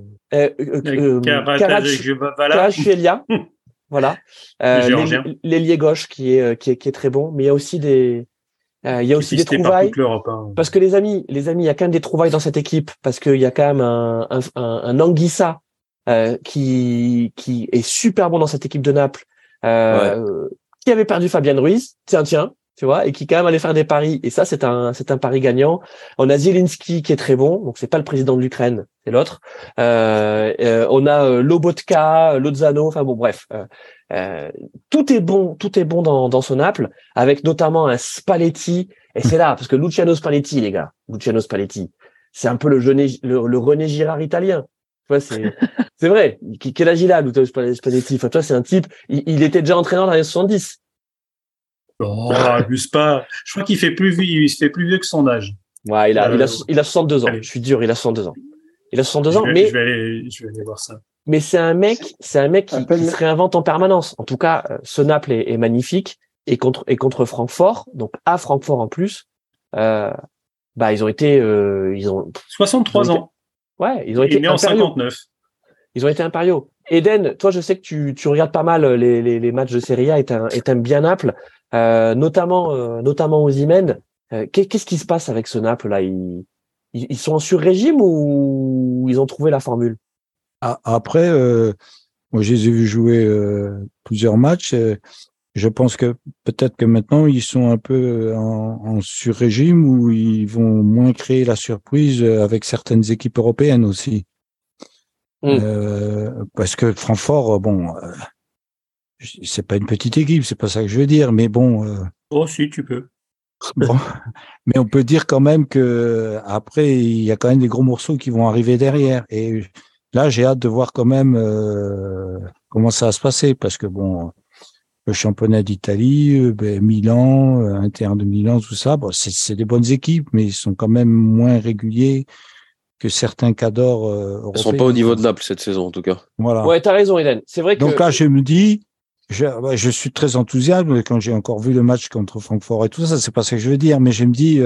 Kvaratskhelia, voilà, l'ailier gauche qui est très bon, mais il y a aussi des trouvailles parce que les amis, il y a quand même des trouvailles dans cette équipe parce qu'il y a quand même un Anguissa qui est super bon dans cette équipe de Naples, qui avait perdu Fabien Ruiz, tiens, tu vois, et qui quand même allait faire des paris, et ça c'est un pari gagnant. On a Zielinski qui est très bon, donc c'est pas le président de l'Ukraine, c'est l'autre. On a Lobotka, Lozano, enfin bon bref, tout est bon dans ce Naples, avec notamment un Spalletti, et c'est là parce que Luciano Spalletti, les gars, c'est un peu le René Girard italien. Tu vois, c'est vrai. Quel âge il a, Luciano Spalletti? Enfin, toi, c'est un type, il était déjà entraîneur dans les 70. Oh, abuse pas. Je crois qu'il fait plus vieux, il se fait plus vieux que son âge. Ouais, il a 62 ans. Allez. Je suis dur, il a 62 ans. Il a 62 ans, mais je vais aller voir ça. Mais c'est un mec qui se réinvente en permanence. En tout cas, ce Naples est magnifique, et contre Francfort, donc à Francfort en plus, ils ont 63 ans. Ouais, ils ont été né en 59. Ils ont été impériaux. Eden, toi, je sais que tu regardes pas mal les matchs de Serie A et t'aimes bien Naples, notamment Osimhen. Qu'est-ce qui se passe avec ce Naples là? Ils sont en sur-régime ou ils ont trouvé la formule? Après, moi, je les ai vus jouer plusieurs matchs. Je pense que peut-être que maintenant, ils sont un peu en sur-régime où ils vont moins créer la surprise avec certaines équipes européennes aussi. Parce que Francfort, c'est pas une petite équipe, c'est pas ça que je veux dire, mais bon. Oh, si, tu peux. Bon, mais on peut dire quand même que après, il y a quand même des gros morceaux qui vont arriver derrière. Et là, j'ai hâte de voir quand même comment ça va se passer, parce que bon, le championnat d'Italie, Milan, Inter de Milan, tout ça, c'est des bonnes équipes, mais ils sont quand même moins réguliers que certains cadors européens. Ils sont pas au niveau de Naples cette saison, en tout cas. Voilà. Ouais, t'as raison, Eden. C'est vrai que. Donc là, je me dis, je suis très enthousiaste quand j'ai encore vu le match contre Francfort et tout ça. C'est pas ce que je veux dire, mais je me dis,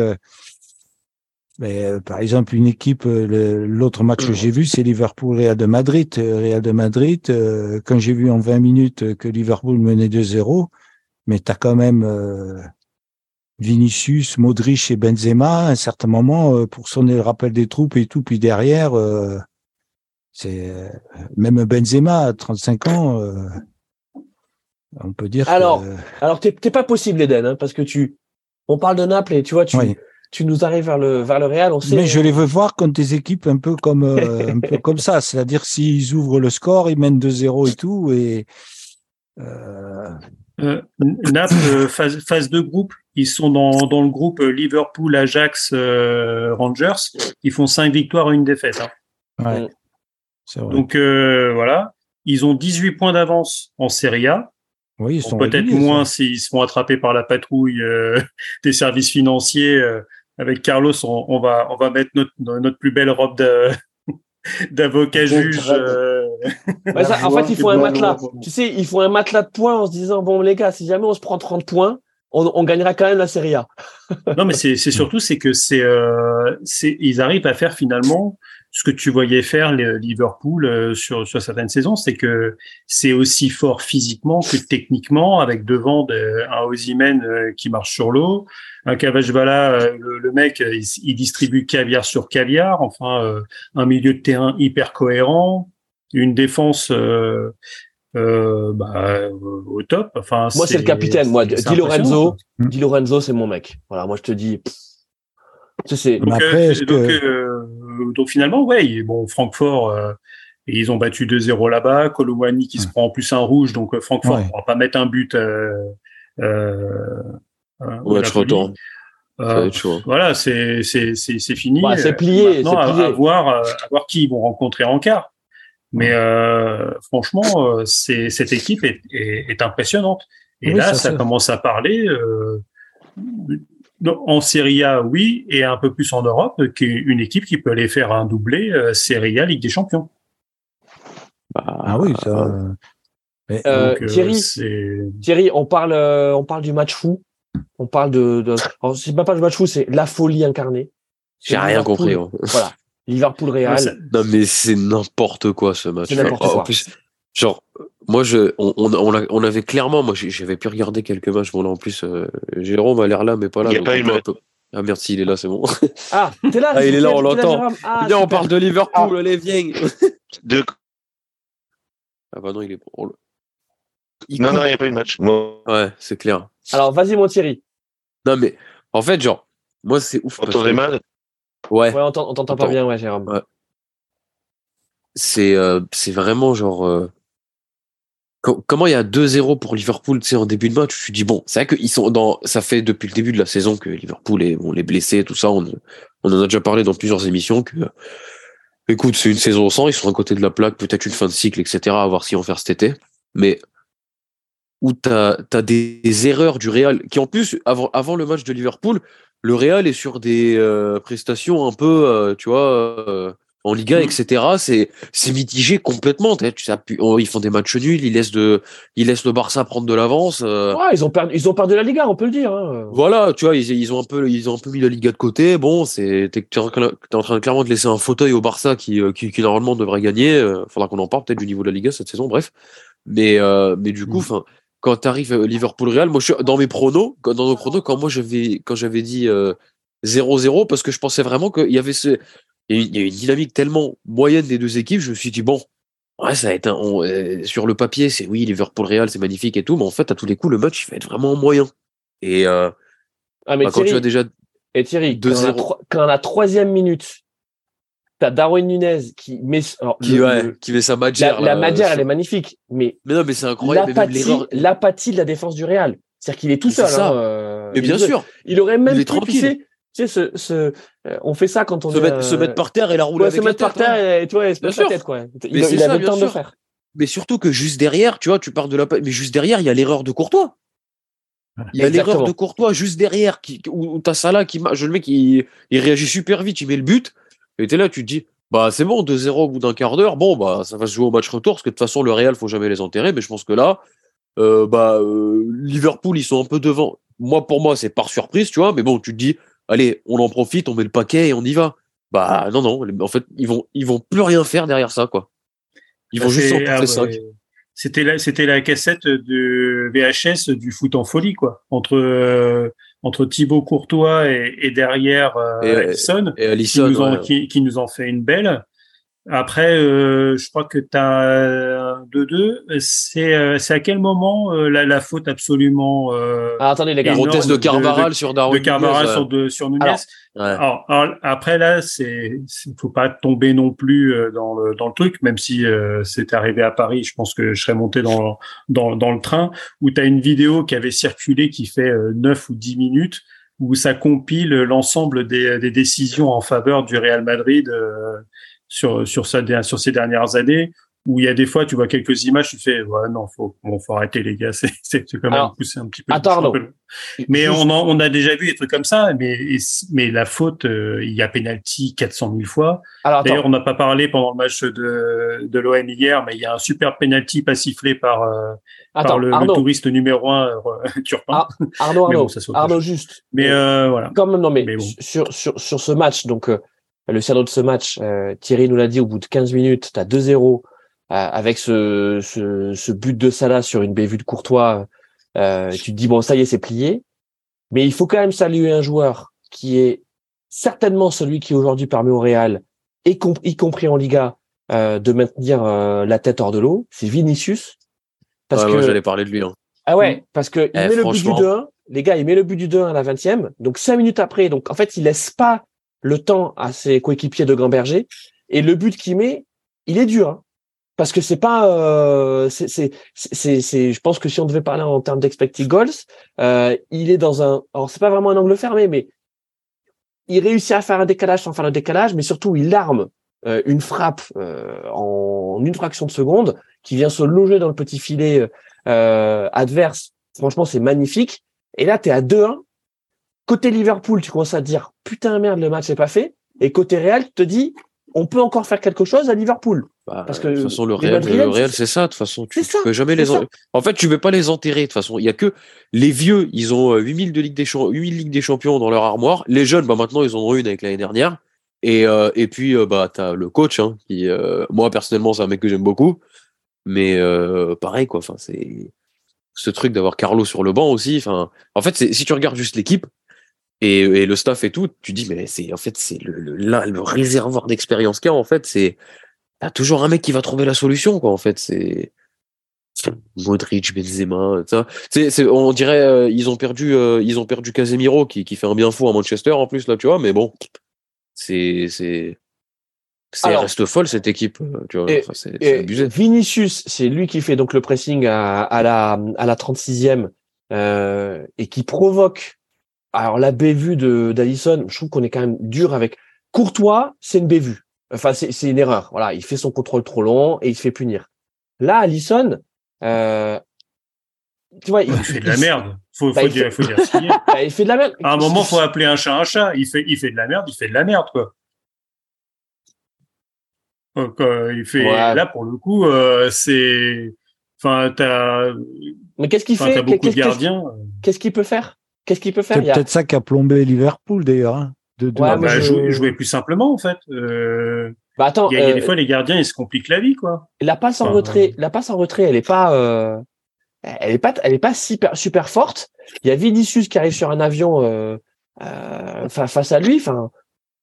par exemple, une équipe, l'autre match que j'ai vu, c'est Liverpool-Real de Madrid. Real de Madrid, quand j'ai vu en 20 minutes que Liverpool menait 2-0, mais t'as quand même Vinicius, Modric et Benzema, à un certain moment, pour sonner le rappel des troupes et tout, puis derrière, c'est même Benzema à 35 ans, on peut dire. Alors t'es pas possible, Eden, hein, parce que on parle de Naples et tu vois, tu nous arrives vers le Real, on sait. Mais je les veux voir contre des équipes un peu comme ça, c'est-à-dire s'ils ouvrent le score, ils mènent 2-0 et tout, et. Naples, phase de groupe, ils sont dans le groupe Liverpool, Ajax, Rangers. Ils font 5 victoires et 1 défaite. Hein. Ouais, c'est vrai. Donc voilà, ils ont 18 points d'avance en Serie A. Oui, ils sont peut-être moins s'ils se font attraper par la patrouille des services financiers. Avec Carlos, on va mettre notre plus belle robe d'avocat juge. En fait, il faut un matelas. Tu sais, il faut un matelas de points en se disant, bon, les gars, si jamais on se prend 30 points, on gagnera quand même la Serie A. Non, mais c'est surtout, c'est que ils arrivent à faire finalement ce que tu voyais faire Liverpool sur certaines saisons, c'est que c'est aussi fort physiquement que techniquement, avec devant un Osimhen qui marche sur l'eau, un Kvaratskhelia, le mec, il distribue caviar sur caviar, enfin un milieu de terrain hyper cohérent, une défense au top. Enfin, moi, c'est le capitaine. Moi, Di Lorenzo, c'est mon mec. Voilà, moi je te dis. Donc finalement, ouais, bon, Francfort, ils ont battu 2-0 là-bas. Colomwani qui se prend en plus un rouge, donc Francfort ne pourra pas mettre un but. Au match retour. Voilà, c'est fini. Bah, c'est plié. Maintenant, à voir qui ils vont rencontrer en quart. Mais franchement, cette équipe est impressionnante. Et là, ça commence à parler. En Serie A, oui, et un peu plus en Europe, qui est une équipe qui peut aller faire un doublé Serie A, Ligue des Champions. Ah oui, ça. Mais, Donc, Thierry, on parle du match fou. On parle alors, c'est pas du match fou, c'est la folie incarnée. J'ai rien compris. Ouais. Voilà. Liverpool-Real. Non, mais c'est n'importe quoi ce match. C'est n'importe quoi. En plus, genre, moi, on avait clairement, moi, j'avais pu regarder quelques matchs. Bon, là, en plus, Jérôme a l'air là, mais pas là. Il n'y a pas eu le match. Ah, merci, il est là, c'est bon. Ah, t'es là, il est là, on l'entend. Viens, on super. parle de Liverpool, allez, viens. Ah, bah non, il est bon. Non, il n'y a pas eu de match. Ouais, c'est clair. Alors, vas-y, mon Thierry. Non, mais, en fait, genre, moi, c'est ouf. On t'entendait mal? Ouais, on t'entend pas bien, ouais, Jérôme. Ouais. C'est vraiment genre. Comment il y a 2-0 pour Liverpool, tu sais, en début de match, je me dis bon, c'est vrai qu'ils sont ça fait depuis le début de la saison que Liverpool est, les blessés, tout ça, on en a déjà parlé dans plusieurs émissions que, écoute, c'est une saison sans, ils sont à côté de la plaque, peut-être une fin de cycle, etc., à voir si on faire cet été, mais où t'as des erreurs du Real, qui en plus, avant le match de Liverpool, le Real est sur des prestations un peu, tu vois, en Liga, etc. C'est mitigé complètement. Ils font des matchs nuls, ils laissent le Barça prendre de l'avance. Ouais, ils ont perdu la Liga, on peut le dire. Hein. Voilà, tu vois, ils ont un peu mis la Liga de côté. Bon, t'es en train clairement de laisser un fauteuil au Barça qui normalement devrait gagner. Faudra qu'on en parle peut-être du niveau de la Liga cette saison. Bref, mais du coup, enfin. Quand t'arrives Liverpool-Real, moi je suis dans nos pronos, quand j'avais dit 0-0, parce que je pensais vraiment qu'il y avait il y a une dynamique tellement moyenne des deux équipes, je me suis dit bon, ouais, ça va être sur le papier, c'est oui, Liverpool-Real, c'est magnifique et tout, mais en fait, à tous les coups, le match, il va être vraiment moyen. Et mais quand tu as déjà Thierry, 2-0, quand à la 3e minute, t'as Darwin Nunez qui met qui met sa Madjer. La Madjer, elle est magnifique, mais non, mais c'est incroyable. L'apathie de la défense du Real, c'est-à-dire qu'il est tout seul. Hein, mais bien sûr, il aurait même tranquille. Tu sais, on fait ça quand on se mettre par terre et la rouler avec la tête. Se mettre par terre et tu vois, se mettre la tête, quoi. Il avait le temps de le faire. Mais surtout que juste derrière, tu vois, tu parles de mais juste derrière, il y a l'erreur de Courtois. Il y a l'erreur de Courtois juste derrière, où t'as Salah le mec, il réagit super vite, il met le but, et t'es là, tu te dis, bah, c'est bon, 2-0 au bout d'un quart d'heure, bon, bah, ça va se jouer au match retour, parce que de toute façon, le Real, faut jamais les enterrer, mais je pense que là, Liverpool, ils sont un peu devant. Pour moi, c'est par surprise, tu vois, mais bon, tu te dis, allez, on en profite, on met le paquet et on y va. Bah, non, en fait, ils vont plus rien faire derrière ça, quoi. Ils vont juste s'emporter 5. C'était la cassette de VHS du foot en folie, quoi. Entre Thibaut Courtois et derrière Alisson, qui nous en fait une belle. Après, je crois que tu as 2-2. C'est à quel moment la faute absolument attendez les gars, grossesse de Carvajal sur Darwin, de Carvajal sur Nunez. Alors, après là, faut pas tomber non plus dans le truc, même si c'est arrivé à Paris, je pense que je serais monté dans le train, où tu as une vidéo qui avait circulé qui fait 9 ou 10 minutes, où ça compile l'ensemble des décisions en faveur du Real Madrid sur ces dernières années, où il y a des fois, tu vois quelques images, tu fais, ouais, non, faut arrêter, les gars, c'est quand même poussé un petit peu. Attends, mais on a déjà vu des trucs comme ça, mais la faute, il y a penalty 400 000 fois. D'ailleurs, on n'a pas parlé pendant le match de l'OM hier, mais il y a un super penalty pas sifflé par le touriste numéro 1, Turpin. Arnaud, juste. Mais voilà. Comme, non, mais bon. sur ce match, donc, le scénario de ce match, Thierry nous l'a dit, au bout de 15 minutes, t'as 2-0, avec ce but de Salah sur une bévue de Courtois, tu te dis, bon, ça y est, c'est plié. Mais il faut quand même saluer un joueur qui est certainement celui qui aujourd'hui permet au Real, y compris en Liga, de maintenir la tête hors de l'eau. C'est Vinicius. Moi, j'allais parler de lui. Hein. Ah ouais, parce que il met le but du 2-1. Les gars, il met le but du 2-1 à la 20e. Donc 5 minutes après, donc en fait, il laisse pas le temps à ses coéquipiers de Gamberger, et le but qu'il met, il est dur, hein, parce que c'est pas, je pense que si on devait parler en termes d'expected goals, il est dans alors c'est pas vraiment un angle fermé, mais il réussit à faire un décalage sans faire le décalage, mais surtout il arme une frappe en une fraction de seconde qui vient se loger dans le petit filet adverse. Franchement, c'est magnifique. Et là, t'es à 2-1. Côté Liverpool, tu commences à te dire putain merde, le match n'est pas fait. Et côté Real, tu te dis on peut encore faire quelque chose à Liverpool. Parce que de toute façon, le les Real, Madrilènes, c'est ça. De toute façon, tu c'est ça, peux jamais c'est les. ça. En fait, tu peux pas les enterrer. De toute façon, il y a que les vieux. Ils ont 8000 de Ligue 8000 Ligue des Champions dans leur armoire. Les jeunes, bah maintenant, ils en ont une avec l'année dernière. Et puis, bah t'as le coach, hein, qui, moi personnellement, c'est un mec que j'aime beaucoup. Mais pareil, quoi. Enfin, c'est ce truc d'avoir Carlo sur le banc aussi. Enfin, en fait, si tu regardes juste l'équipe et le staff et tout, tu dis, mais c'est en fait c'est le réservoir d'expérience qu'il y a. En fait, c'est t'as toujours un mec qui va trouver la solution, quoi. En fait, c'est Modric, Benzema, ça. On dirait ils ont perdu Casemiro qui fait un bien fou à Manchester en plus là, tu vois. Mais bon, c'est Alors, reste folle cette équipe, tu vois. Et, Enfin, c'est et abusé. Vinicius, c'est lui qui fait donc le pressing à la 36e et qui provoque. Alors la bévue d'Alisson, je trouve qu'on est quand même dur avec Courtois, c'est une bévue. Enfin, c'est une erreur. Voilà, il fait son contrôle trop long et il se fait punir. Là, Alisson, tu vois, Il fait de la merde. Faut dire ce qu'il y a. Il fait de la merde. À un moment, faut appeler un chat un chat. Il fait de la merde. Il fait de la merde, quoi. Donc, il fait. Ouais. Là, pour le coup, c'est. Enfin, Mais qu'est-ce qu'il fait? T'as beaucoup de gardiens. Qu'est-ce qu'il peut faire? Qu'est-ce qu'il peut faire? C'est peut-être ça qui a plombé Liverpool d'ailleurs. Hein, Ouais, mais jouer plus simplement, en fait. Bah attends, il y a des fois, les gardiens, ils se compliquent la vie, quoi. La passe en retrait, elle est pas super forte. Il y a Vinicius qui arrive sur un avion face à lui. Enfin,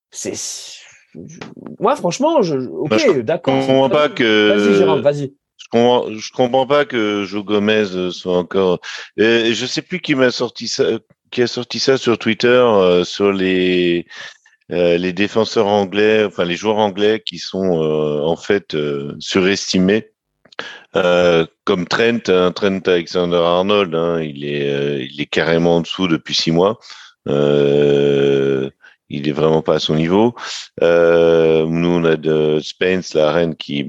moi franchement, d'accord. Je comprends pas que. Vas-y, Jérôme, vas-y. Je comprends pas que Joe Gomez soit encore. Je sais plus qui a sorti ça sur Twitter sur les défenseurs anglais, enfin les joueurs anglais qui sont en fait surestimés. Comme Trent Alexander-Arnold, hein, il est carrément en dessous depuis 6 mois. Il est vraiment pas à son niveau. Nous on a de Spence, la reine, qui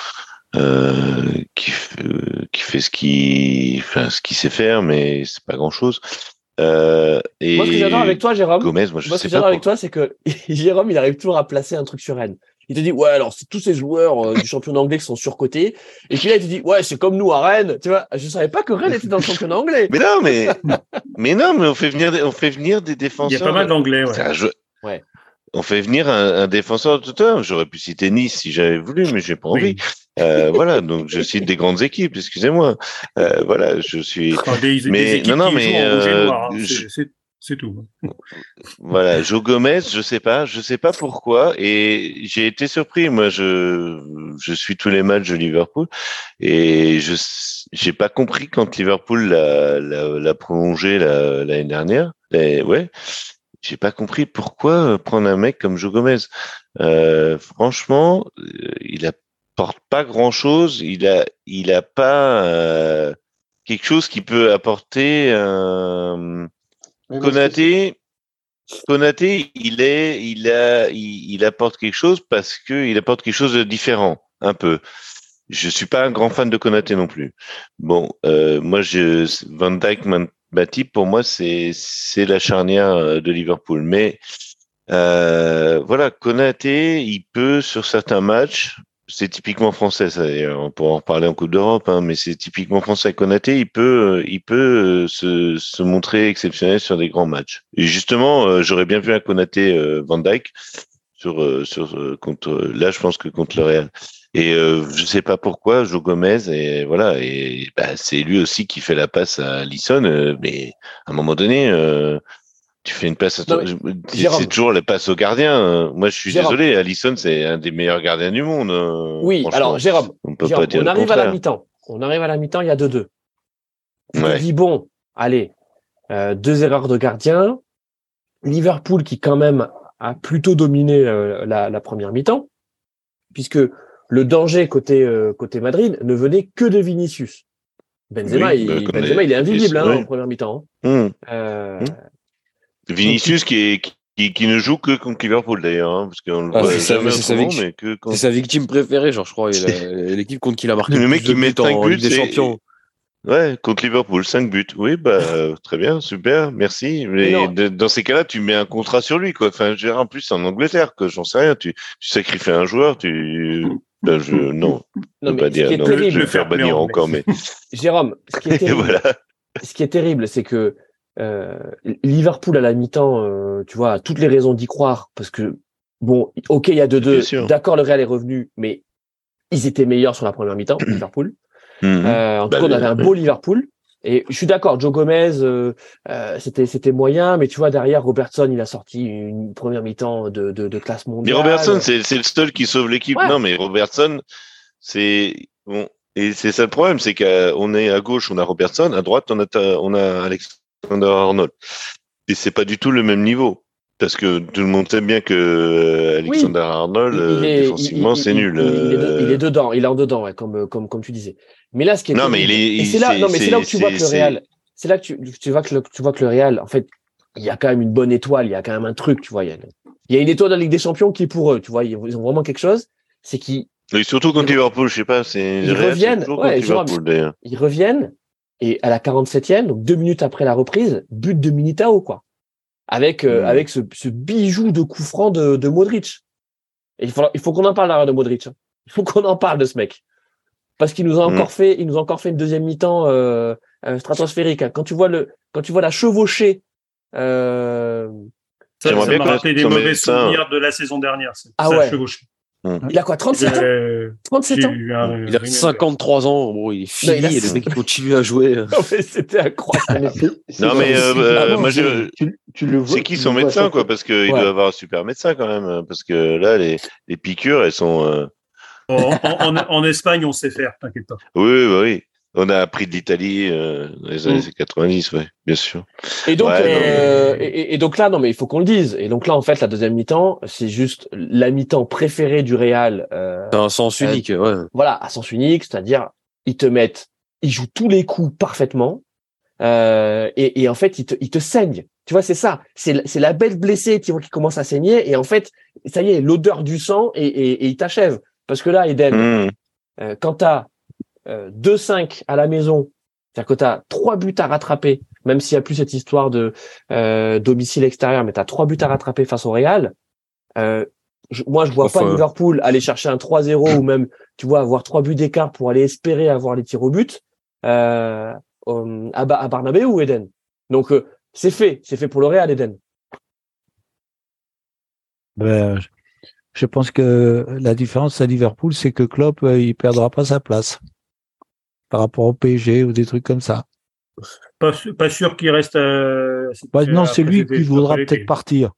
fait ce qu'il sait faire, mais c'est pas grand chose. Et moi, ce que j'adore avec toi, Jérôme, Gomez, ce que j'adore avec toi, c'est que Jérôme, il arrive toujours à placer un truc sur Rennes. Il te dit, ouais, alors c'est tous ces joueurs du championnat anglais qui sont surcotés. Et puis là, il te dit, ouais, c'est comme nous à Rennes. Tu vois, je savais pas que Rennes était dans le championnat anglais. Mais non, mais on fait venir des défenseurs. Il y a pas mal d'anglais, ouais. Ouais. On fait venir un défenseur de Tottenham. J'aurais pu citer Nice si j'avais voulu, mais j'ai pas envie. Voilà, donc je cite des grandes équipes. Excusez-moi. Voilà, je suis. Des équipes qui jouent en rouge et noir, hein. C'est tout. Voilà, Joe Gomez, je sais pas pourquoi, et j'ai été surpris. Moi, je suis tous les matchs de Liverpool, et j'ai pas compris quand Liverpool l'a prolongé l'année dernière. Ouais. J'ai pas compris pourquoi prendre un mec comme Joe Gomez. Franchement, il apporte pas grand chose. Il a pas quelque chose qui peut apporter. Konaté, il apporte quelque chose parce que il apporte quelque chose de différent, un peu. Je suis pas un grand fan de Konaté non plus. Bon, moi, Van Dijk, Matip, pour moi, c'est la charnière de Liverpool. Mais voilà, Konaté, il peut sur certains matchs. C'est typiquement français, ça d'ailleurs. On pourra en reparler en Coupe d'Europe, hein, mais c'est typiquement français. Konaté, il peut se montrer exceptionnel sur des grands matchs. Et justement, j'aurais bien vu un Konaté Van Dijk contre. Là, je pense que contre le Real. Et je sais pas pourquoi Joe Gomez, et voilà, et c'est lui aussi qui fait la passe à Alisson, mais à un moment donné. Tu fais une passe à c'est toujours la passe au gardien. Moi, je suis désolé. Alisson, c'est un des meilleurs gardiens du monde. Oui, alors Jérôme, on arrive à la mi-temps. Il y a 2-2. Tu te dis, bon, allez, 2 erreurs de gardien. Liverpool qui quand même a plutôt dominé la première mi-temps, puisque le danger côté Madrid ne venait que de Vinicius. Benzema, il est invisible en première mi-temps. Vinicius qui ne joue que contre Liverpool d'ailleurs, hein, parce qu'on le voit jamais autrement, mais que c'est sa victime préférée, genre je crois, l'équipe contre qui il a marqué le mec qui met 5 buts, des Champions. Ouais, contre Liverpool, 5 buts. Oui, très bien, super, merci. Mais dans ces cas-là, tu mets un contrat sur lui, quoi. Enfin, en plus, en Angleterre, que j'en sais rien. Tu sacrifies un joueur, Non, Non, pas mais ce dire. qui est Non, terrible, je vais faire bannir encore, mais Jérôme, voilà. ce qui est terrible, c'est que Liverpool à la mi-temps, tu vois, a toutes les raisons d'y croire, parce que bon, ok, il y a 2-2, Bien sûr. d'accord, le Real est revenu, mais ils étaient meilleurs sur la première mi-temps, Liverpool. En tout cas, on avait un beau Liverpool. Et je suis d'accord, Joe Gomez, c'était moyen, mais tu vois, derrière, Robertson, il a sorti une première mi-temps de classe Mais mondiale. Robertson, c'est le seul qui sauve l'équipe. Ouais. Non, mais Robertson, c'est bon. Et c'est ça le problème, c'est qu'on est à gauche, on a Robertson, à droite, on a Alexander-Arnold. Et c'est pas du tout le même niveau. Parce que tout le monde sait bien que Alexander-Arnold, défensivement, c'est nul. Il est dedans, il est en dedans, ouais, comme tu disais. Mais là, ce qui est Non, mais terrible, et c'est là où tu vois que le Real, c'est là que tu vois que le Real, en fait, il y a quand même une bonne étoile, il y a quand même un truc, tu vois. Il y a une étoile de la Ligue des Champions qui est pour eux, tu vois. Ils ont vraiment quelque chose. C'est qu'ils Et surtout contre Liverpool, je sais pas, ils reviennent, ouais, Liverpool, d'ailleurs. ils reviennent, et à la 47e, donc 2 minutes après la reprise, but de Militao, quoi. Avec ce bijou de coup franc de Modric. Et il faut qu'on en parle derrière de Modric. Hein. Il faut qu'on en parle de ce mec. Parce qu'il nous a encore fait une deuxième mi-temps stratosphérique. Hein. Quand tu vois la chevauchée. Ça m'a rappelé des mauvais souvenirs de la saison dernière. Chevauché. Il a quoi, 37 ans 37 ans Il a 53 ans, bon, il est fini, et le mec continue à jouer. Non, mais c'était incroyable. Non, mais moi, tu le vois. C'est qui son médecin, quoi? Parce qu'il doit avoir un super médecin, quand même. Parce que là, les piqûres, elles sont... En Espagne, on sait faire, t'inquiète pas. Oui, bah oui. On a appris de l'Italie dans les années 90, oui, bien sûr. Et donc, et donc là, non, mais il faut qu'on le dise. Et donc là, en fait, la deuxième mi-temps, c'est juste la mi-temps préférée du Real. C'est un sens unique, ouais. Voilà, à sens unique, c'est-à-dire ils jouent tous les coups parfaitement, et en fait, ils te saignent. Tu vois, c'est ça. C'est la bête blessée, tu vois, qui commence à saigner, et en fait, ça y est, l'odeur du sang, et il t'achève. Parce que là, Eden, quand t'as 2-5 à la maison, c'est-à-dire que tu as 3 buts à rattraper, même s'il n'y a plus cette histoire de domicile extérieur, mais tu as 3 buts à rattraper face au Real. Moi, je vois pas Liverpool aller chercher un 3-0 ou même, tu vois, avoir 3 buts d'écart pour aller espérer avoir les tirs au but à Bernabéu ou Eden. Donc, c'est fait pour le Real, Eden. Je pense que la différence à Liverpool, c'est que Klopp, il perdra pas sa place par rapport au PSG ou des trucs comme ça. Pas sûr qu'il reste. Non, c'est lui qui voudra peut-être partir.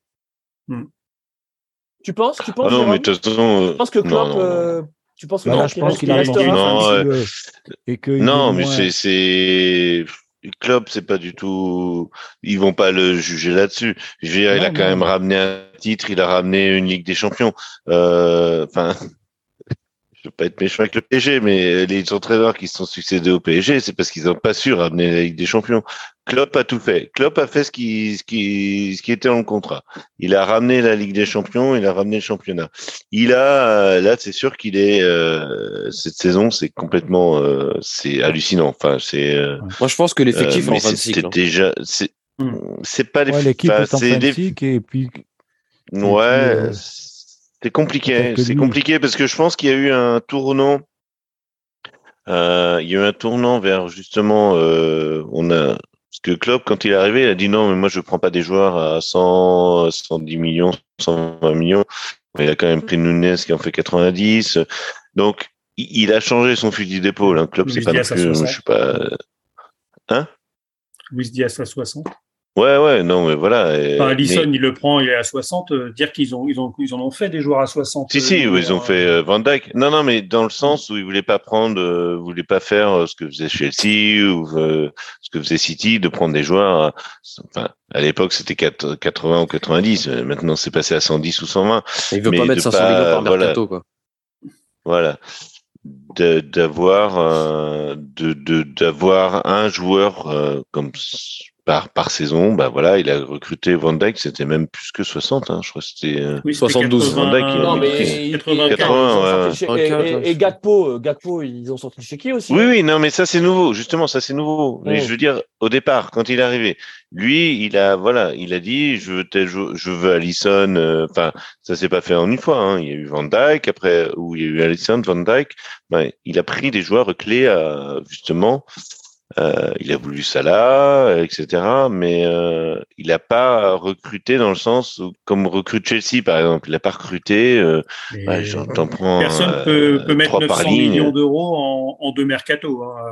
Tu penses non, mais de toute façon. Tu penses que Klopp. Tu penses que je pense qu'il restera. Non, mais c'est. Klopp, c'est pas du tout. Ils vont pas le juger là-dessus. Je veux dire, il a quand même ramené un titre, il a ramené une Ligue des Champions. Enfin. Je veux pas être méchant avec le PSG, mais les entraîneurs qui se sont succédés au PSG, c'est parce qu'ils n'ont pas su ramener la Ligue des Champions. Klopp a tout fait. Klopp a fait ce qui était dans le contrat. Il a ramené la Ligue des Champions, il a ramené le championnat. Là, c'est sûr qu'il est, cette saison, c'est complètement, c'est hallucinant. Enfin, c'est, moi, je pense que l'effectif est en fin de cycle. C'est pas l'équipe est en fin de cycle et puis. Ouais. C'est compliqué. C'est compliqué parce que je pense qu'il y a eu un tournant. Il y a eu un tournant vers justement. Parce que Klopp, quand il est arrivé, il a dit non, mais moi je prends pas des joueurs à 100, 110 millions, 120 millions. Il a quand même pris Nunez qui en fait 90. Donc il a changé son fusil d'épaule. Hein. Klopp, c'est pas non plus. Je suis pas. Hein? Luis Diaz à 60. Ouais, non, mais voilà. Alisson, il le prend, il est à 60. Dire qu'ils en ont fait des joueurs à 60. Si, ils ont fait Van Dijk. Non, mais dans le sens où ils voulaient pas faire ce que faisait Chelsea ou ce que faisait City, de prendre des joueurs. Enfin, à l'époque, c'était 80 ou 90. Maintenant, c'est passé à 110 ou 120. Il veut pas mettre 500 millions par mercato, quoi. Voilà. D'avoir un joueur comme par saison, bah voilà, il a recruté Van Dijk, c'était même plus que 60, hein, je crois que c'était Oui, c'était 72. 80, Van Dijk, Non, mais 84. 80, et Gakpo, ils ont sorti chez qui aussi? Oui, hein oui, non, mais ça c'est nouveau, justement, ça c'est nouveau. Mais je veux dire, au départ, quand il est arrivé, lui, il a dit, je veux Alisson. Enfin, ça s'est pas fait en une fois. Hein. Il y a eu Van Dijk, après où il y a eu Alisson, Van Dijk. Ben, il a pris des joueurs clés, justement. Il a voulu Salah, etc. Mais il n'a pas recruté dans le sens comme recrute Chelsea, par exemple. Il n'a pas recruté. Mais T'en prends personne peut mettre 3 par 900 ligne. millions d'euros en deux mercato. Hein.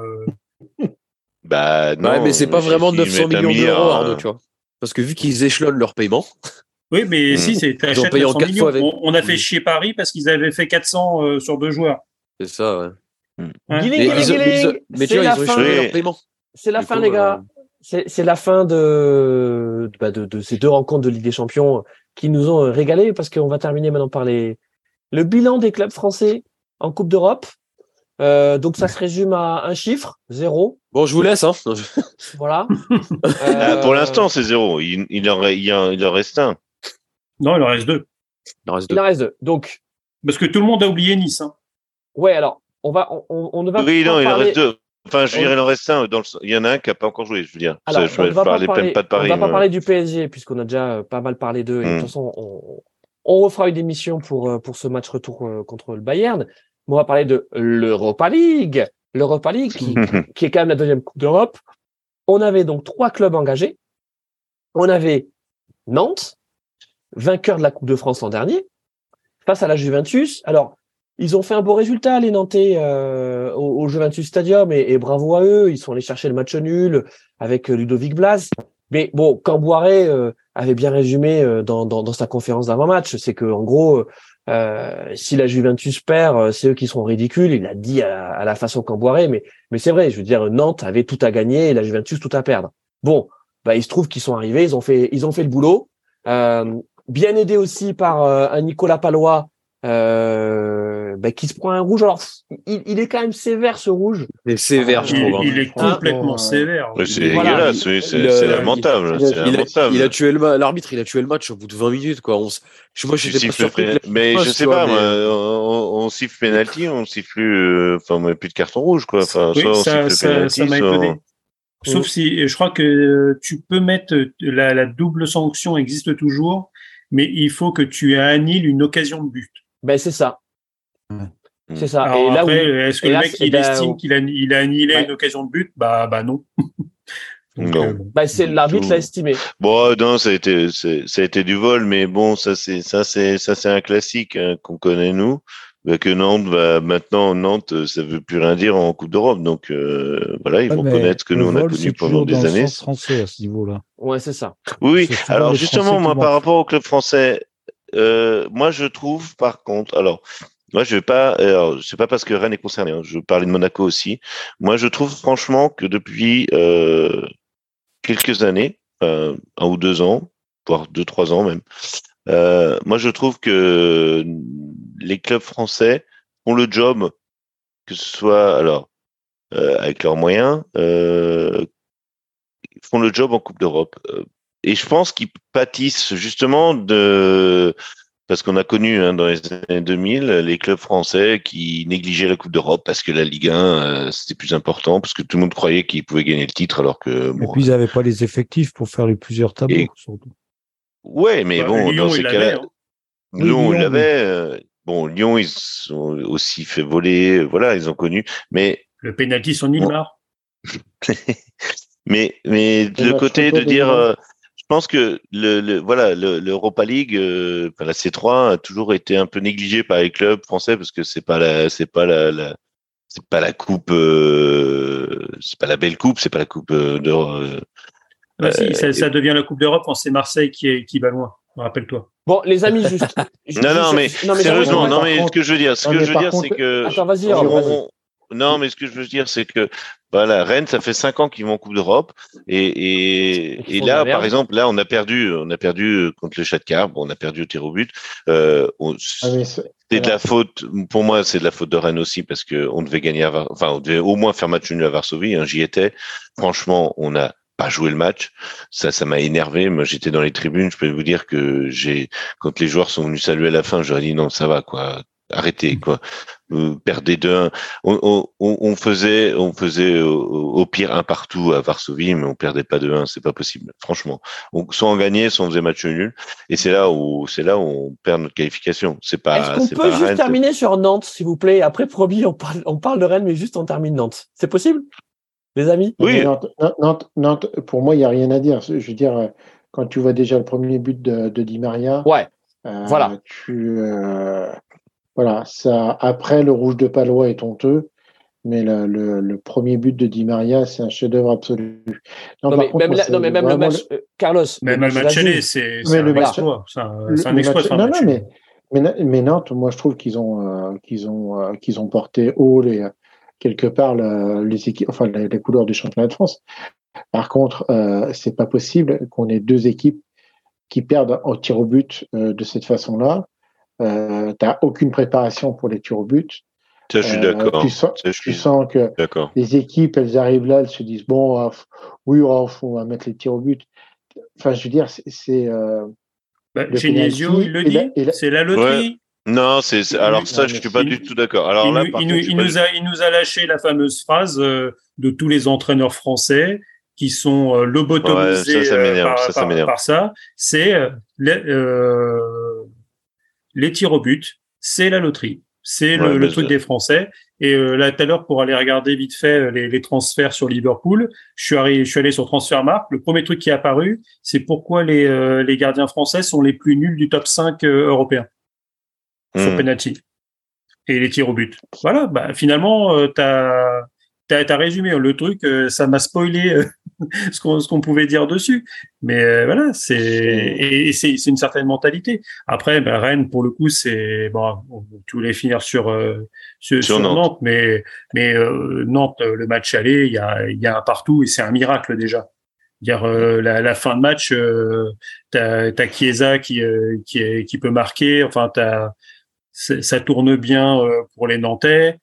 Bah non. Ouais, mais c'est pas vraiment Chelsea, ils 900 mettent 1 millions milliard, d'euros, hein. Arnaud, tu vois. Parce que vu qu'ils échelonnent leur paiement, Oui, mais si, ils ont t'achètes payé en 900 4 millions. fois avec. On a fait chier Paris parce qu'ils avaient fait 400 sur 2 joueurs. C'est ça, ouais. Hein. Guiling, Mais, Guiling, mais tu c'est vois, la ils ont fin. échelonné leur paiement. C'est la Du fin, coup, les gars. C'est la fin de ces deux rencontres de Ligue des Champions qui nous ont régalé parce qu'on va terminer maintenant par le bilan des clubs français en Coupe d'Europe. Donc ça se résume à un chiffre, 0. Bon, je vous laisse, hein. Voilà. Pour l'instant, c'est 0. Il en reste un. Non, il en reste 2. Il en reste Il 2. en reste 2. Donc, Parce que tout le monde a oublié Nice. Hein. ouais, alors, on ne va Oui, pas non, il en parler... reste 2. Enfin, je veux dire, il en reste un. Il y en a un qui n'a pas encore joué, je veux dire. Alors, Je ne parlais même pas de Paris. On ne va pas parler du PSG, puisqu'on a déjà pas mal parlé d'eux. Et de toute façon, on refera une émission pour ce match retour contre le Bayern. Mais on va parler de l'Europa League. L'Europa League, qui est quand même la deuxième Coupe d'Europe. On avait donc 3 clubs engagés. On avait Nantes, vainqueur de la Coupe de France l'an dernier, face à la Juventus. Alors, ils ont fait un beau résultat, les Nantais, au Juventus Stadium, et bravo à eux. Ils sont allés chercher le match nul avec Ludovic Blas. Mais bon, Camboiré avait bien résumé dans sa conférence d'avant-match, c'est que en gros, si la Juventus perd, c'est eux qui seront ridicules. Il l'a dit à la façon Camboiré, mais c'est vrai. Je veux dire, Nantes avait tout à gagner et la Juventus tout à perdre. Bon, bah il se trouve qu'ils sont arrivés, ils ont fait le boulot. Bien aidé aussi par un Nicolas Pallois qui se prend un rouge. Alors, il est quand même sévère, ce rouge. C'est sévère, je trouve. Il est complètement sévère. Mais c'est Voilà. dégueulasse, oui, c'est lamentable. C'est lamentable. Il a tué l'arbitre, il a tué le match au bout de 20 minutes, quoi. Moi, j'étais pas surpris. Mais je sais pas, on siffle penalty, on siffle, enfin, plus de carton rouge, quoi. Enfin, Oui, soit on siffle penalty, ça m'a étonné. Sauf si, je crois que tu peux mettre la double sanction existe toujours, mais il faut que tu annihiles une occasion de but. Ben c'est ça. C'est ça. Alors et là après, où est-ce que le mec il estime qu'il a annihilé une occasion de but? Bah non. Donc, non. C'est l'arbitre l'a estimé. Bon, non, ça a été du vol, mais bon, ça c'est un classique hein, qu'on connaît nous. Que Nantes, ça veut plus rien dire en Coupe d'Europe, donc voilà, ils vont connaître ce que nous on a connu pendant des années. C'est français à ce niveau-là. Ouais, c'est ça. Oui. Alors justement, moi, par rapport au club français, moi je trouve, par contre, moi, je vais pas. Alors, c'est pas parce que Rennes est concerné. Hein, je parlais de Monaco aussi. Moi, je trouve franchement que depuis quelques années, 1 ou 2 ans, voire 2-3 ans même, moi, je trouve que les clubs français ont le job, que ce soit avec leurs moyens, font le job en Coupe d'Europe. Et je pense qu'ils pâtissent justement parce qu'on a connu dans les années 2000 les clubs français qui négligeaient la Coupe d'Europe parce que la Ligue 1 c'était plus important, parce que tout le monde croyait qu'ils pouvaient gagner le titre alors que. Et puis ils n'avaient pas les effectifs pour faire les plusieurs tableaux. Surtout. Ouais, mais bon, Lyon, dans ces cas-là, Lyon, il l'avait. Bon, Lyon, ils ont aussi fait voler, voilà, ils ont connu, mais. Le penalty sur Neymar. mais le côté de dire, je pense que l'Europa League, la C3 a toujours été un peu négligée par les clubs français parce que c'est pas la coupe, c'est pas la belle coupe, c'est pas la coupe si, ça devient la Coupe d'Europe quand c'est Marseille qui va loin. Rappelle-toi. Bon, les amis, juste. mais sérieusement, ce que je veux dire, c'est que. Attends, vas-y. Non, mais ce que je veux dire, c'est que voilà, Rennes, ça fait 5 ans qu'ils vont en Coupe d'Europe, et là, par exemple, là, on a perdu contre le Shakhtar. Bon, on a perdu au tir au but. C'est de la faute. Pour moi, c'est de la faute de Rennes aussi parce que on devait gagner on devait au moins faire match nul à Varsovie. Hein, j'y étais. Franchement, on a pas joué le match. Ça m'a énervé. Moi, j'étais dans les tribunes. Je peux vous dire que quand les joueurs sont venus saluer à la fin, j'aurais dit non, ça va, quoi. Arrêtez, quoi. Vous perdez 2-1. On faisait au pire un partout à Varsovie, mais on perdait pas 2-1. C'est pas possible. Franchement. Soit on gagnait, soit on faisait match nul. Et c'est là où on perd notre qualification. Est-ce qu'on peut juste terminer sur Nantes, s'il vous plaît? Après, promis, on parle de Rennes, mais juste on termine Nantes. C'est possible? Les amis? Oui. Nantes, pour moi, il n'y a rien à dire. Je veux dire, quand tu vois déjà le premier but de Di Maria, ouais. Voilà. Voilà, ça. Après, le rouge de Palois est honteux, mais le premier but de Di Maria, c'est un chef-d'œuvre absolu. Même le match, Carlos. Même le match aller, c'est un exploit. C'est un exploit. Non, mais Nantes, moi, je trouve qu'ils ont porté haut quelque part les équipes, enfin les couleurs du championnat de France. Par contre, c'est pas possible qu'on ait deux équipes qui perdent au tir au but de cette façon-là. T'as aucune préparation pour les tirs au but. Ça, je suis d'accord. Tu sens que les équipes, elles arrivent là, elles se disent bon, on va mettre les tirs au but. Enfin, je veux dire, c'est. Genesio, il le dit. C'est la loterie. Ouais. Non, alors ça, je suis pas du tout d'accord. Alors là, il nous a lâché la fameuse phrase de tous les entraîneurs français qui sont lobotomisés par ça. C'est les tirs au but, c'est la loterie, c'est le truc des Français. Et là, tout à l'heure, pour aller regarder vite fait les transferts sur Liverpool, je suis allé sur Transfermarkt. Le premier truc qui est apparu, c'est pourquoi les gardiens français sont les plus nuls du top 5 européen. Sur penalty et les tirs au but. Voilà, finalement t'as résumé le truc, ça m'a spoilé ce qu'on pouvait dire dessus. Mais voilà, c'est une certaine mentalité. Après, Rennes pour le coup, c'est tu voulais finir sur Nantes, mais Nantes, le match aller, il y a un partout et c'est un miracle déjà. Dire la fin de match, t'as Chiesa qui peut marquer. Enfin, ça tourne bien pour les Nantais.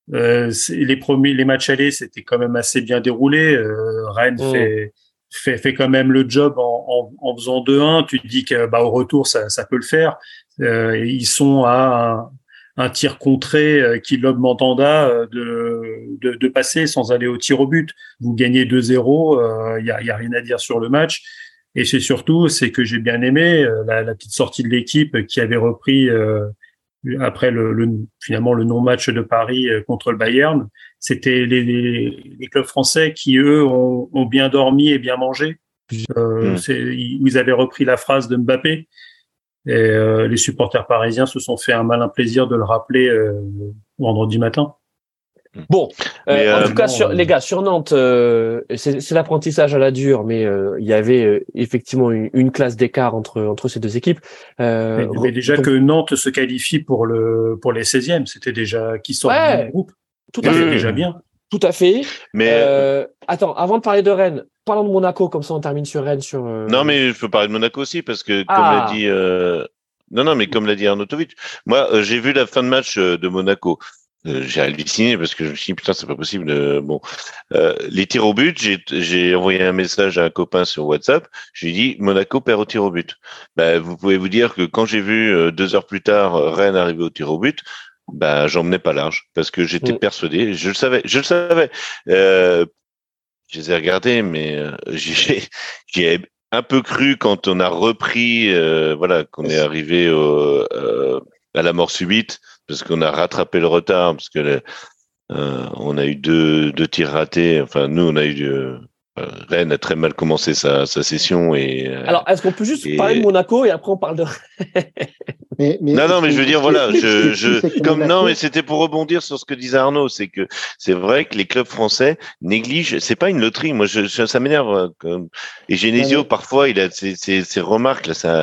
Les matchs allés, c'était quand même assez bien déroulé. Rennes fait quand même le job en faisant 2-1. Tu te dis que au retour ça peut le faire. Ils sont à un tir contré qui Lob Mandanda de passer sans aller au tir au but. Vous gagnez 2-0, y a rien à dire sur le match. Et c'est que j'ai bien aimé la petite sortie de l'équipe qui avait repris après finalement le non-match de Paris contre le Bayern. C'était les clubs français qui eux ont bien dormi et bien mangé. Ils avaient repris la phrase de Mbappé et les supporters parisiens se sont fait un malin plaisir de le rappeler vendredi matin. Bon, en tout cas, les gars, sur Nantes, c'est l'apprentissage à la dure, mais il y avait effectivement une classe d'écart entre ces deux équipes. Mais déjà que Nantes se qualifie pour les 16e, c'était déjà qui sort du groupe. Tout à fait. Déjà bien. Tout à fait. Mais attends, avant de parler de Rennes, parlons de Monaco, comme ça on termine sur Rennes. Non, mais je peux parler de Monaco aussi parce que comme l'a dit. Non, mais comme l'a dit Arnautovic, moi j'ai vu la fin de match de Monaco. J'ai halluciné parce que je me suis dit putain c'est pas possible. Les tirs au but, j'ai envoyé un message à un copain sur WhatsApp. Je lui ai dit Monaco perd au tir au but. Vous pouvez vous dire que quand j'ai vu 2 heures plus tard Rennes arriver au tir au but, j'en menais pas large parce que j'étais persuadé. Je le savais. Je les ai regardés, mais j'ai un peu cru quand on a repris, qu'on est arrivé à la mort subite. Parce qu'on a rattrapé le retard, parce que on a eu deux tirs ratés. Enfin, nous, on a eu Rennes a très mal commencé sa session et. Alors, est-ce qu'on peut juste parler de Monaco et après on parle de. Non, mais je veux dire, voilà, mais c'était pour rebondir sur ce que disait Arnaud, c'est que c'est vrai que les clubs français négligent. C'est pas une loterie. Moi, ça m'énerve. Et Genesio, parfois, il a ces remarques là, ça.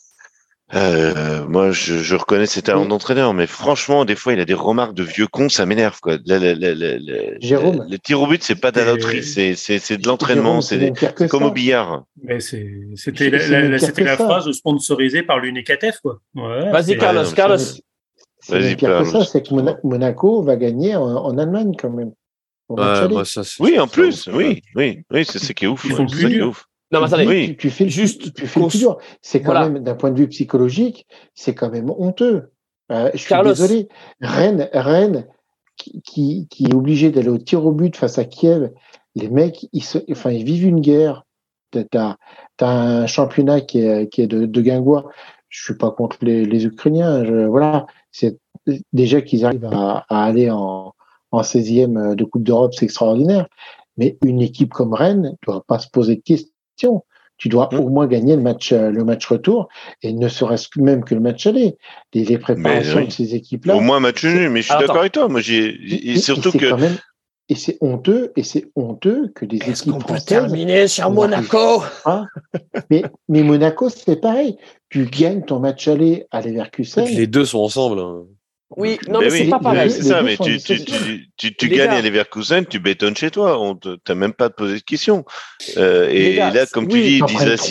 Moi, je reconnais ses talents d'entraîneur, mais franchement, des fois, il a des remarques de vieux con, ça m'énerve, quoi. Jérôme, le tir au but, c'est pas de la loterie, c'est de l'entraînement, c'est comme au billard. Mais c'était la phrase sponsorisée par l'UNECATF, quoi. Ouais, vas-y, Carlos. C'est pire que ça, c'est que Monaco va gagner en Allemagne, quand même. au match aller. Moi, ça, c'est Oui, en ça, plus, ouf, oui, c'est ce qui est ouf. Ils font C'est plus ça qui est dur. ouf. Non, mais attendez, Oui. Tu fais le plus dur. C'est quand Voilà. même, d'un point de vue psychologique, c'est quand même honteux. Je suis Carlos. désolé. Rennes qui est obligé d'aller au tir au but face à Kiev, les mecs, ils vivent une guerre. T'as un championnat qui est de guingois. Je suis pas contre les Ukrainiens. Voilà. C'est déjà qu'ils arrivent à aller en 16e de Coupe d'Europe, c'est extraordinaire. Mais une équipe comme Rennes ne doit pas se poser de questions. Tu dois au moins gagner le match retour, et ne serait-ce que même que le match aller. Les préparations de ces équipes-là. Au moins match nul, mais je suis Alors, d'accord attends. avec toi. Moi, surtout que. Et c'est honteux que des Est-ce équipes qu'on peut françaises. terminer sur Monaco? Mais Monaco, c'est pareil. Tu gagnes ton match aller à Leverkusen. Les deux sont ensemble. Oui, non, mais c'est pas pareil. C'est ça, mais tu gagnes à Leverkusen, tu bétonnes chez toi. T'as même pas de poser de questions. Et gars, là, comme tu dis,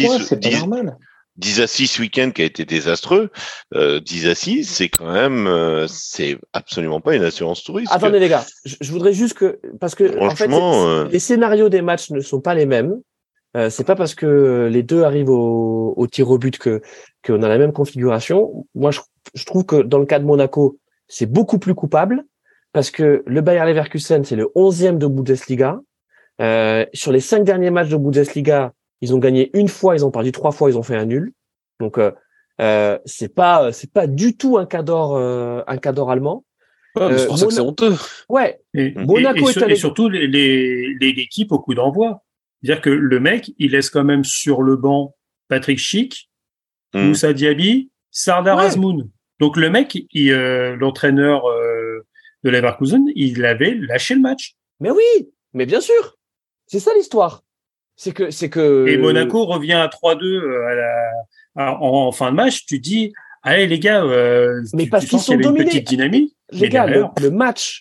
10 à 6 week-end qui a été désastreux, 10 à 6, c'est quand même, c'est absolument pas une assurance touriste. Attendez, les gars, je voudrais juste que, parce que, en fait, les scénarios des matchs ne sont pas les mêmes. C'est pas parce que les deux arrivent au tir au but qu'on a la même configuration. Moi, je trouve que dans le cas de Monaco, c'est beaucoup plus coupable parce que le Bayer Leverkusen, c'est le 11e de Bundesliga. Sur les 5 derniers matchs de Bundesliga, ils ont gagné une fois, ils ont perdu 3 fois, ils ont fait un nul. Donc, c'est pas du tout un cador allemand. C'est pour ça que c'est honteux. Ouais. Monaco et surtout l'équipe au coup d'envoi. C'est-à-dire que le mec, il laisse quand même sur le banc Patrick Schick, Moussa Diaby, Sardar Azmoun. Donc le mec, l'entraîneur de Leverkusen, il avait lâché le match. Mais oui, mais bien sûr. C'est ça l'histoire. C'est que. Et Monaco revient à 3-2 en fin de match. Tu dis, allez les gars, mais parce qu'ils sont dominés. Une petite dynamique. Les gars, le match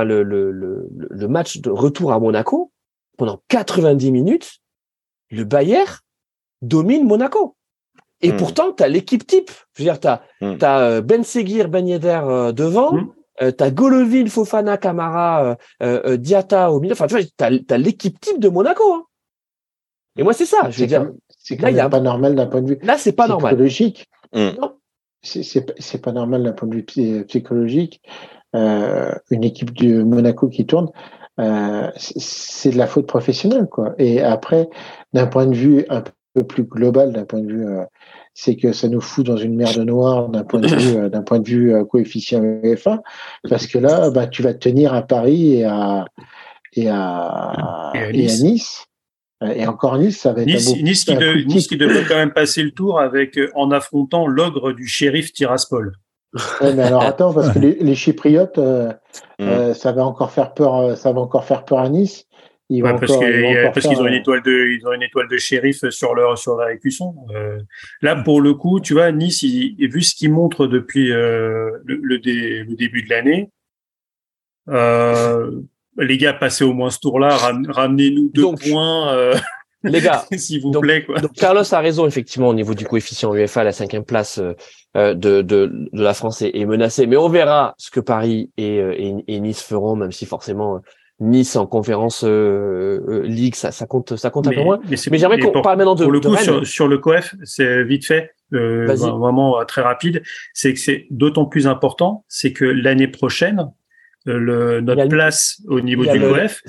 de retour à Monaco, pendant 90 minutes, le Bayer domine Monaco. Et pourtant, t'as l'équipe type. Je veux dire, t'as Ben Seguir, Ben Yedder devant, t'as Golovin, Fofana, Camara, Diatta au milieu. Enfin, tu vois, t'as l'équipe type de Monaco. Hein. Et moi, c'est ça. Je veux dire, c'est quand même pas normal d'un point de vue. Là, c'est pas psychologique. Non. C'est pas normal d'un point de vue psychologique. Une équipe de Monaco qui tourne, c'est de la faute professionnelle, quoi. Et après, d'un point de vue un peu plus global, d'un point de vue, c'est que ça nous fout dans une merde noire d'un point de vue coefficient UEFA, parce que là, tu vas tenir à Paris et à Nice. Et encore Nice, ça va être Nice qui devrait quand même passer le tour en affrontant l'ogre du shérif Tiraspol. Ouais, mais alors attends, parce que les Chypriotes, ça va encore faire peur. Ça va encore faire peur à Nice. Parce qu'ils ont une étoile de shérif sur leur écusson. Là, pour le coup, tu vois, Nice, vu ce qu'ils montrent depuis le début de l'année, les gars, passez au moins ce tour-là, ramenez-nous 2 points. Les gars, s'il vous plaît, quoi. Donc Carlos a raison, effectivement, au niveau du coefficient UEFA, la 5e place de la France est menacée. Mais on verra ce que Paris et Nice feront, même si forcément Nice en conférence Ligue, ça compte un peu moins. Mais j'aimerais qu'on parle maintenant de. Pour le coup, Rennes. sur le coef, c'est vite fait, vraiment très rapide. C'est que c'est d'autant plus important, c'est que l'année prochaine, notre place au niveau du coef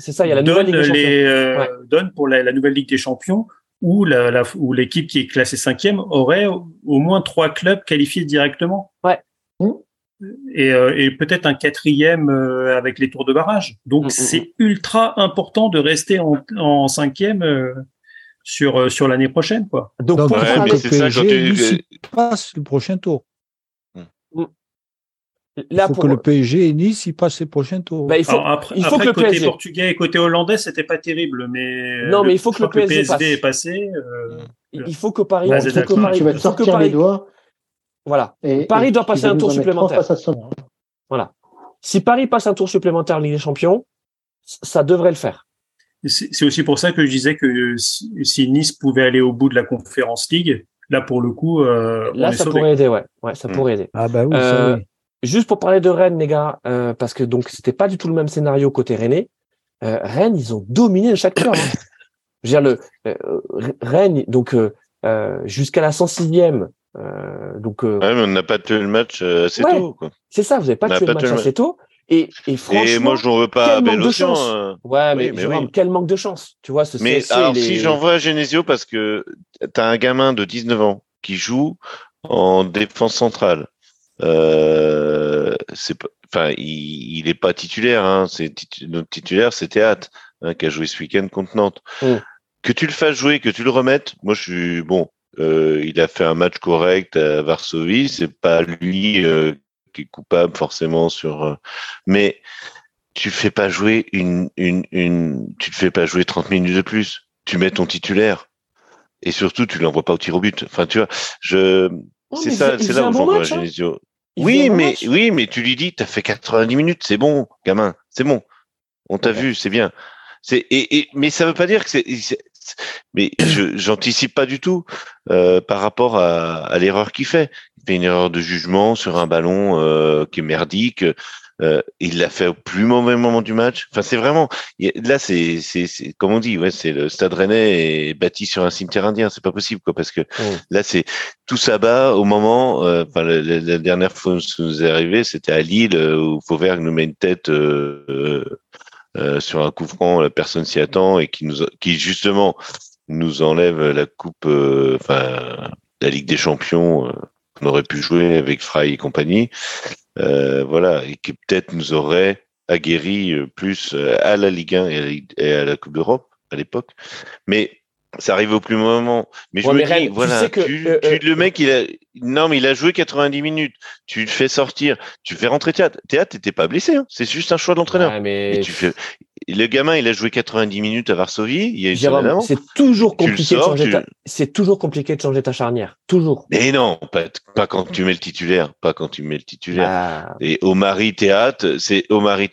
donne pour la nouvelle Ligue des Champions où l'équipe qui est classée 5e aurait au moins 3 clubs qualifiés directement. Ouais. Et peut-être un 4e avec les tours de barrage. Donc c'est ultra important de rester en 5e sur l'année prochaine, quoi. Donc mais c'est ça quand tu passes le prochain tour. Là, il faut que le PSG et Nice passent les prochains tours. Il faut que le côté PSG... portugais et côté hollandais, c'était pas terrible, mais non, mais il faut que le PSG est passé. Il faut que Paris. Tu vas te sortir les doigts. Voilà. Paris doit passer un tour supplémentaire. Voilà. Si Paris passe un tour supplémentaire en Ligue des Champions, ça devrait le faire. C'est aussi pour ça que je disais que si Nice pouvait aller au bout de la Conference League, là pour le coup, là ça pourrait aider, ouais, ça pourrait aider. Ah bah oui, ça oui. Juste pour parler de Rennes, les gars, parce que donc c'était pas du tout le même scénario côté rennais. Rennes, ils ont dominé le Shakhtar. Je veux dire, Rennes, donc jusqu'à la 106e. Ouais, mais on n'a pas tué le match assez tôt, quoi. C'est ça, vous n'avez pas tué le match assez tôt. Et franchement, et moi, je n'en veux pas à Bélocian. Ouais, oui, mais Jérôme, quel manque de chance. Tu vois, ce mais CSC, alors, si j'en veux à Genesio, parce que tu as un gamin de 19 ans qui joue en défense centrale. Il n'est pas titulaire, hein. Notre titulaire, c'est Théâtre, hein, qui a joué ce week-end contre Nantes. Que tu le fasses jouer, que tu le remettes, moi je suis bon. Il a fait un match correct à Varsovie, c'est pas lui qui est coupable forcément mais tu fais pas jouer tu te fais pas jouer 30 minutes de plus. Tu mets ton titulaire et surtout tu l'envoies pas au tir au but. Enfin, tu vois, c'est là où j'en vois Genesio. Oui, mais tu lui dis, t'as fait 90 minutes, c'est bon, gamin, c'est bon. On t'a vu, c'est bien. Mais ça veut pas dire que mais j'anticipe pas du tout par rapport à l'erreur qu'il fait. Il fait une erreur de jugement sur un ballon qui est merdique. Il l'a fait au plus mauvais moment du match. Enfin, c'est vraiment là, c'est comme on dit, ouais, c'est le Stade Rennais est bâti sur un cimetière indien. C'est pas possible, quoi, parce que là, c'est tout s'abat au moment. La dernière fois où ça nous est arrivé, c'était à Lille où Fauvergue nous met une tête. Sur un coup franc, la personne s'y attend et qui justement nous enlève la coupe, la Ligue des Champions qu'on aurait pu jouer avec Fry et compagnie, voilà, et qui peut-être nous aurait aguerri plus à la Ligue 1 et à la Coupe d'Europe à l'époque. Mais ça arrive au plus moment. Mais je me dis, Rennes, voilà, le mec, il a joué 90 minutes. Tu le fais sortir, tu fais rentrer Théâtre. Théâtre, t'étais pas blessé, hein. C'est juste un choix de l'entraîneur. Ouais, mais le gamin, il a joué 90 minutes à Varsovie. Il y a une semaine avant. C'est toujours compliqué c'est toujours compliqué de changer ta charnière. Toujours. Mais non, pas quand tu mets le titulaire. Pas quand tu mets le titulaire. Et Omari Théâtre, c'est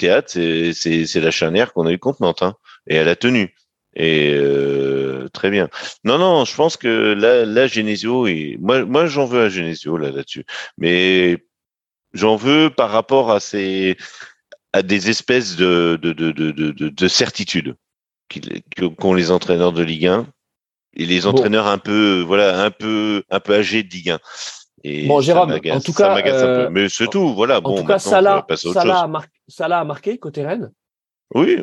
la charnière qu'on a eu contre Nantes, hein. Et elle a tenu. Et très bien. Non, je pense que là Genesio, moi j'en veux à Genesio là-dessus. Mais j'en veux par rapport à des espèces de certitudes qu'ont les entraîneurs de Ligue 1 et les entraîneurs un peu âgés de Ligue 1. Et Jérôme, en tout cas, ça m'agace un peu. Mais c'est tout. Voilà. En tout cas, Salah a marqué côté Rennes. Oui,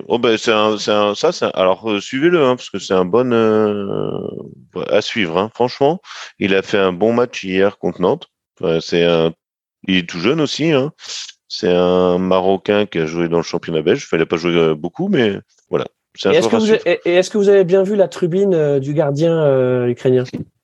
alors suivez-le, hein, parce que c'est un bon à suivre, hein. Franchement, il a fait un bon match hier contre Nantes. Il est tout jeune aussi, hein. C'est un Marocain qui a joué dans le championnat belge. Il fallait pas jouer beaucoup, mais voilà. Est-ce que vous avez bien vu la tribune du gardien ukrainien?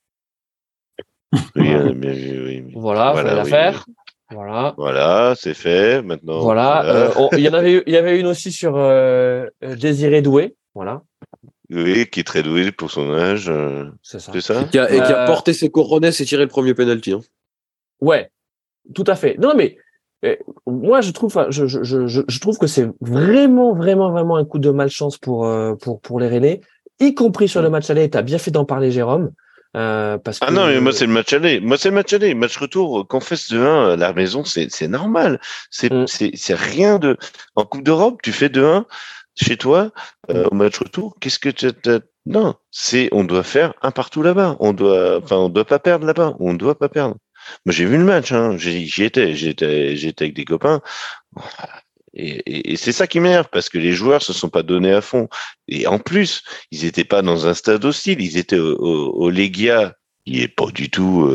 Oui, bien vu, oui. Voilà, fallait la faire. Voilà, c'est fait. Maintenant. Voilà. Il y avait une aussi sur Désiré Doué. Voilà. Oui, qui est très doué pour son âge. C'est ça. Et qui a porté ses couronnes et tiré le premier penalty. Hein. Ouais, tout à fait. Non, mais moi, je trouve que c'est vraiment, vraiment, vraiment un coup de malchance pour les Rennais, y compris sur le match aller. T'as bien fait d'en parler, Jérôme. Non, mais moi c'est le match aller. Match retour, qu'on fasse 2-1 à la maison, c'est normal. C'est rien de. En Coupe d'Europe, tu fais 2-1 chez toi au match retour. Qu'est-ce que non, on doit faire un partout là-bas. On doit pas perdre là-bas. On doit pas perdre. Moi j'ai vu le match, hein. J'y étais avec des copains. Et c'est ça qui m'énerve, parce que les joueurs se sont pas donnés à fond. Et en plus, ils étaient pas dans un stade hostile, ils étaient au Legia, qui est pas du tout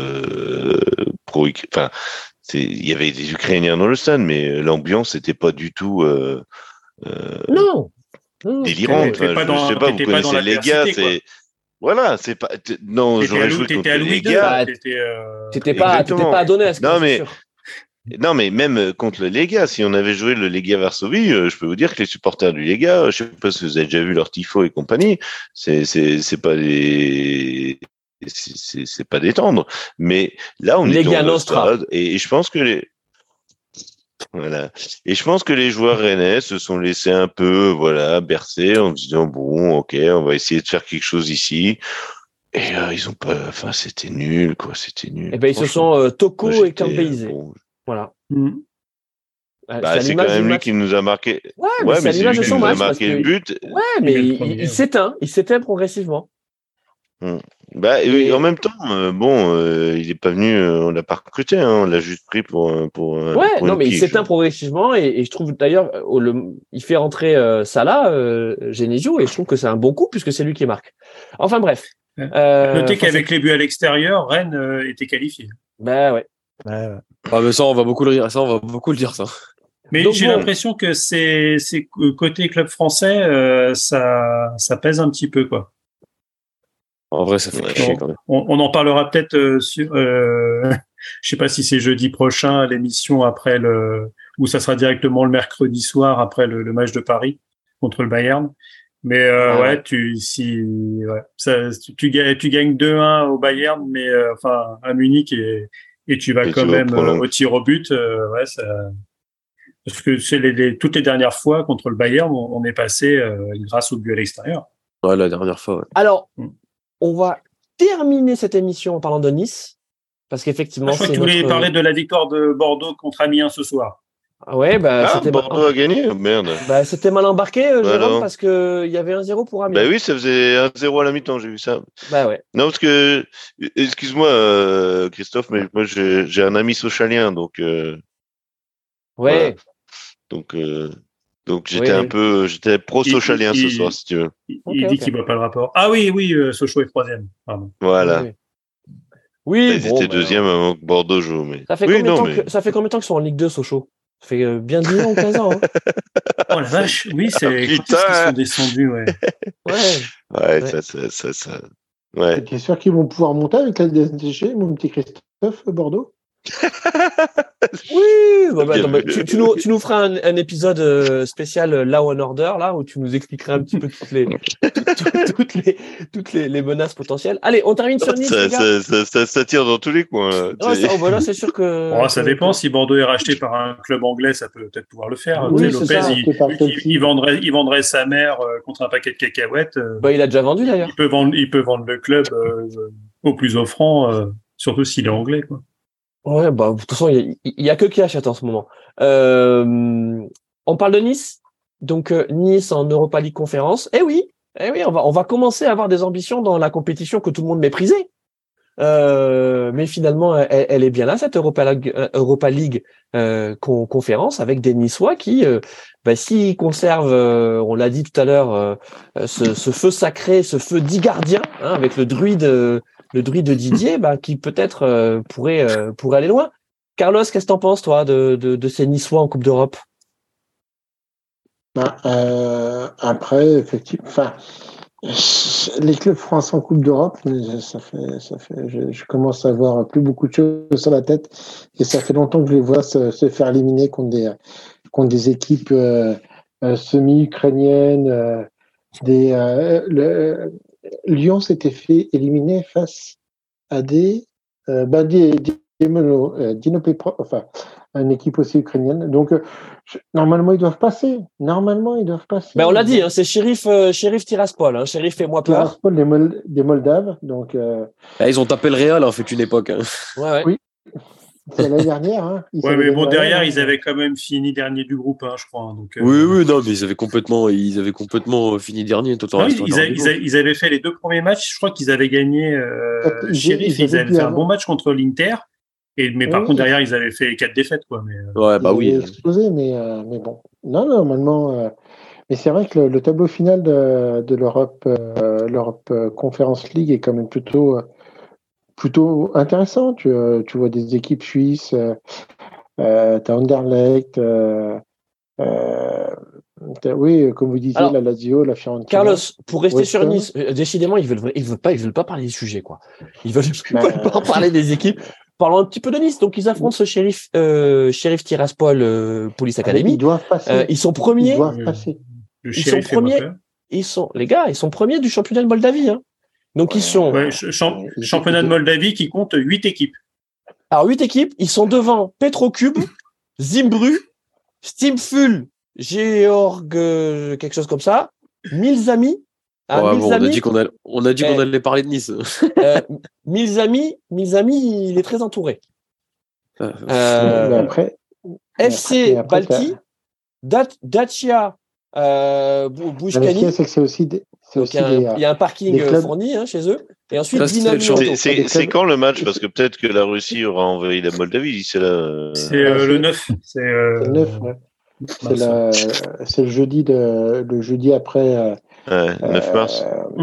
il y avait des Ukrainiens dans le stade, mais l'ambiance n'était pas du tout non. délirante. Je sais pas, vous connaissez le Legia, c'est voilà, c'est pas non, j'aurais joué contre le Legia. T'étais pas donné à ce que c'est sûr. Non, mais même contre le Legia, si on avait joué le Legia Varsovie, je peux vous dire que les supporters du Legia, je sais pas si vous avez déjà vu leur tifo et compagnie, c'est pas détendre. Mais là, on est dans un stade, et je pense que voilà. Et je pense que les joueurs rennais se sont laissés un peu, bercer en se disant bon, ok, on va essayer de faire quelque chose ici. Et ils ont pas, c'était nul, quoi, c'était nul. Et ils se sont Toko et Campbellizés. Voilà. Bah, c'est quand même lui qui nous a marqué. Ouais, Ouais, mais c'est à c'est l'image lui de qui son nous a match. Parce marqué le que, but. ouais, mais le premier, il s'éteint progressivement. Bah, Et- en même temps, il est pas venu, on l'a pas recruté, hein, on l'a juste pris Ouais, pour non, une mais il pige. s'éteint progressivement et je trouve d'ailleurs, il fait rentrer Salah, Genesio, et je trouve que c'est un bon coup puisque c'est lui qui marque. Enfin bref. Notez Enfin, qu'avec les buts à l'extérieur, Rennes était qualifié. bah ouais. Ah, mais ça, on va beaucoup le dire, ça. Mais Donc j'ai bon. l'impression que c'est côté club français, ça pèse un petit peu, quoi. En vrai, ça fait Ouais. chier quand même. On en parlera peut-être sur. Je sais pas si c'est jeudi prochain l'émission après ou ça sera directement le mercredi soir après le match de Paris contre le Bayern. Mais Ah ouais. tu gagnes 2-1 au Bayern, mais enfin à Munich et tu vas Et quand tu vas même au tir au but. Ouais, parce que c'est toutes les dernières fois contre le Bayern, on est passé grâce au but à l'extérieur. Ouais, la dernière fois, ouais. Alors, on va terminer cette émission en parlant de Nice parce qu'effectivement, Je crois que c'est tu voulais notre. parler de la victoire de Bordeaux contre Amiens ce soir. Ouais, bah c'était Bordeaux a gagné, merde. Bah, c'était mal embarqué, Jérôme, Alors parce que il y avait 1-0 pour Amiens. Bah oui, ça faisait 1-0 à la mi-temps, j'ai vu ça. Bah ouais. Non, parce que, excuse-moi, Christophe, mais moi j'ai un ami sochalien, donc Ouais. voilà. Donc j'étais Oui. j'étais pro-sochalien ce soir, si tu veux. Il dit qu'il voit pas le rapport. Ah oui, Sochaux est troisième. Pardon. Voilà. Oui, Ils étaient deuxième avant que Bordeaux joue, mais. Ça fait combien de temps qu'ils sont en Ligue 2, Sochaux? Ça fait bien 10 ans ou 15 ans. Hein. Oh la vache, oui, c'est quand est-ce qu'ils sont descendus, ouais. Ouais, ça. Ouais. T'es sûr qu'ils vont pouvoir monter avec la DSG, mon petit Christophe, Bordeaux? Oui, tu nous feras un épisode spécial Law and Order là où tu nous expliqueras un petit peu toutes les menaces potentielles. Allez, on termine sur Nice, les gars. Ça tire dans tous les coins. Là, c'est sûr que. Ça dépend. Si Bordeaux est racheté par un club anglais, ça peut peut-être pouvoir le faire. Oui, Lopez, il vendrait sa mère contre un paquet de cacahuètes. Il a déjà vendu d'ailleurs. Il peut vendre le club au plus offrant, surtout s'il est anglais, quoi. Ouais, de toute façon, il y a que qui achète en ce moment. On parle de Nice. Donc, Nice en Europa League Conférence. Eh oui, on va commencer à avoir des ambitions dans la compétition que tout le monde méprisait. Mais finalement, elle est bien là, cette Europa League conférence, avec des Niçois qui, s'ils conservent, on l'a dit tout à l'heure, ce feu sacré, ce feu d'Igardien, hein, avec le druide de Didier, qui peut-être pourrait aller loin. Carlos, qu'est-ce que t'en penses, toi, de ces Niçois en Coupe d'Europe? Après, effectivement, les clubs français en Coupe d'Europe, je commence à avoir plus beaucoup de choses sur la tête et ça fait longtemps que je les vois se faire éliminer contre des équipes semi-ukrainiennes. Lyon s'était fait éliminer face à une équipe aussi ukrainienne. Donc, normalement, ils doivent passer. On l'a dit, hein, c'est Sheriff Tiraspol. Hein. Sheriff, fais-moi peur. Tiraspol des Moldaves. Donc, ils ont tapé le Real en fait une époque. Hein. Ouais. Oui. C'est l'année dernière. Hein. Mais bon, derrière, ils avaient quand même fini dernier du groupe, hein, je crois. Donc, Oui, non, mais ils avaient complètement fini dernier. Ils avaient fait les 2 premiers matchs. Je crois qu'ils avaient gagné. Sheriff, ils avaient fait un bon match contre l'Inter. Mais par contre, derrière, ils avaient fait 4 défaites, quoi. Mais, ils avaient explosé, mais bon. Non, normalement. Mais c'est vrai que le tableau final de l'Europe Conference League est quand même plutôt intéressant. Tu vois des équipes suisses, t'as Anderlecht, oui, comme vous disiez, la Lazio, la Fiorentina. Carlos, pour rester sur Nice, décidément, ils veulent pas parler du sujet, quoi. Ils veulent pas parler des équipes. Parlons un petit peu de Nice. Donc, ils affrontent ce Sheriff Tiraspol Police Academy. Ils doivent passer. Ils sont premiers. Ils doivent passer. Ils sont premiers. Ils sont premiers du championnat de Moldavie, hein. Donc, ils sont. Championnat de Moldavie qui compte 8 équipes. Alors, 8 équipes. Ils sont devant Petrocube, Zimbru, Stimful, Georg, quelque chose comme ça, Milzami. On a dit qu'on allait parler de Nice. Milzami, il est très entouré. Après, FC après, Balti, Dacia Bouchkani. Ce qu'il y a, c'est que c'est aussi Donc, il y a un parking fourni chez eux. Et ensuite, Dynamo. C'est quand le match? Parce que peut-être que la Russie aura envahi la Moldavie. C'est le 9. C'est le 9, ouais. C'est le jeudi après. 9 mars.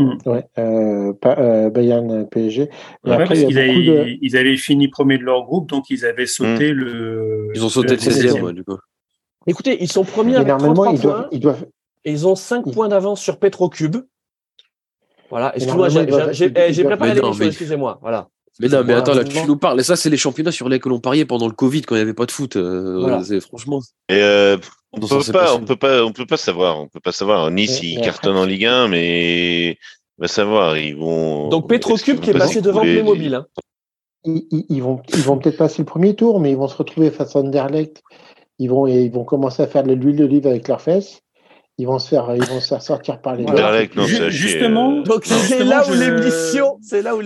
Bayern PSG. Et après, parce ils avaient fini premier de leur groupe, donc ils avaient sauté Ils ont sauté le 16e, du coup. Écoutez, ils sont premiers avec 33 points. Et ils ont 5 points d'avance sur Petrocube. Voilà. Excuse-moi, j'ai préparé l'émission, excusez-moi. Voilà. Mais non, mais attends, là, tu nous parles. Et ça, c'est les championnats sur lesquels on pariait pendant le Covid, quand il n'y avait pas de foot. Voilà. Franchement. Et on peut pas savoir. Nice, ils cartonnent en Ligue 1, mais on va savoir. Ils vont. Donc Petrocube qui est passé devant Playmobil. Hein. Ils vont peut-être passer le premier tour, mais ils vont se retrouver face à Anderlecht. Ils vont commencer à faire de l'huile d'olive avec leurs fesses. Ils vont se faire sortir par les doigts. Justement. Donc c'est là où l'émission.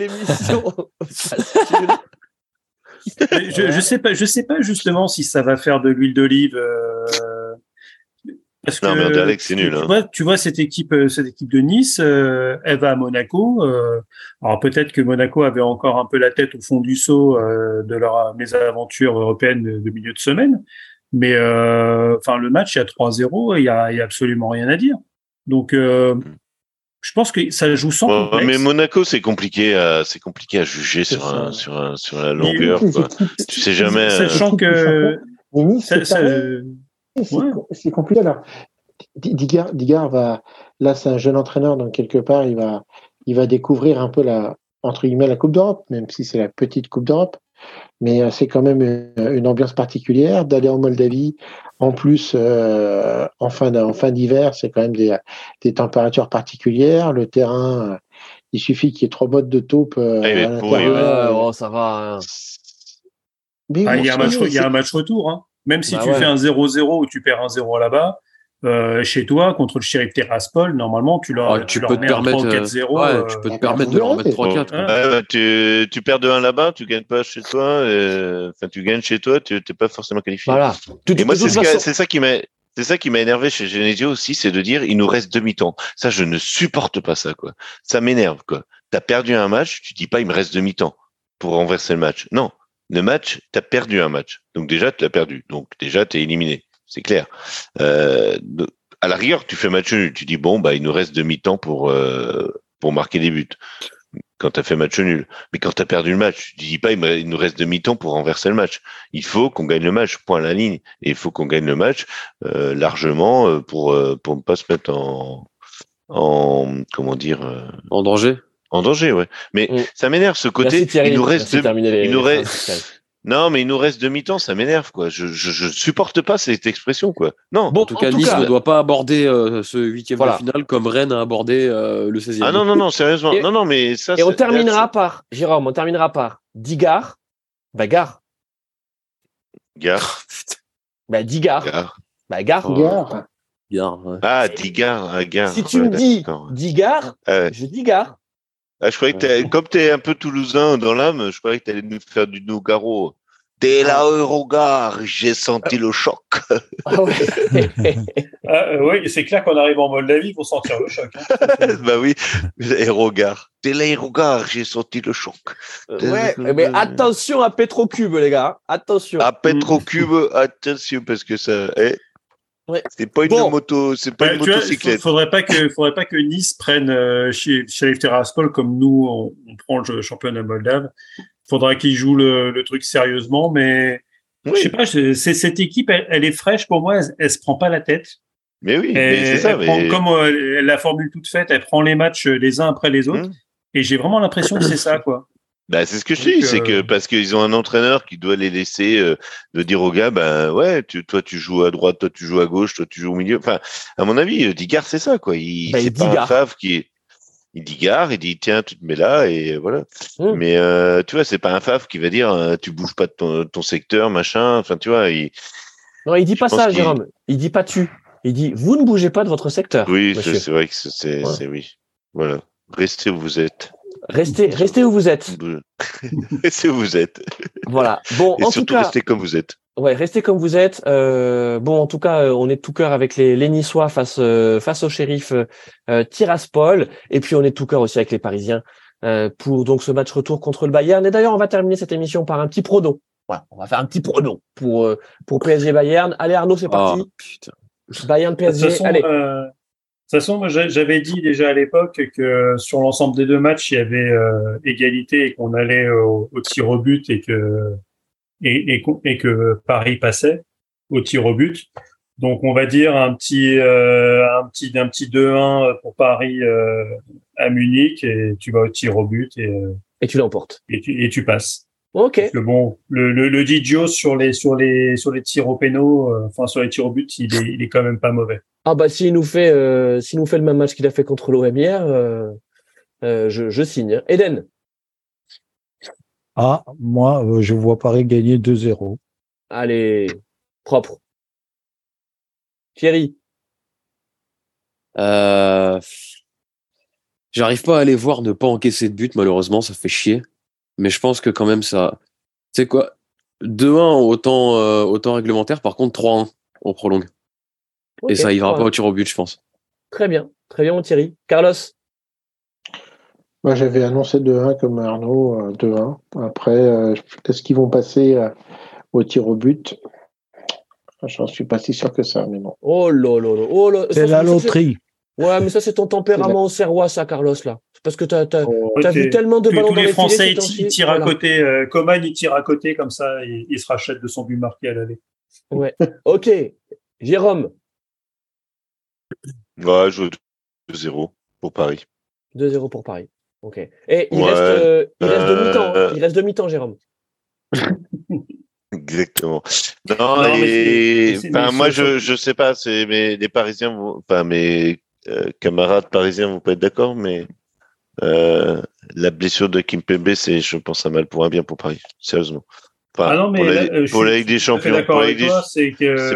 Je sais pas justement si ça va faire de l'huile d'olive. Parce non, que, mais Anderlecht, c'est nul. Tu vois cette équipe de Nice, elle va à Monaco. Alors peut-être que Monaco avait encore un peu la tête au fond du seau de leur mésaventure européenne de milieu de semaine. Mais le match, il y a 3-0, il y a absolument rien à dire. Donc je pense que ça joue sans complexe. Mais Monaco, c'est compliqué à juger sur la longueur. Tu sais jamais. Sachant que c'est compliqué. Alors, Digard va. Là, c'est un jeune entraîneur, donc quelque part, il va découvrir un peu entre guillemets la Coupe d'Europe, même si c'est la petite Coupe d'Europe. Mais c'est quand même une ambiance particulière d'aller en Moldavie. En plus, en fin d'hiver, c'est quand même des températures particulières. Le terrain, il suffit qu'il y ait 3 bottes de taupe à l'intérieur. Ça va. Il y a un match retour. Hein. Même si tu fais un 0-0 ou tu perds un 0 là-bas, chez toi, contre le Sheriff Tiraspol, normalement, tu leur mets un 3-4-0. Tu peux te permettre de leur mettre 3-4. Tu perds de 1 là-bas, tu gagnes pas chez toi. Tu gagnes chez toi, tu n'es pas forcément qualifié. Voilà. Et moi, c'est ça qui m'a énervé chez Genesio aussi, c'est de dire il nous reste demi-temps. Ça, je ne supporte pas ça, quoi. Ça m'énerve, quoi. T'as perdu un match, tu dis pas il me reste demi-temps pour renverser le match. Non, le match, t'as perdu un match. Donc déjà, tu l'as perdu. Donc déjà, t'es éliminé. C'est clair. À la rigueur, tu fais match nul. Tu dis il nous reste demi-temps pour marquer des buts. Quand t'as fait match nul. Mais quand t'as perdu le match, tu dis pas il nous reste demi-temps pour renverser le match. Il faut qu'on gagne le match, point à la ligne. Et il faut qu'on gagne le match largement pour ne pas se mettre en danger. En danger, ouais. Mais ça m'énerve ce côté. Il nous reste Non, mais il nous reste demi-temps, ça m'énerve, quoi. Je supporte pas cette expression, quoi. Non. Bon, en tout cas, Nice ne doit pas aborder ce 8e de finale comme Rennes a abordé le 16e. Ah non, sérieusement. Non, mais ça. Et on terminera par Digard. Gare. Gare. Digard. Gare. Gare. Ouais. Ah, Digard. Gare. Si tu me dis Digard, je dis Gare. Ah, je croyais que comme t'es un peu toulousain dans l'âme, je croyais que t'allais nous faire du Nogaro. Dès la Eurogare, j'ai senti le choc. Oui, c'est clair qu'on arrive en Moldavie pour sentir le choc. Hein. Bah oui, l'Aérogare. Dès l'Aérogare, j'ai senti le choc. Mais attention à Petrocube, les gars. Attention. À Petrocube, attention, parce que ça. C'est pas une moto, c'est pas une motocyclette. Faudrait pas que Nice prenne chez Tiraspol comme nous on prend le championnat moldave. Faudrait qu'ils jouent le truc sérieusement, mais je sais pas. Cette équipe, elle est fraîche pour moi. Elle se prend pas la tête. Mais oui, c'est ça. Comme la formule toute faite, elle prend les matchs les uns après les autres. Et j'ai vraiment l'impression que c'est ça, quoi. Bah, c'est ce que je dis, c'est que parce qu'ils ont un entraîneur qui doit les laisser de dire aux gars, toi tu joues à droite, toi tu joues à gauche, toi tu joues au milieu. Enfin, à mon avis, Digard c'est ça, quoi. C'est pas un fave il dit Digard, il dit tiens, tu te mets là et voilà. Mais tu vois, c'est pas un fave qui va dire tu bouges pas de ton secteur, machin. Enfin, tu vois. Non, il dit pas ça, Jérôme. Il dit pas tu. Il dit vous ne bougez pas de votre secteur. Oui, c'est vrai que c'est oui. Voilà. Restez où vous êtes. Restez où vous êtes. Restez où vous êtes. Voilà. Bon, et en surtout tout cas, restez comme vous êtes. Ouais, restez comme vous êtes. Bon, en tout cas, on est de tout cœur avec les Niçois face au Sheriff Tiraspol, et puis on est de tout cœur aussi avec les Parisiens pour donc ce match retour contre le Bayern. Et d'ailleurs, on va terminer cette émission par un petit prono. Voilà, on va faire un petit prono pour PSG Bayern. Allez Arnaud, c'est parti. Putain. Bayern PSG. Allez. De toute façon, moi, j'avais dit déjà à l'époque que sur l'ensemble des deux matchs, il y avait égalité et qu'on allait au tir au but et que Paris passait au tir au but. Donc, on va dire un petit 2-1 pour Paris à Munich, et tu vas au tir au but Et tu l'emportes. Et tu passes. Ok. Parce que bon, le Didio sur les tirs au pénaux, sur les tirs au but, il est quand même pas mauvais. Ah bah s'il nous fait le même match qu'il a fait contre l'OM hier, je signe. Eden. Ah, moi, je vois Paris gagner 2-0. Allez, propre. Thierry. J'arrive pas à aller voir ne pas encaisser de but, malheureusement, ça fait chier. Mais je pense que quand même ça... Tu sais quoi, 2-1 au temps réglementaire, par contre 3-1 on prolongue. Okay, et ça ira pas au tir au but, je pense. Très bien, mon Thierry. Carlos. Moi, j'avais annoncé 2-1 comme Arnaud, 2-1. Après, est-ce qu'ils vont passer au tir au but? J'en suis pas si sûr que ça, mais bon. Oh là. C'est la loterie. Ouais, mais ça, c'est ton tempérament serrois, ça, Carlos, là. C'est parce que t'as vu tellement de ballons tous dans les les Français, filets, ils tirent à côté. Coman, il tire à côté, comme ça, il se rachète de son but marqué à l'aller. Ouais. Ok. Jérôme. Ouais, je joue 2-0 pour Paris. 2-0 pour Paris. Ok. Et il reste demi-temps. Hein. Il reste demi-temps, Jérôme. Exactement. Non, moi, je sais pas, les Parisiens mes camarades parisiens vont pas être d'accord, mais la blessure de Kimpembe, c'est, je pense, un mal pour un bien pour Paris, sérieusement. Enfin, pour la Ligue des Champions. D'accord avec toi, c'est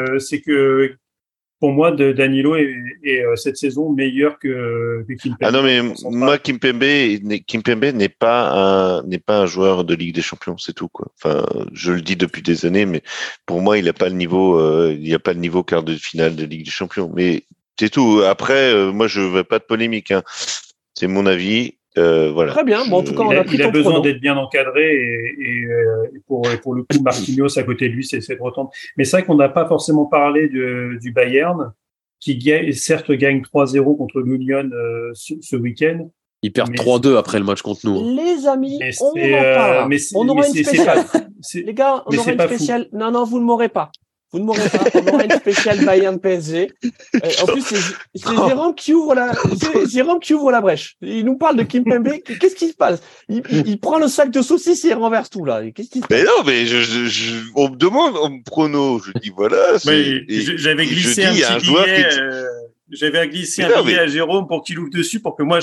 que pour moi, Danilo est cette saison meilleur que Kimpembe. Ah non, mais moi, Kimpembe n'est pas un joueur de Ligue des Champions, c'est tout, quoi. Enfin, je le dis depuis des années, mais pour moi, il n'a pas le niveau quart de finale de Ligue des Champions. Mais c'est tout. Après, moi, je veux pas de polémique, hein. C'est mon avis. Voilà. Très bien. Bon, en tout cas, il a besoin d'être bien encadré et pour le coup, Marquinhos à côté de lui, c'est trop tendre. Mais c'est vrai qu'on n'a pas forcément parlé du Bayern, qui certes gagne 3-0 contre l'Union ce week-end. Ils perdent 3-2 après le match contre nous. Les amis, on en parlera. On aura une spéciale. Les gars, on aura une spéciale. Non, vous ne m'aurez pas. On aura une spéciale Bayern PSG. En plus, c'est Jérôme qui ouvre la brèche. Il nous parle de Kimpembe. Qu'est-ce qui se passe? Il prend le sac de saucisses et il renverse tout, là. Qu'est-ce qui se passe? Mais non, mais on me demande, on me prono. Je dis, voilà. J'avais glissé un petit billet. J'avais glissé un billet à Jérôme pour qu'il ouvre dessus pour que moi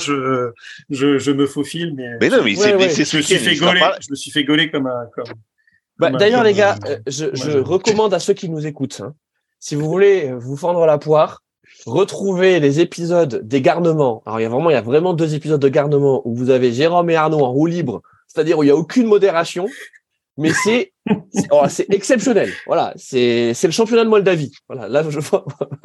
je me faufile. Mais non, mais c'est je me suis fait gauler comme un. D'ailleurs, les gars, je recommande à ceux qui nous écoutent, hein, si vous voulez vous fendre la poire, retrouvez les épisodes des garnements. Alors, il y a vraiment 2 épisodes de garnement où vous avez Jérôme et Arnaud en roue libre, c'est-à-dire où il n'y a aucune modération, mais c'est exceptionnel. Voilà, c'est le championnat de Moldavie. Voilà, là, je vois.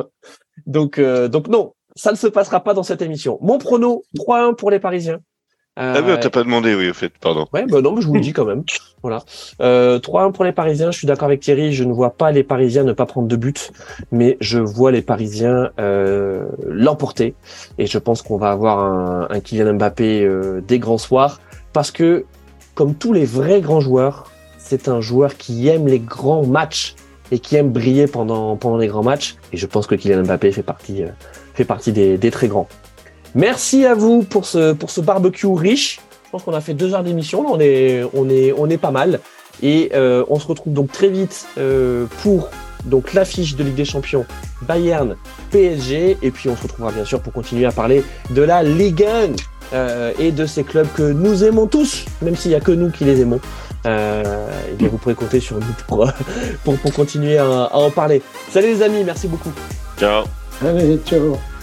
Donc non, ça ne se passera pas dans cette émission. Mon prono, 3-1 pour les Parisiens. Ah oui, t'as pas demandé, oui, au fait, pardon. Ouais, non, mais je vous le dis quand même. Voilà. 3-1 pour les Parisiens. Je suis d'accord avec Thierry. Je ne vois pas les Parisiens ne pas prendre de but, mais je vois les Parisiens l'emporter. Et je pense qu'on va avoir un Kylian Mbappé des grands soirs, parce que, comme tous les vrais grands joueurs, c'est un joueur qui aime les grands matchs et qui aime briller pendant les grands matchs. Et je pense que Kylian Mbappé fait partie des très grands. Merci à vous pour ce barbecue riche. Je pense qu'on a fait 2 heures d'émission. Là, on est pas mal. Et on se retrouve donc très vite pour donc l'affiche de Ligue des Champions Bayern PSG. Et puis on se retrouvera bien sûr pour continuer à parler de la Ligue 1 et de ces clubs que nous aimons tous, même s'il n'y a que nous qui les aimons. Et bien vous pourrez compter sur nous pour continuer à en parler. Salut les amis, merci beaucoup. Ciao. Allez, ciao.